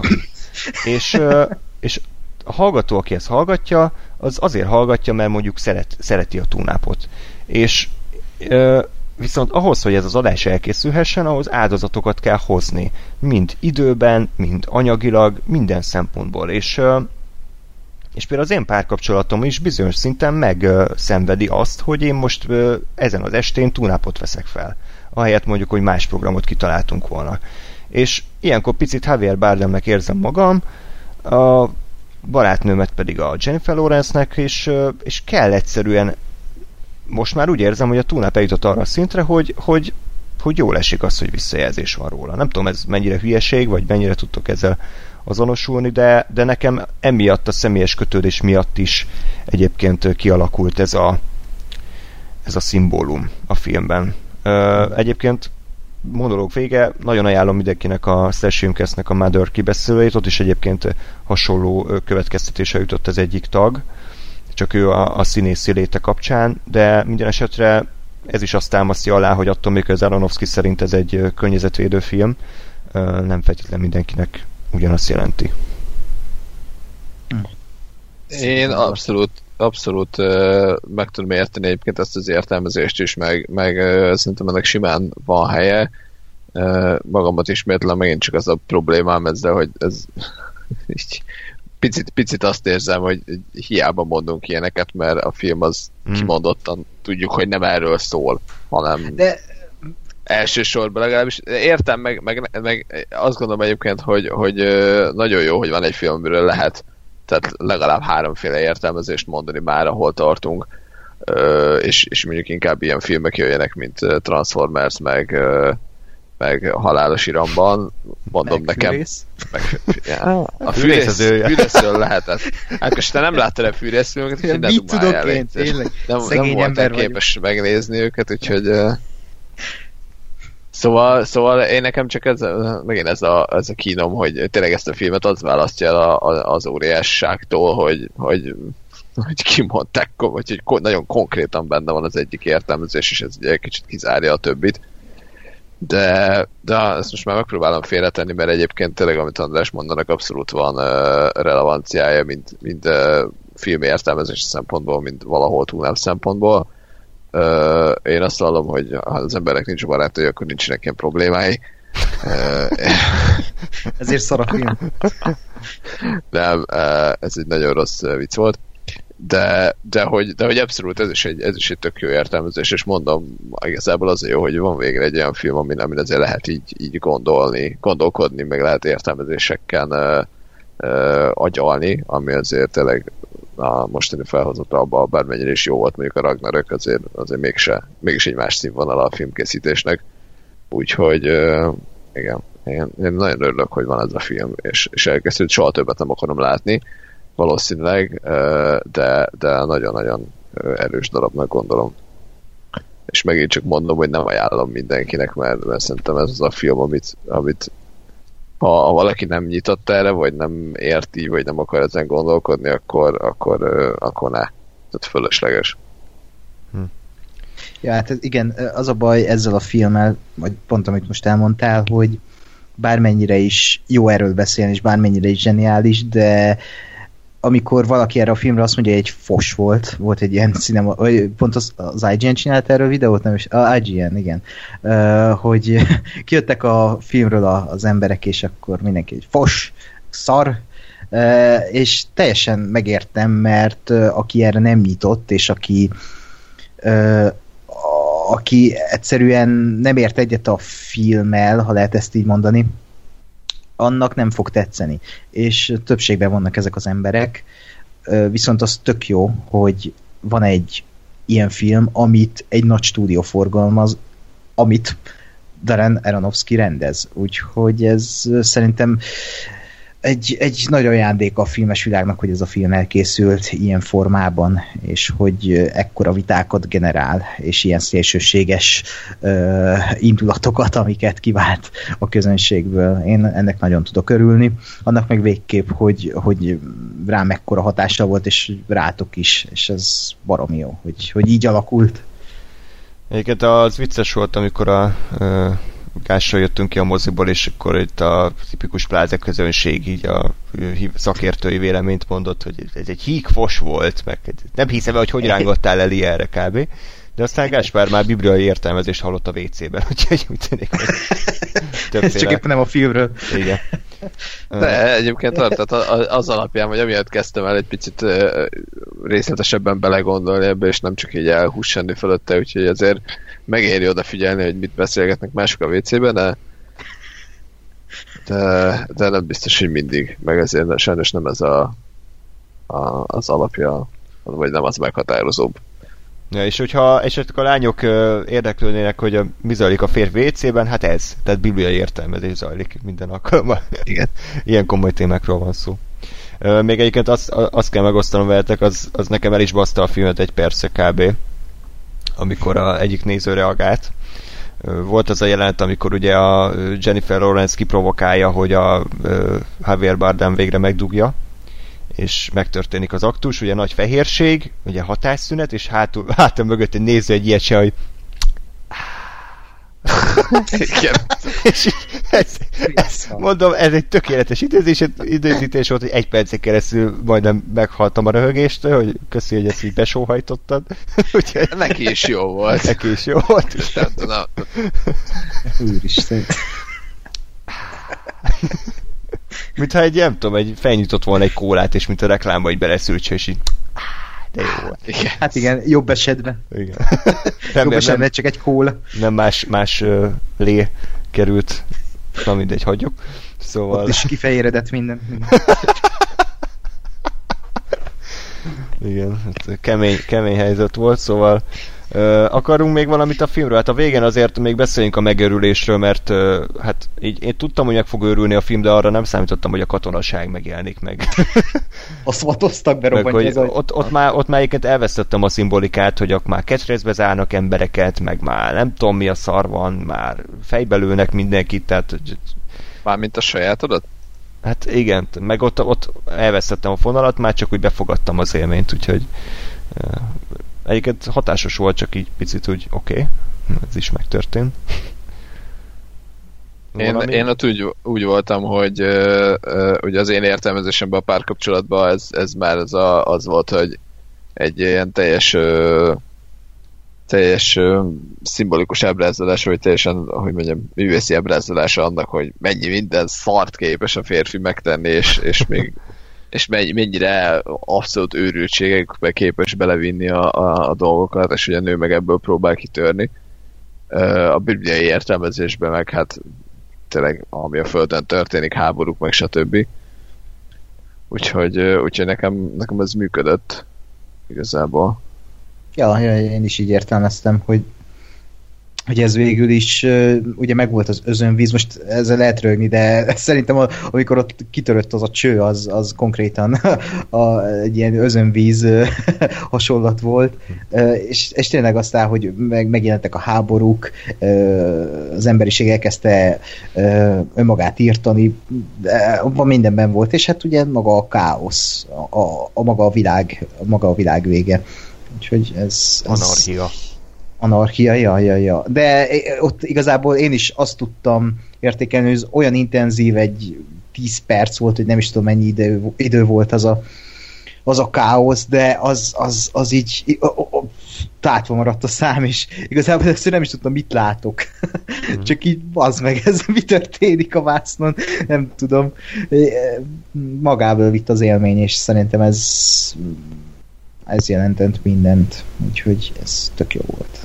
És a hallgató, aki ezt hallgatja, az azért hallgatja, mert mondjuk szereti a túnápot. És viszont ahhoz, hogy ez az adás elkészülhessen, ahhoz áldozatokat kell hozni. Mind időben, mind anyagilag, minden szempontból. És például az én párkapcsolatom is bizonyos szinten megszenvedi azt, hogy én most ezen az estén túnápot veszek fel. Ahelyett mondjuk, hogy más programot kitaláltunk volna. És ilyenkor picit Javier Bardemnek érzem magam, a barátnőmet pedig a Jennifer Lawrence-nek, és kell egyszerűen most már úgy érzem, hogy a túnáp eljutott arra a szintre, hogy jól esik az, hogy visszajelzés van róla. Nem tudom, ez mennyire hülyeség, vagy mennyire tudtok ezzel azonosulni, de nekem emiatt a személyes kötődés miatt is egyébként kialakult ez a szimbólum a filmben. Egyébként monológ vége, nagyon ajánlom mindenkinek a Slashimcastnek a Mother kibeszélőjét, ott is egyébként hasonló következtetése jutott az egyik tag, csak ő a színészi léte kapcsán, de minden esetre ez is azt támasztja alá, hogy attól még az Aronofsky szerint ez egy környezetvédő film, nem feltétlenül mindenkinek ugyanazt jelenti. Én abszolút meg tudom érteni egyébként ezt az értelmezést is, meg szerintem ennek simán van helye. Magamat ismétlem, megint csak az a problémám ezzel, hogy ez így picit azt érzem, hogy hiába mondunk ilyeneket, mert a film az kimondottan tudjuk, hogy nem erről szól, hanem elsősorban legalábbis. Értem, meg azt gondolom egyébként, hogy nagyon jó, hogy van egy film, amiről lehet tehát legalább 3 értelmezést mondani már, ahol tartunk, és mondjuk inkább ilyen filmek jöjjenek, mint Transformers, meg Halálos Iramban, mondom meg nekem. A fűrészről lehetett. Ákos, te nem láttad a fűrészfilmeket, úgyhogy ne dumálj el. Nem voltam képes megnézni őket, úgyhogy... Szóval én nekem csak megint ez a kínom, hogy tényleg ezt a filmet az választja el az óriásságtól, hogy kimondták, vagy hogy nagyon konkrétan benne van az egyik értelmezés, és ez egy kicsit kizárja a többit. De ezt most már megpróbálom félretenni, mert egyébként tényleg, amit András mondanak, abszolút van relevanciája, mind filmi értelmezés szempontból, mind valahol túlnál szempontból. Én azt hallom, hogy ha az emberek nincs barátai, akkor nincsenek ilyen problémái. Ezért szar a film. Nem, ez egy nagyon rossz vicc volt. de hogy abszolút ez is egy tök jó értelmezés, és mondom, igazából azért jó, hogy van végre egy olyan film, amin azért lehet így gondolkodni, meg lehet értelmezésekkel agyalni, ami azért tényleg a mostani felhozatalban bármennyire is jó volt, mondjuk a Ragnarök, azért mégis egy más színvonal a filmkészítésnek. Úgyhogy igen, én nagyon örülök, hogy van ez a film, és elkészült, soha többet nem akarom látni, valószínűleg, de nagyon-nagyon erős darabnak gondolom. És megint csak mondom, hogy nem ajánlom mindenkinek, mert szerintem ez az a film, amit ha valaki nem nyitott erre, vagy nem érti, vagy nem akar ezen gondolkodni, akkor ne. Tehát fölösleges. Ja, hát igen, az a baj ezzel a filmmel, vagy pont amit most elmondtál, hogy bármennyire is jó erről beszélni, és bármennyire is zseniális, de amikor valaki erre a filmre azt mondja, hogy egy fos volt egy ilyen cinema, vagy pont az IGN csinált erről videót, nem is, IGN, igen, hogy kijöttek a filmről az emberek, és akkor mindenki egy fos, szar, és teljesen megértem, mert aki erre nem nyitott, és aki egyszerűen nem ért egyet a filmmel, ha lehet ezt így mondani, annak nem fog tetszeni. És többségben vannak ezek az emberek, viszont az tök jó, hogy van egy ilyen film, amit egy nagy stúdió forgalmaz, amit Darren Aronofsky rendez. Úgyhogy ez szerintem egy nagy ajándék a filmes világnak, hogy ez a film elkészült ilyen formában, és hogy ekkora vitákat generál, és ilyen szélsőséges indulatokat, amiket kivált a közönségből. Én ennek nagyon tudok örülni. Annak meg végképp, hogy rám ekkora hatása volt, és rátok is, és ez baromi jó, hogy így alakult. Egyébként az vicces volt, amikor a Gással jöttünk ki a moziból, és akkor itt a tipikus pláza közönség így a szakértői véleményt mondott, hogy ez egy hígfos volt, meg nem hiszem el, hogy rángottál el ilyenre kb. De aztán Gáspár már bibliai értelmezést hallott a WC-ben, úgyhogy úgy tűnik, hogy többféle. Ez csak éppen nem a filmről. Igen. De egyébként tehát az alapján, vagy amiatt kezdtem el egy picit részletesebben belegondolni ebbe, és nem csak így elhússenni fölötte, úgyhogy azért megéri odafigyelni, hogy mit beszélgetnek mások a WC-ben, de nem biztos, hogy mindig, meg ezért sajnos nem ez az alapja, vagy nem az meghatározóbb. Ja, és hogyha esetleg a lányok érdeklődnének, hogy mi zajlik a férfi WC-ben, hát ez. Tehát bibliai értelmezés zajlik minden alkalommal. Igen. Ilyen komoly témákról van szó. Még egyébként azt kell megosztanom veletek, az nekem el is baszta a filmet egy perce kb. Amikor egyik néző reagált. Volt az a jelenet, amikor ugye a Jennifer Lawrence kiprovokálja, hogy a Javier Bardem végre megdugja, és megtörténik az aktus, ugye nagy fehérség, ugye hatásszünet, és hátul mögött egy néző egy ilyet se, hogy és mondom, ez egy tökéletes időzítés volt, hogy egy percen keresztül majdnem meghaltam a röhögéstől, hogy köszi, hogy ezt így besóhajtottad. Úgyhogy neki is jó volt. Neki is jó volt. Úristen. Mintha egy felnyitott volna egy kólát, és mint a reklámba így beleszültső, és így de jó volt. Igen. Hát igen, jobb esetben. Igen. Jobb esetben csak egy kóla. Nem más lé került. Na mindegy, hagyjuk. Szóval... Ott is kifehéredett minden. Igen, kemény helyzet volt, szóval akarunk még valamit a filmről? Hát a végén azért még beszéljünk a megőrülésről, mert hát így én tudtam, hogy meg fog őrülni a film, de arra nem számítottam, hogy a katonaság megjelenik meg. Azt vatoztak be, robbantja az ott már egyébként elvesztettem a szimbolikát, hogy már ketrecbe zárnak embereket, meg már nem tudom mi a szar van, már fejbe lőnek mindenkit, tehát... Mármint a sajátodat? Hát igen, meg ott elvesztettem a fonalat, már csak úgy befogadtam az élményt, úgyhogy egyébként hatásos volt, csak így picit úgy oké, ez is megtörtént. Én ott úgy voltam, hogy ugye az én értelmezésemben a párkapcsolatban ez már az volt, hogy egy ilyen teljes szimbolikus ábrázolása, vagy teljesen, hogy mondjam, művészi ábrázolása annak, hogy mennyi minden szart képes a férfi megtenni, és és mennyire abszolút őrültségekbe képes belevinni a dolgokat, és ugye a nő meg ebből próbál kitörni. A bibliai értelmezésben meg hát tényleg, ami a Földön történik, háborúk, meg stb. Úgyhogy nekem ez működött igazából. Ja, én is így értelmeztem, hogy ez végül is, ugye megvolt az özönvíz, most ezzel lehet rögni, de szerintem amikor ott kitörött az a cső, az konkrétan egy ilyen özönvíz hasonlat volt, és tényleg aztán, hogy megjelentek a háborúk, az emberiség elkezdte önmagát írtani, abban mindenben volt, és hát ugye maga a káosz, maga a világ vége. Úgyhogy ez Anarchia, ja. De ott igazából én is azt tudtam értékelni, hogy olyan intenzív, egy 10 perc volt, hogy nem is tudom mennyi idő volt az a káosz, de az így tátva maradt a szám, és igazából ezt nem is tudtam, mit látok. Csak így bazd meg, ez mi történik a vásznon, nem tudom. Magából vitt az élmény, és szerintem ez jelentett mindent, úgyhogy ez tök jó volt.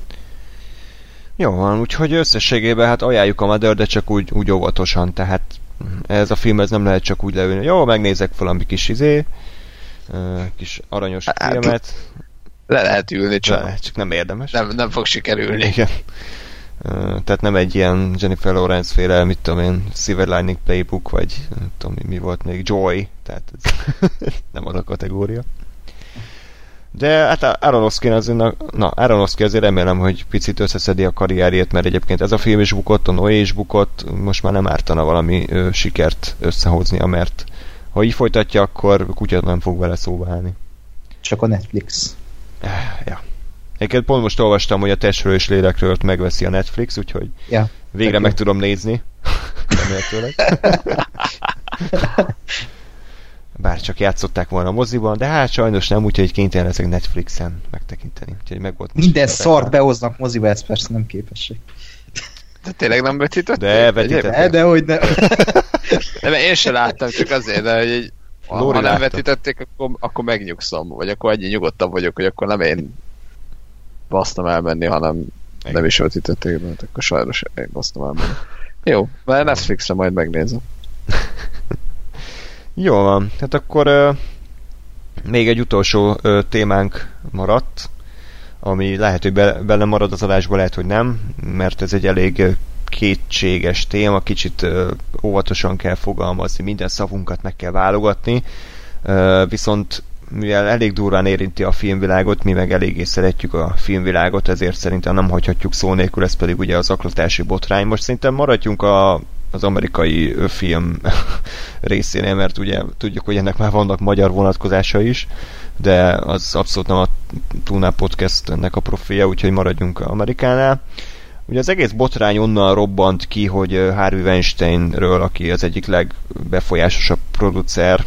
Jó van, úgyhogy összességében hát ajánljuk a Mother, de csak úgy óvatosan, tehát ez a film ez nem lehet csak úgy leülni. Jó, megnézek valami kis kis aranyos filmet. Le lehet ülni, csak nem érdemes. Nem fog sikerülni. Igen. Tehát nem egy ilyen Jennifer Lawrence féle, mit tudom én, Silver Lining Playbook, vagy nem tudom mi volt még, Joy, tehát ez nem az a kategória. De hát Aronofsky azért remélem, hogy picit összeszedi a karrierjét, mert egyébként ez a film is bukott, a Noé is bukott, most már nem ártana valami sikert összehoznia, mert ha így folytatja, akkor kutya nem fog vele szóba állni. Csak a Netflix. Ja. Egyébként pont most olvastam, hogy a Testről és lélekről megveszi a Netflix, úgyhogy végre meg tudom nézni. Remélhetőleg. Bár csak játszották volna a moziban, de hát sajnos nem, úgyhogy kénytelen leszek Netflixen megtekinteni. Úgyhogy meg volt minden szart behoznak moziba, ez persze nem képesség. De tényleg nem vetítették? De vetítették. De hogy ne. De én se láttam, csak azért, de hogy ha nem vetítették, akkor megnyugszom, vagy akkor annyi nyugodtabb vagyok, hogy akkor nem én basztam elmenni, hanem nem is vetítették, mert akkor sajnos én basztam elmenni. Jó, mert Netflixre majd megnézem. Jó van, hát akkor még egy utolsó témánk maradt, ami lehet, hogy bele marad az adásba, lehet, hogy nem, mert ez egy elég kétséges téma, kicsit óvatosan kell fogalmazni, minden szavunkat meg kell válogatni, viszont mivel elég durván érinti a filmvilágot, mi meg eléggé szeretjük a filmvilágot, ezért szerintem nem hagyhatjuk szó nélkül, ez pedig ugye az zaklatási botrány. Most szerintem maradjunk az amerikai film részénél, mert ugye tudjuk, hogy ennek már vannak magyar vonatkozása is, de az abszolút nem a Tuna Podcast ennek a profilja, úgyhogy maradjunk Amerikánál. Ugye az egész botrány onnan robbant ki, hogy Harvey Weinsteinről, aki az egyik legbefolyásosabb producer,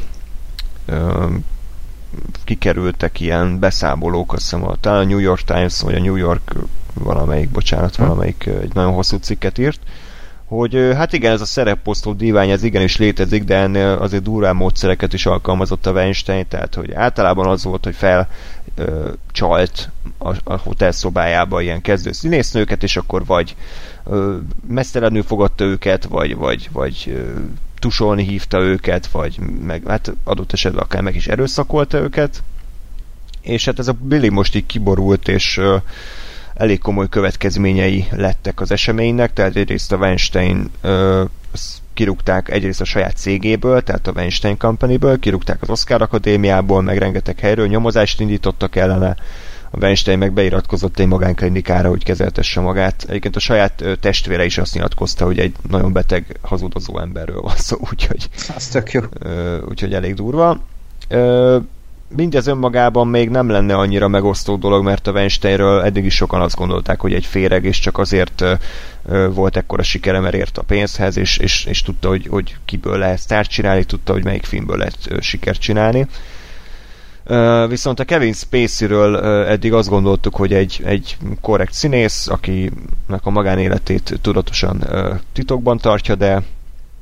kikerültek ilyen beszámolók, azt hiszem, talán a New York Times, vagy a New York valamelyik egy nagyon hosszú cikket írt, hogy hát igen, ez a szerepposztó dívány, ez igenis létezik, de ennél azért durván módszereket is alkalmazott a Weinstein, tehát hogy általában az volt, hogy felcsalt a hotel szobájába ilyen kezdő színésznőket, és akkor vagy mesztelenül fogadta őket, vagy tusolni hívta őket, vagy meg, hát adott esetben akár meg is erőszakolta őket, és hát ez a Billy most így kiborult, és elég komoly következményei lettek az eseménynek, tehát egyrészt a Weinstein kirúgták egyrészt a saját cégéből, tehát a Weinstein Companyből, kirúgták az Oscar Akadémiából, meg rengeteg helyről nyomozást indítottak ellene, a Weinstein meg beiratkozott egy magánklinikára, hogy kezeltesse magát. Egyébként a saját testvére is azt nyilatkozta, hogy egy nagyon beteg, hazudozó emberről van szó, úgyhogy... Az tök jó. Úgyhogy elég durva. Mindez önmagában még nem lenne annyira megosztó dolog, mert a Weinsteinről eddig is sokan azt gondolták, hogy egy féreg, és csak azért volt ekkora sikere, mert ért a pénzhez, és tudta, hogy kiből lehet sztárt csinálni, tudta, hogy melyik filmből lehet sikert csinálni. Viszont a Kevin Spacey-ről eddig azt gondoltuk, hogy egy korrekt színész, akinek a magánéletét tudatosan titokban tartja, de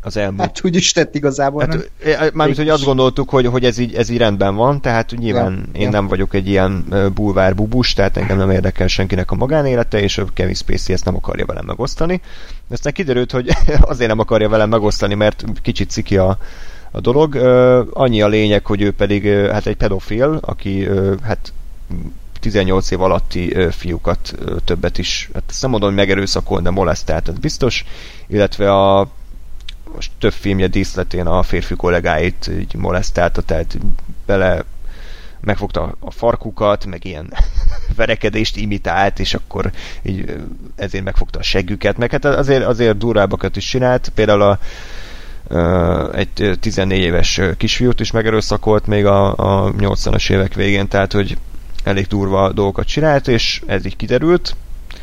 az elmúlt. Hát úgy is tett igazából. Hát, mármint, hogy azt gondoltuk, hogy ez így rendben van, tehát nyilván én nem vagyok egy ilyen bulvár bubus, tehát engem nem érdekel senkinek a magánélete, és a Kevin Spacey ezt nem akarja velem megosztani. Aztán kiderült, hogy azért nem akarja velem megosztani, mert kicsit ciki a dolog. Annyi a lényeg, hogy ő pedig hát egy pedofil, aki hát 18 év alatti fiúkat többet is, hát ezt nem mondom, hogy megerőszakol, de molesztált, ez biztos, illetve most több filmje díszletén a férfi kollégáit így molesztálta, tehát megfogta a farkukat, meg ilyen verekedést imitált, és akkor így ezért megfogta a seggüket, meg hát azért durvábbakat is csinált, például egy 14 éves kisfiút is megerőszakolt még a 80-as évek végén, tehát hogy elég durva dolgokat csinált, és ez így kiderült.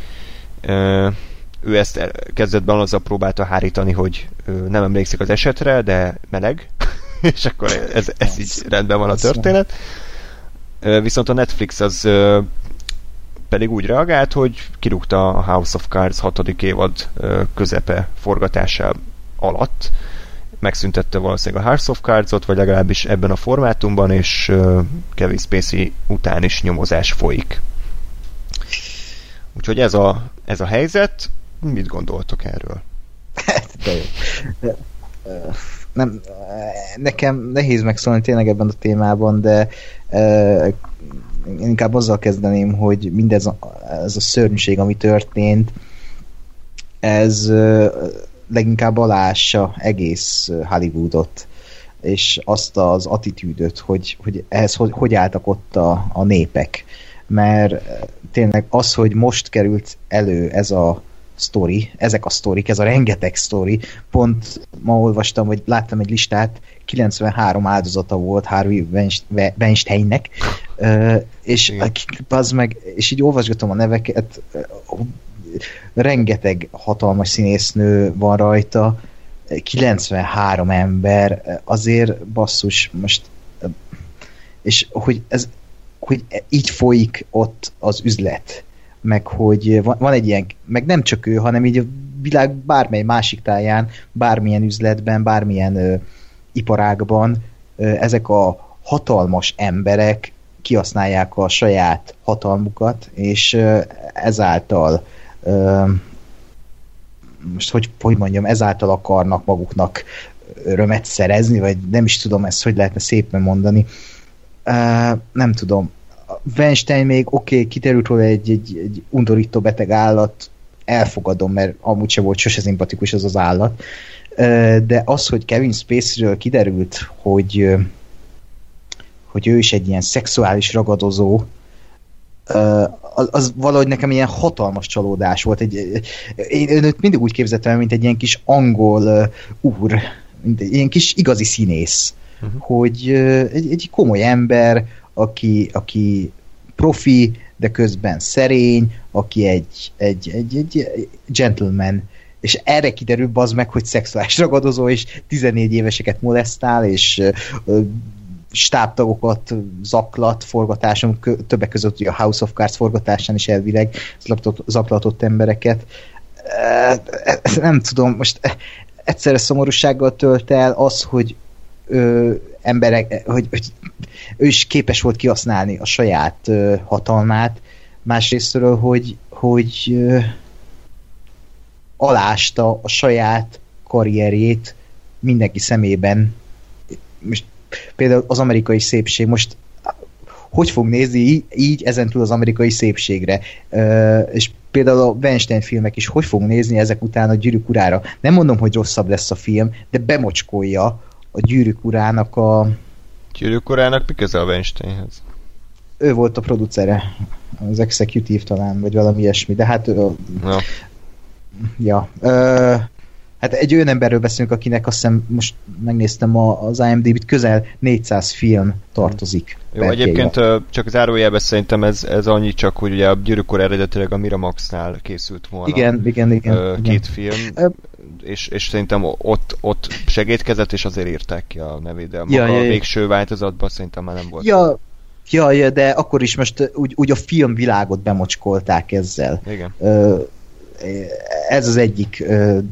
Ő ezt kezdetben azzal próbálta hárítani, hogy nem emlékszik az esetre, de meleg, és akkor ez így rendben van a történet. Viszont a Netflix az pedig úgy reagált, hogy kirúgta a House of Cards 6. évad közepe forgatása alatt, megszüntette valószínűleg a House of Cards-ot, vagy legalábbis ebben a formátumban, és Kevin Spacey után is nyomozás folyik. Úgyhogy ez a helyzet. Mit gondoltok erről? De jó. Nem, nekem nehéz megszólni tényleg ebben a témában, de én inkább azzal kezdeném, hogy mindez ez a szörnyűség, ami történt, ez leginkább aláássa egész Hollywoodot, és azt az attitűdöt, hogy ehhez hogy álltak ott a népek. Mert tényleg az, hogy most került elő ez a sztori, ezek a sztorik, ez a rengeteg sztori, pont ma olvastam, vagy láttam egy listát, 93 áldozata volt Harvey Weinsteinnek, és és így olvasgatom a neveket, rengeteg hatalmas színésznő van rajta, 93 ember, azért basszus, most és hogy így folyik ott az üzlet, meg hogy van egy ilyen, meg nem csak ő, hanem így a világ bármely másik táján, bármilyen üzletben, bármilyen iparágban ezek a hatalmas emberek kihasználják a saját hatalmukat, és ezáltal most hogy mondjam, ezáltal akarnak maguknak örömet szerezni, vagy nem is tudom ezt, hogy lehetne szépen mondani. Nem tudom. Weinstein még oké, kiderült róla egy undorító beteg állat, elfogadom, mert amúgy se volt sose szimpatikus az állat. De az, hogy Kevin Spaceyről kiderült, hogy ő is egy ilyen szexuális ragadozó, az valahogy nekem ilyen hatalmas csalódás volt. Én őt mindig úgy képzeltem, mint egy ilyen kis angol úr, mint egy ilyen kis igazi színész, hogy egy komoly ember, aki profi, de közben szerény, aki egy gentleman, és erre kiderül bazd meg, hogy szexuális ragadozó, és 14 éveseket molesztál, és stábtagokat zaklat forgatáson, többek között a House of Cards forgatásán is elvileg zaklatott embereket. Nem tudom, most egyszerre szomorúsággal tölt el az, hogy emberek, hogy ő is képes volt kihasználni a saját hatalmát, másrésztről, hogy alásta a saját karrierjét mindenki szemében. Most például az amerikai szépség, most hogy fog nézni így ezentúl az amerikai szépségre? És például a Weinstein filmek is hogy fog nézni ezek után a Gyűrűk urára? Nem mondom, hogy rosszabb lesz a film, de bemocskolja a Gyűrűk urának a... Gyűrűk urának mi köze a Weinsteinhez? Ő volt a producere, az executive talán, vagy valami ilyesmi, de hát... Ja. Hát egy olyan emberről beszélünk, akinek azt hiszem, most megnéztem az IMDb-t, közel 400 film tartozik. Jó, egyébként csak zárójelben szerintem ez annyi csak, hogy ugye a Gyűrűk ura eredetileg a Miramaxnál készült volna. Igen. Két film, és szerintem ott segédkezett, és azért írták ki a nevét, de a végső változatban szerintem már nem volt. Ja, de akkor is most úgy a filmvilágot bemocskolták ezzel. Igen. Ez az egyik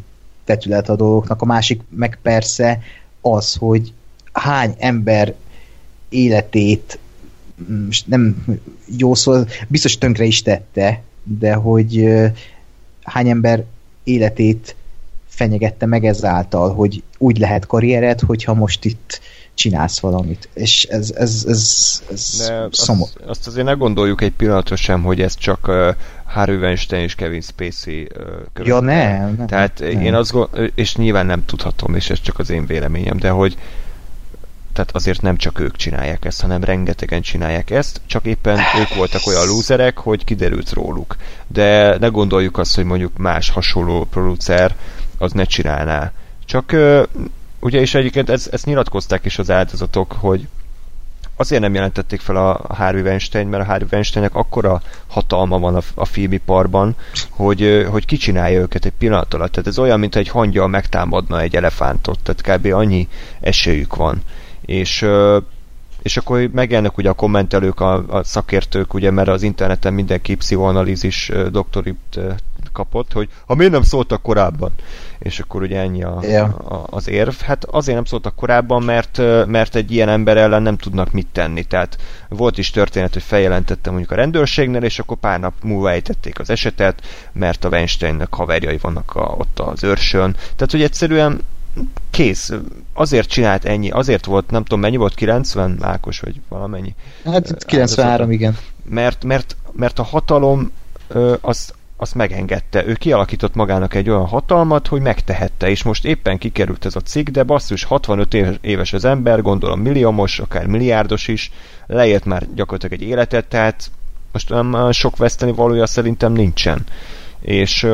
tetület a dolgoknak, a másik meg persze az, hogy hány ember életét nem jó szó, biztos tönkre is tette, de hogy hány ember életét fenyegette meg ezáltal, hogy úgy lehet karriered, hogyha most itt csinálsz valamit. És ez azt azért ne gondoljuk egy pillanatra sem, hogy ez csak Harvey Weinstein és Kevin Spacey követte. Ja, nem. Tehát én azt és nyilván nem tudhatom, és ez csak az én véleményem, de hogy tehát azért nem csak ők csinálják ezt, hanem rengetegen csinálják ezt, csak éppen ők voltak olyan lúzerek, hogy kiderült róluk. De ne gondoljuk azt, hogy mondjuk más hasonló producer az ne csinálná. Csak ugye, és egyébként ezt nyilatkozták is az áldozatok, hogy azért nem jelentették fel a Harvey Weinstein, mert a Harvey Weinsteinnek akkora hatalma van a filmiparban, hogy kicsinálja őket egy pillanat alatt. Tehát ez olyan, mint egy hangyal megtámadna egy elefántot, tehát kb. Annyi esélyük van. És akkor megjelennek ugye a kommentelők, a szakértők, ugye, mert az interneten mindenki pszichoanalízis doktorit kapott, hogy ha miért nem szóltak korábban? És akkor ugye ennyi az érv. Hát azért nem szóltak korábban, mert egy ilyen ember ellen nem tudnak mit tenni. Tehát volt is történet, hogy feljelentette mondjuk a rendőrségnél, és akkor pár nap múlva ejtették az esetet, mert a Weinsteinnek haverjai vannak ott az őrsön. Tehát, hogy egyszerűen kész. Azért csinált ennyi, azért volt, nem tudom, mennyi volt, 90 Ákos, vagy valamennyi? Hát 93, igen. Mert a hatalom azt megengedte. Ő kialakított magának egy olyan hatalmat, hogy megtehette, és most éppen kikerült ez a cikk, de basszus, 65 éves az ember, gondolom milliómos, akár milliárdos is, leélt már gyakorlatilag egy életet, tehát most nem sok veszteni valója szerintem nincsen. És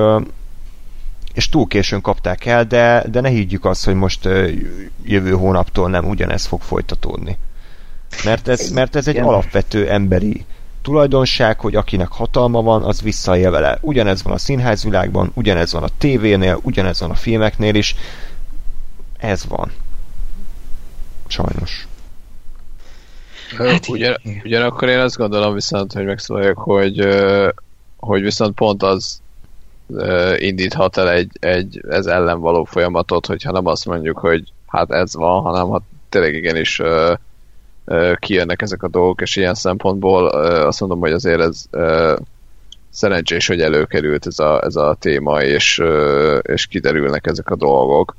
túl későn kapták el, de ne higgyük azt, hogy most jövő hónaptól nem ugyanez fog folytatódni. Mert ez egy alapvető emberi tulajdonság, hogy akinek hatalma van, az visszaél vele. Ugyanez van a színházvilágban, ugyanez van a tévénél, ugyanez van a filmeknél is. Ez van. Sajnos. Hát, ugyanakkor én azt gondolom viszont, hogy megszólaljak, hogy viszont pont az indíthat el egy ez ellen való folyamatot, hogyha nem azt mondjuk, hogy hát ez van, hanem hát tényleg igenis kijönnek ezek a dolgok, és ilyen szempontból azt mondom, hogy azért ez szerencsés, hogy előkerült ez a téma, és kiderülnek ezek a dolgok.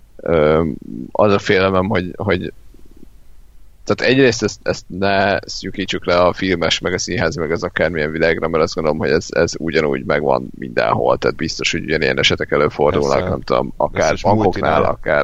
Az a félelmem, hogy tehát egyrészt ezt ne szűkítsük le a filmes, meg a színházi, meg az akármilyen világra, mert azt gondolom, hogy ez ugyanúgy megvan mindenhol, tehát biztos, hogy ugyanilyen esetek előfordulnak, nem tudom, akár bankoknál, akár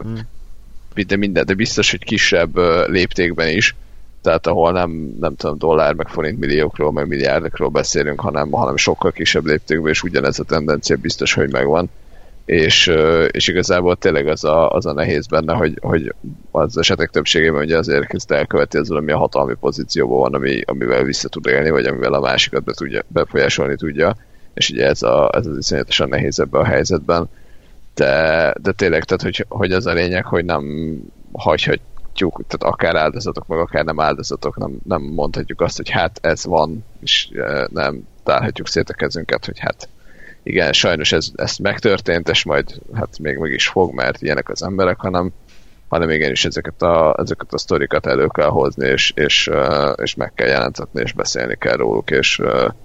de biztos, hogy kisebb léptékben is, tehát ahol nem tudom, dollár, meg forint milliókról, meg milliárdokról beszélünk, hanem sokkal kisebb léptékben, és ugyanez a tendencia biztos, hogy megvan. És igazából tényleg az a nehéz benne, hogy az esetek többségében ugye azért kezd elköveti azzal, ami a hatalmi pozícióban van, amivel vissza tud élni, vagy amivel a másikat befolyásolni tudja, és ugye ez az iszonyatosan nehéz ebben a helyzetben. De tényleg, tehát hogy az a lényeg, hogy nem hagyhatjuk, tehát akár áldozatok, meg akár nem áldozatok, nem mondhatjuk azt, hogy hát ez van, és nem tárhatjuk szét a kezünket, hogy hát igen, sajnos ez megtörtént, és majd hát még meg is fog, mert ilyenek az emberek, hanem igenis ezeket a sztorikat elő kell hozni, és meg kell jelentetni, és beszélni kell róluk, és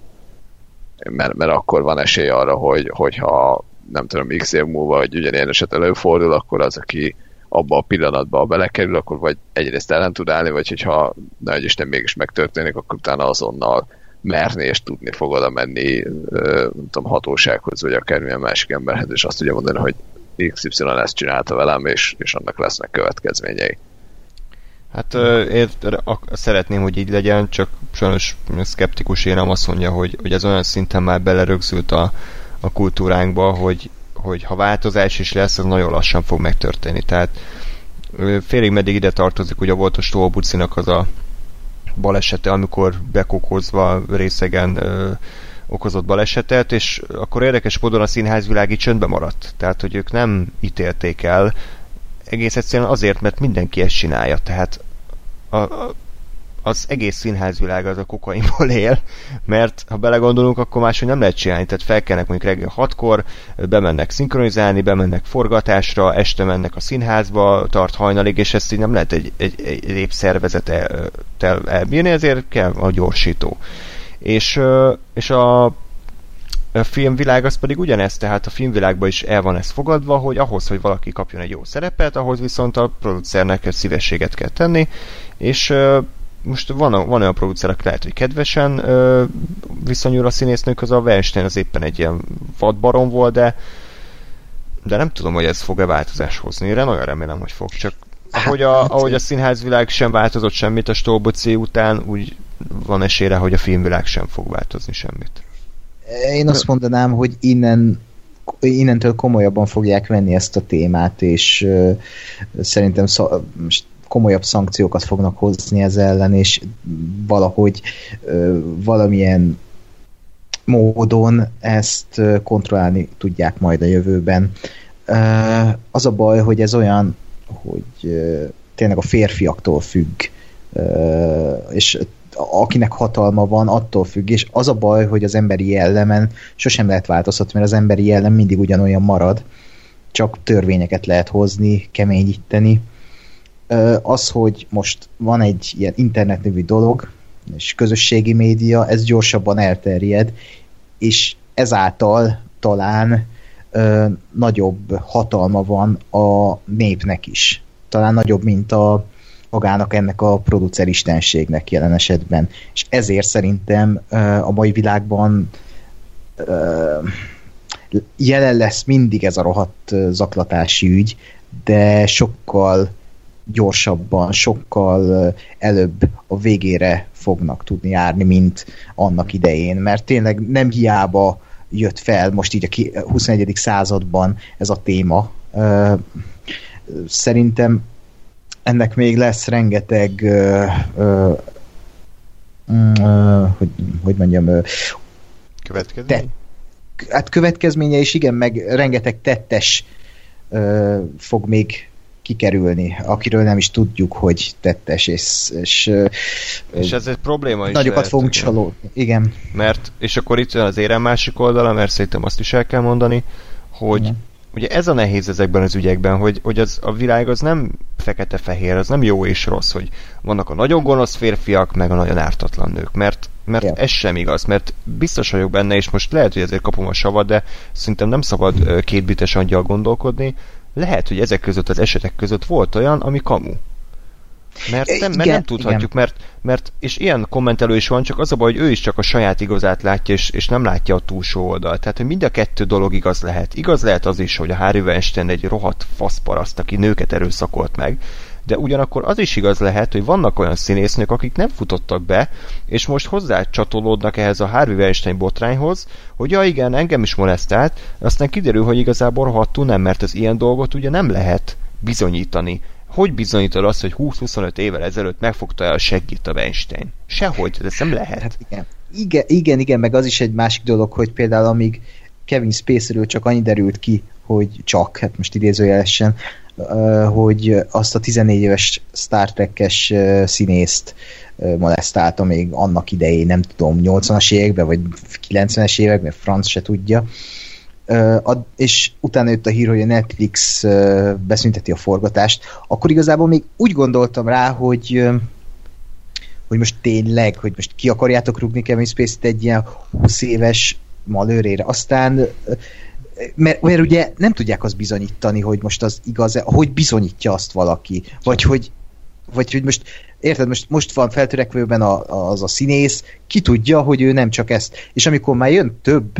mert akkor van esély arra, hogyha nem tudom, x év múlva, hogy ugyanilyen eset előfordul, akkor az, aki abba a pillanatban belekerül, akkor vagy egyrészt ellen tud állni, vagy hogyha nagy Isten mégis megtörténik, akkor utána azonnal merni és tudni fog oda menni nem tudom, hatósághoz, vagy akármilyen másik emberhez, és azt tudja mondani, hogy XY ezt csinálta velem, és annak lesznek következményei. Hát én szeretném, hogy így legyen, csak sajnos szkeptikus érem azt mondja, hogy ez olyan szinten már belerögzült a kultúránkba, hogy ha változás is lesz, az nagyon lassan fog megtörténni. Tehát félig meddig ide tartozik, ugye volt a Stolbucinak az a balesete, amikor bekókozva részegen okozott balesetet, és akkor érdekes módon a színházvilági csöndbe maradt. Tehát, hogy ők nem ítélték el, egész egyszerűen azért, mert mindenki ezt csinálja. Tehát az egész színházvilág az a kokainból él, mert ha belegondolunk, akkor máshogy nem lehet csinálni, tehát felkelnek mondjuk reggel 6-kor, bemennek szinkronizálni, bemennek forgatásra, este mennek a színházba, tart hajnalig, és ezt így nem lehet egy épp szervezettel elbírni, ezért kell a gyorsító. És a filmvilág az pedig ugyanez, tehát a filmvilágban is el van ez fogadva, hogy ahhoz, hogy valaki kapjon egy jó szerepet, ahhoz viszont a producernek szívességet kell tenni, és most van olyan producer, aki lehet, hogy kedvesen viszonyul a színésznőkhöz, a Weinstein az éppen egy ilyen vadbarom volt, de nem tudom, hogy ez fog-e változás hozni. Én nagyon remélem, hogy fog, csak ahogy a színházvilág sem változott semmit a Stolboci után, úgy van esélyre, hogy a filmvilág sem fog változni semmit. Én azt mondanám, hogy innentől komolyabban fogják venni ezt a témát, és szerintem komolyabb szankciókat fognak hozni ez ellen, és valahogy valamilyen módon ezt kontrollálni tudják majd a jövőben. Az a baj, hogy ez olyan, hogy tényleg a férfiaktól függ, és akinek hatalma van, attól függ, és az a baj, hogy az emberi jellemen sosem lehet változtatni, mert az emberi jellem mindig ugyanolyan marad, csak törvényeket lehet hozni, keményíteni. Az, hogy most van egy ilyen internet nevű dolog, és közösségi média, ez gyorsabban elterjed, és ezáltal talán nagyobb hatalma van a népnek is. Talán nagyobb, mint magának ennek a produceristenségnek jelen esetben. És ezért szerintem a mai világban jelen lesz mindig ez a rohadt zaklatási ügy, de sokkal gyorsabban, sokkal előbb a végére fognak tudni járni, mint annak idején. Mert tényleg nem hiába jött fel most így a 21. században ez a téma. Szerintem ennek még lesz rengeteg hogy mondjam következmény? Hát következménye is, igen, meg rengeteg tettes fog még kikerülni, akiről nem is tudjuk, hogy tettes, és ez egy probléma is. Nagyokat fogunk csalódni, igen. Mert, és akkor itt jön az érem másik oldala, mert szerintem azt is el kell mondani, hogy ugye ez a nehéz ezekben az ügyekben, hogy a világ az nem fekete-fehér, az nem jó és rossz, hogy vannak a nagyon gonosz férfiak, meg a nagyon ártatlan nők, mert ez sem igaz, mert biztos vagyok benne, és most lehet, hogy ezért kapom a savat, de szerintem nem szabad kétbites angyal gondolkodni, lehet, hogy ezek között az esetek között volt olyan, ami kamu. Mert nem tudhatjuk, mert és ilyen kommentelő is van, csak az a baj, hogy ő is csak a saját igazát látja, és nem látja a túlsó oldalt. Tehát, hogy mind a kettő dolog igaz lehet. Igaz lehet az is, hogy a Harvey Weinstein egy rohadt faszparaszt, aki nőket erőszakolt meg, de ugyanakkor az is igaz lehet, hogy vannak olyan színésznők, akik nem futottak be, és most hozzácsatolódnak ehhez a Harvey Weinstein botrányhoz, hogy ja igen, engem is molesztált, aztán kiderül, hogy igazából rohadtul nem, mert az ilyen dolgot ugye nem lehet bizonyítani. Hogy bizonyítod azt, hogy 20-25 évvel ezelőtt megfogta a seggit a Weinstein? Sehogy, ez nem lehet. Hát igen, meg az is egy másik dolog, hogy például amíg Kevin Spaceyről csak annyi derült ki, hogy hát most idézőjelesen, hogy azt a 14 éves Star Trek-es színészt molesztálta még annak idején, nem tudom, 80-as években, vagy 90-es években, franc se tudja. És utána jött a hír, hogy a Netflix beszünteti a forgatást, akkor igazából még úgy gondoltam rá, hogy most tényleg, hogy most ki akarjátok rúgni Kevin Spacey-t egy ilyen 20 éves malőrére. Aztán mert ugye nem tudják azt bizonyítani, hogy most az igaz, hogy bizonyítja azt valaki, vagy hogy most, érted, most van feltörekvőben az a színész, ki tudja, hogy ő nem csak ezt, és amikor már jön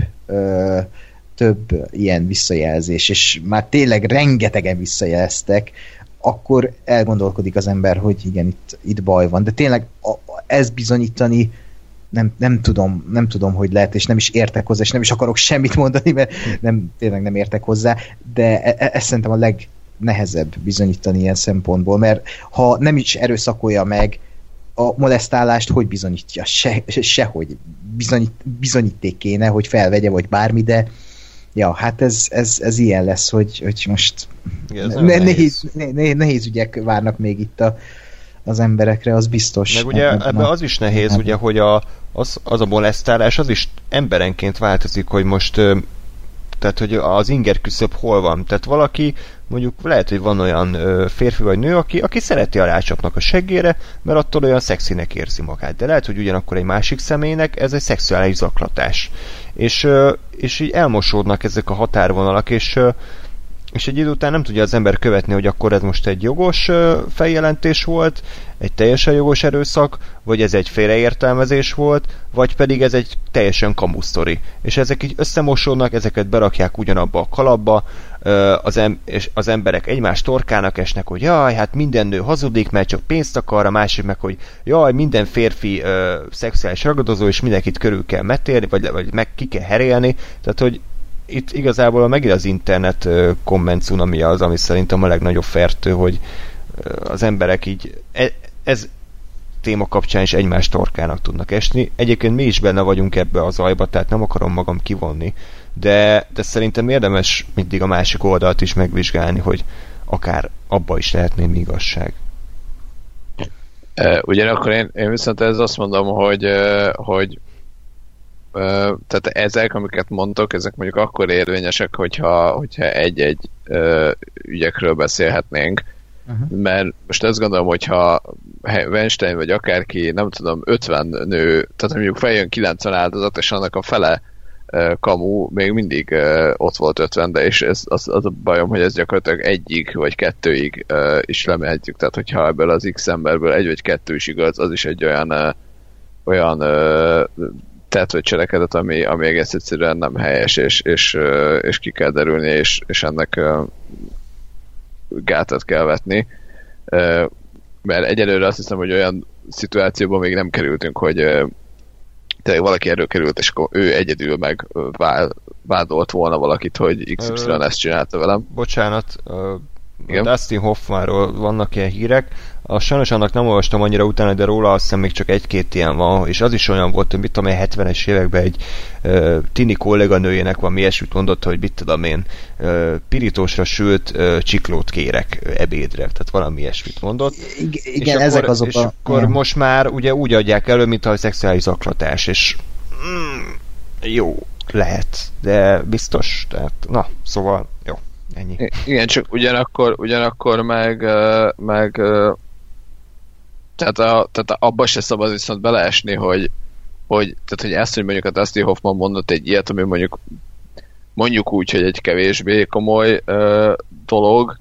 több ilyen visszajelzés, és már tényleg rengetegen visszajeleztek, akkor elgondolkodik az ember, hogy igen, itt baj van. De tényleg ezt bizonyítani nem tudom, hogy lehet, és nem is értek hozzá, és nem is akarok semmit mondani, mert tényleg nem értek hozzá, de ezt szerintem a legnehezebb bizonyítani ilyen szempontból, mert ha nem is erőszakolja meg a molesztálást, hogy bizonyítja? Sehogy. Bizonyíték kéne, hogy felvegye, vagy bármi, de ja, hát ez ilyen lesz, hogy most igen, nehéz ügyek várnak még itt az emberekre, az biztos. Meg ugye ebben az is nehéz, ugye, hogy az a molesztálás, az is emberenként változik, hogy most tehát, hogy az inger küszöb hol van. Tehát valaki, mondjuk lehet, hogy van olyan férfi vagy nő, aki szereti a rácsapnak a seggére, mert attól olyan szexinek érzi magát. De lehet, hogy ugyanakkor egy másik személynek ez egy szexuális zaklatás. És így elmosódnak ezek a határvonalak, és egy idő után nem tudja az ember követni, hogy akkor ez most egy jogos feljelentés volt, egy teljesen jogos erőszak, vagy ez egy félreértelmezés volt, vagy pedig ez egy teljesen kamusztori. És ezek így összemosódnak, ezeket berakják ugyanabba a kalapba, és az emberek egymás torkának esnek, hogy jaj, hát minden nő hazudik, mert csak pénzt akar, a másik meg, hogy jaj, minden férfi szexuális ragadozó, és mindenkit körül kell metélni, vagy meg ki kell herélni, tehát, hogy itt igazából megint az internet komment cunamia az, ami szerintem a legnagyobb fertő, hogy az emberek így ez téma kapcsán is egymás torkának tudnak esni. Egyébként mi is benne vagyunk ebbe a zajba, tehát nem akarom magam kivonni, de szerintem érdemes mindig a másik oldalt is megvizsgálni, hogy akár abba is lehet némi igazság. Ugyanakkor én viszont ez azt mondom, hogy tehát ezek, amiket mondtok, ezek mondjuk akkor érvényesek, hogyha egy-egy ügyekről beszélhetnénk, mert most azt gondolom, hogyha Weinstein vagy akárki, nem tudom, 50 nő, tehát mondjuk feljön 90 áldozat, és annak a fele kamu, még mindig ott volt 50, de és az a bajom, hogy ez gyakorlatilag egyig vagy kettőig is lemehetjük, tehát hogyha ebből az X emberből egy vagy kettő is igaz, az is egy olyan tett vagy cselekedet, ami egész egyszerűen nem helyes, és ki kell derülni, és ennek gátat kell vetni. Mert egyelőre azt hiszem, hogy olyan szituációban még nem kerültünk, hogy tényleg valaki erről került, és akkor ő egyedül meg vádolt volna valakit, hogy XY ezt csinálta velem. Bocsánat, Dustin Hoffmanról vannak ilyen hírek, sajnos annak nem olvastam annyira utána, de róla azt hiszem még csak egy-két ilyen van, és az is olyan volt, hogy mit tudom én, 70-es években egy tini kolléganőjének van ilyesmit mondott, hogy mit tudom én, pirítósra sült csiklót kérek ebédre, tehát valami ilyesmit mondott. Igen, és ezek azok és akkor most már ugye úgy adják elő, mint a szexuális zaklatás, és jó, lehet, de biztos, tehát na, szóval jó. Ennyi. Igen, csak ugyanakkor meg tehát abba se szabad viszont beleesni, hogy ezt, hogy mondjuk a Dustin Hoffman mondott egy ilyet, ami mondjuk úgy, hogy egy kevésbé komoly dolog,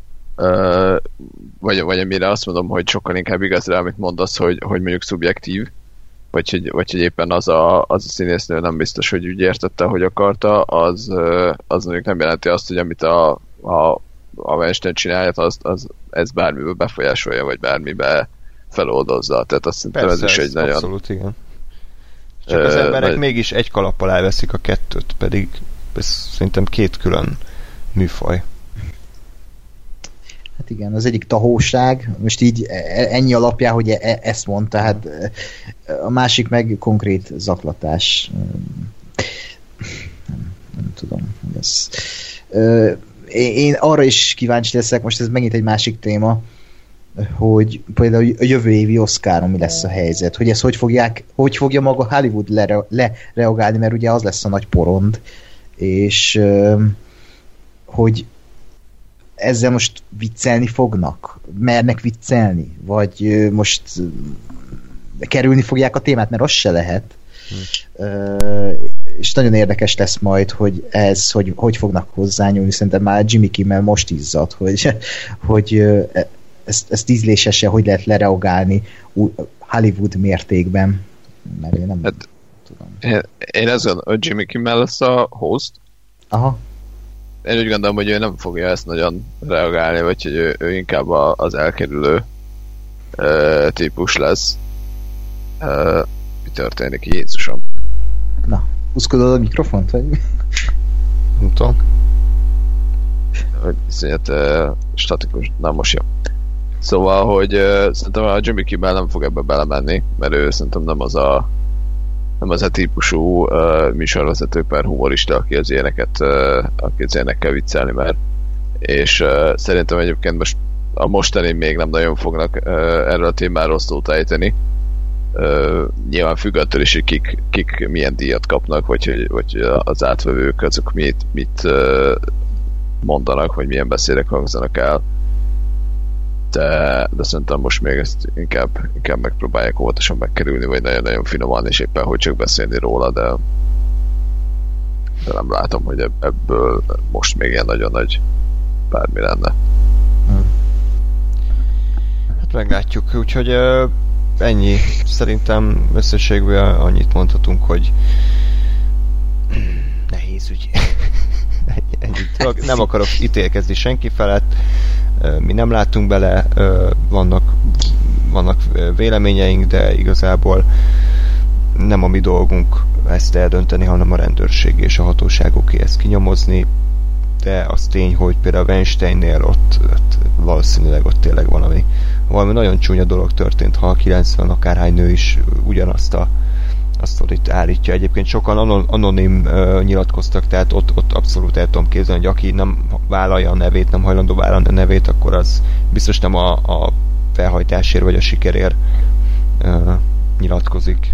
vagy amire azt mondom, hogy sokkal inkább igaz rá, amit mondasz, hogy mondjuk szubjektív, vagy hogy éppen az a színésznő nem biztos, hogy úgy értette, hogy akarta, az mondjuk nem jelenti azt, hogy amit a Weinstein csinálja, ez bármibe befolyásolja, vagy bármibe feloldozza. Tehát azt szerintem ez is egy nagyon... Abszolút, igen. Csak az emberek mégis egy kalap alá veszik a kettőt, pedig ez szerintem két külön műfaj. Hát igen, az egyik tahóság, most így ennyi alapján, hogy ezt mondta, hát a másik meg konkrét zaklatás. Nem tudom. Én arra is kíváncsi leszek, most ez megint egy másik téma, hogy például a jövő évi Oscaron mi lesz a helyzet, hogy ezt hogy fogja maga Hollywood lereagálni, mert ugye az lesz a nagy porond, és hogy ezzel most viccelni fognak? Mernek viccelni? Vagy most kerülni fogják a témát, mert az se lehet. És nagyon érdekes lesz majd, hogy ez, hogy fognak hozzányúlni. Szerintem már Jimmy Kimmel most izzad, hogy ezt ízlésesen hogy lehet lereagálni Hollywood mértékben. Mert én nem tudom. Én azt gondolom, hogy Jimmy Kimmel lesz a host. Aha. Én úgy gondolom, hogy ő nem fogja ezt nagyon reagálni, vagy hogy ő inkább az elkerülő típus lesz. Mi történik, Jézusom? Na, húzkodod a mikrofont, vagy? Nem tudom. Hogy viszonyat statikus. Na, most jó. Szóval, hogy szerintem a Jimmy Kimmel nem fog ebbe belemenni, mert ő szerintem nem az a típusú műsorvezető per humorista, aki az ilyenekkel viccelni mer. És szerintem egyébként most a mostani még nem nagyon fognak erről a témáról szót ejteni. Nyilván függ attól is, hogy kik milyen díjat kapnak, vagy az átvevők azok mit mondanak, vagy milyen beszédek hangzanak el. De szerintem most még ezt inkább megpróbálják óvatosan megkerülni, vagy nagyon-nagyon finoman, és éppen hogy csak beszélni róla, de nem látom, hogy ebből most még ilyen nagyon nagy bármi lenne. Hát meglátjuk, úgyhogy ennyi. Szerintem összességben annyit mondhatunk, hogy nehéz ügy. Ennyi. Nem akarok ítélkezni senki felett, mi nem látunk bele, vannak véleményeink, de igazából nem a mi dolgunk ezt eldönteni, hanem a rendőrség és a hatóságoké ezt kinyomozni, de az tény, hogy például Weinsteinnél ott valószínűleg ott tényleg valami nagyon csúnya dolog történt, ha a 90 akárhány nő is ugyanazt a sztorit állítja. Egyébként sokan anonim nyilatkoztak, tehát ott abszolút el tudom képzelni, hogy aki nem vállalja a nevét, nem hajlandó vállalni a nevét, akkor az biztos nem a felhajtásért vagy a sikerért nyilatkozik.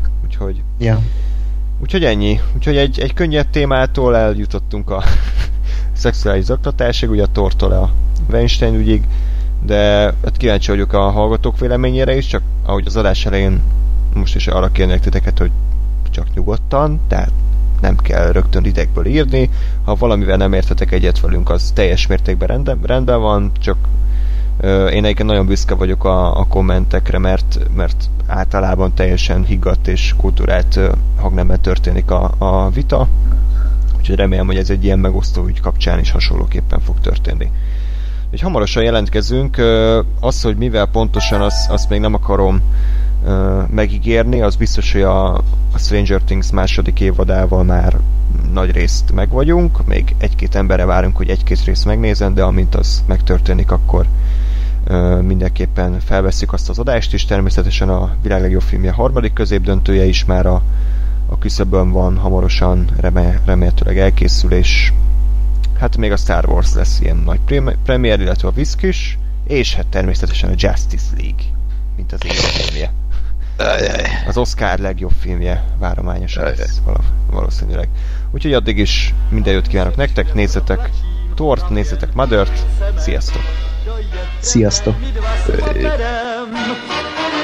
Úgyhogy ennyi. Úgyhogy egy könnyed témától eljutottunk a szexuális zaklatásig, ugye a Thortól a Weinstein ügyig, de hát kíváncsi vagyok a hallgatók véleményére is, csak ahogy az adás elején most is arra kérnek titeket, hogy csak nyugodtan, tehát nem kell rögtön idegből írni. Ha valamivel nem értetek egyet velünk, az teljes mértékben rendben van, csak én egyébként nagyon büszke vagyok a kommentekre, mert általában teljesen higgadt és kultúrált hangnemmel történik a vita, úgyhogy remélem, hogy ez egy ilyen megosztó ügy kapcsán is hasonlóképpen fog történni. Úgyhogy hamarosan jelentkezünk, az, hogy mivel pontosan, azt még nem akarom megígérni, az biztos, hogy a Stranger Things második évadával már nagy részt meg vagyunk, még egy-két emberre várunk, hogy egy-két részt megnézzen, de amint az megtörténik, akkor mindenképpen felveszik azt az adást is, természetesen a világ legjobb filmje harmadik középdöntője is már a küszöbön van, hamarosan remélhetőleg elkészül, és hát még a Star Wars lesz ilyen nagy premier, illetve a Viszkis, és hát természetesen a Justice League, mint az év filmje. Az Oscar legjobb filmje várományosan lesz valószínűleg. Úgyhogy addig is minden jót kívánok nektek, nézzetek Thort, nézzetek Mothert, sziasztok! Sziasztok!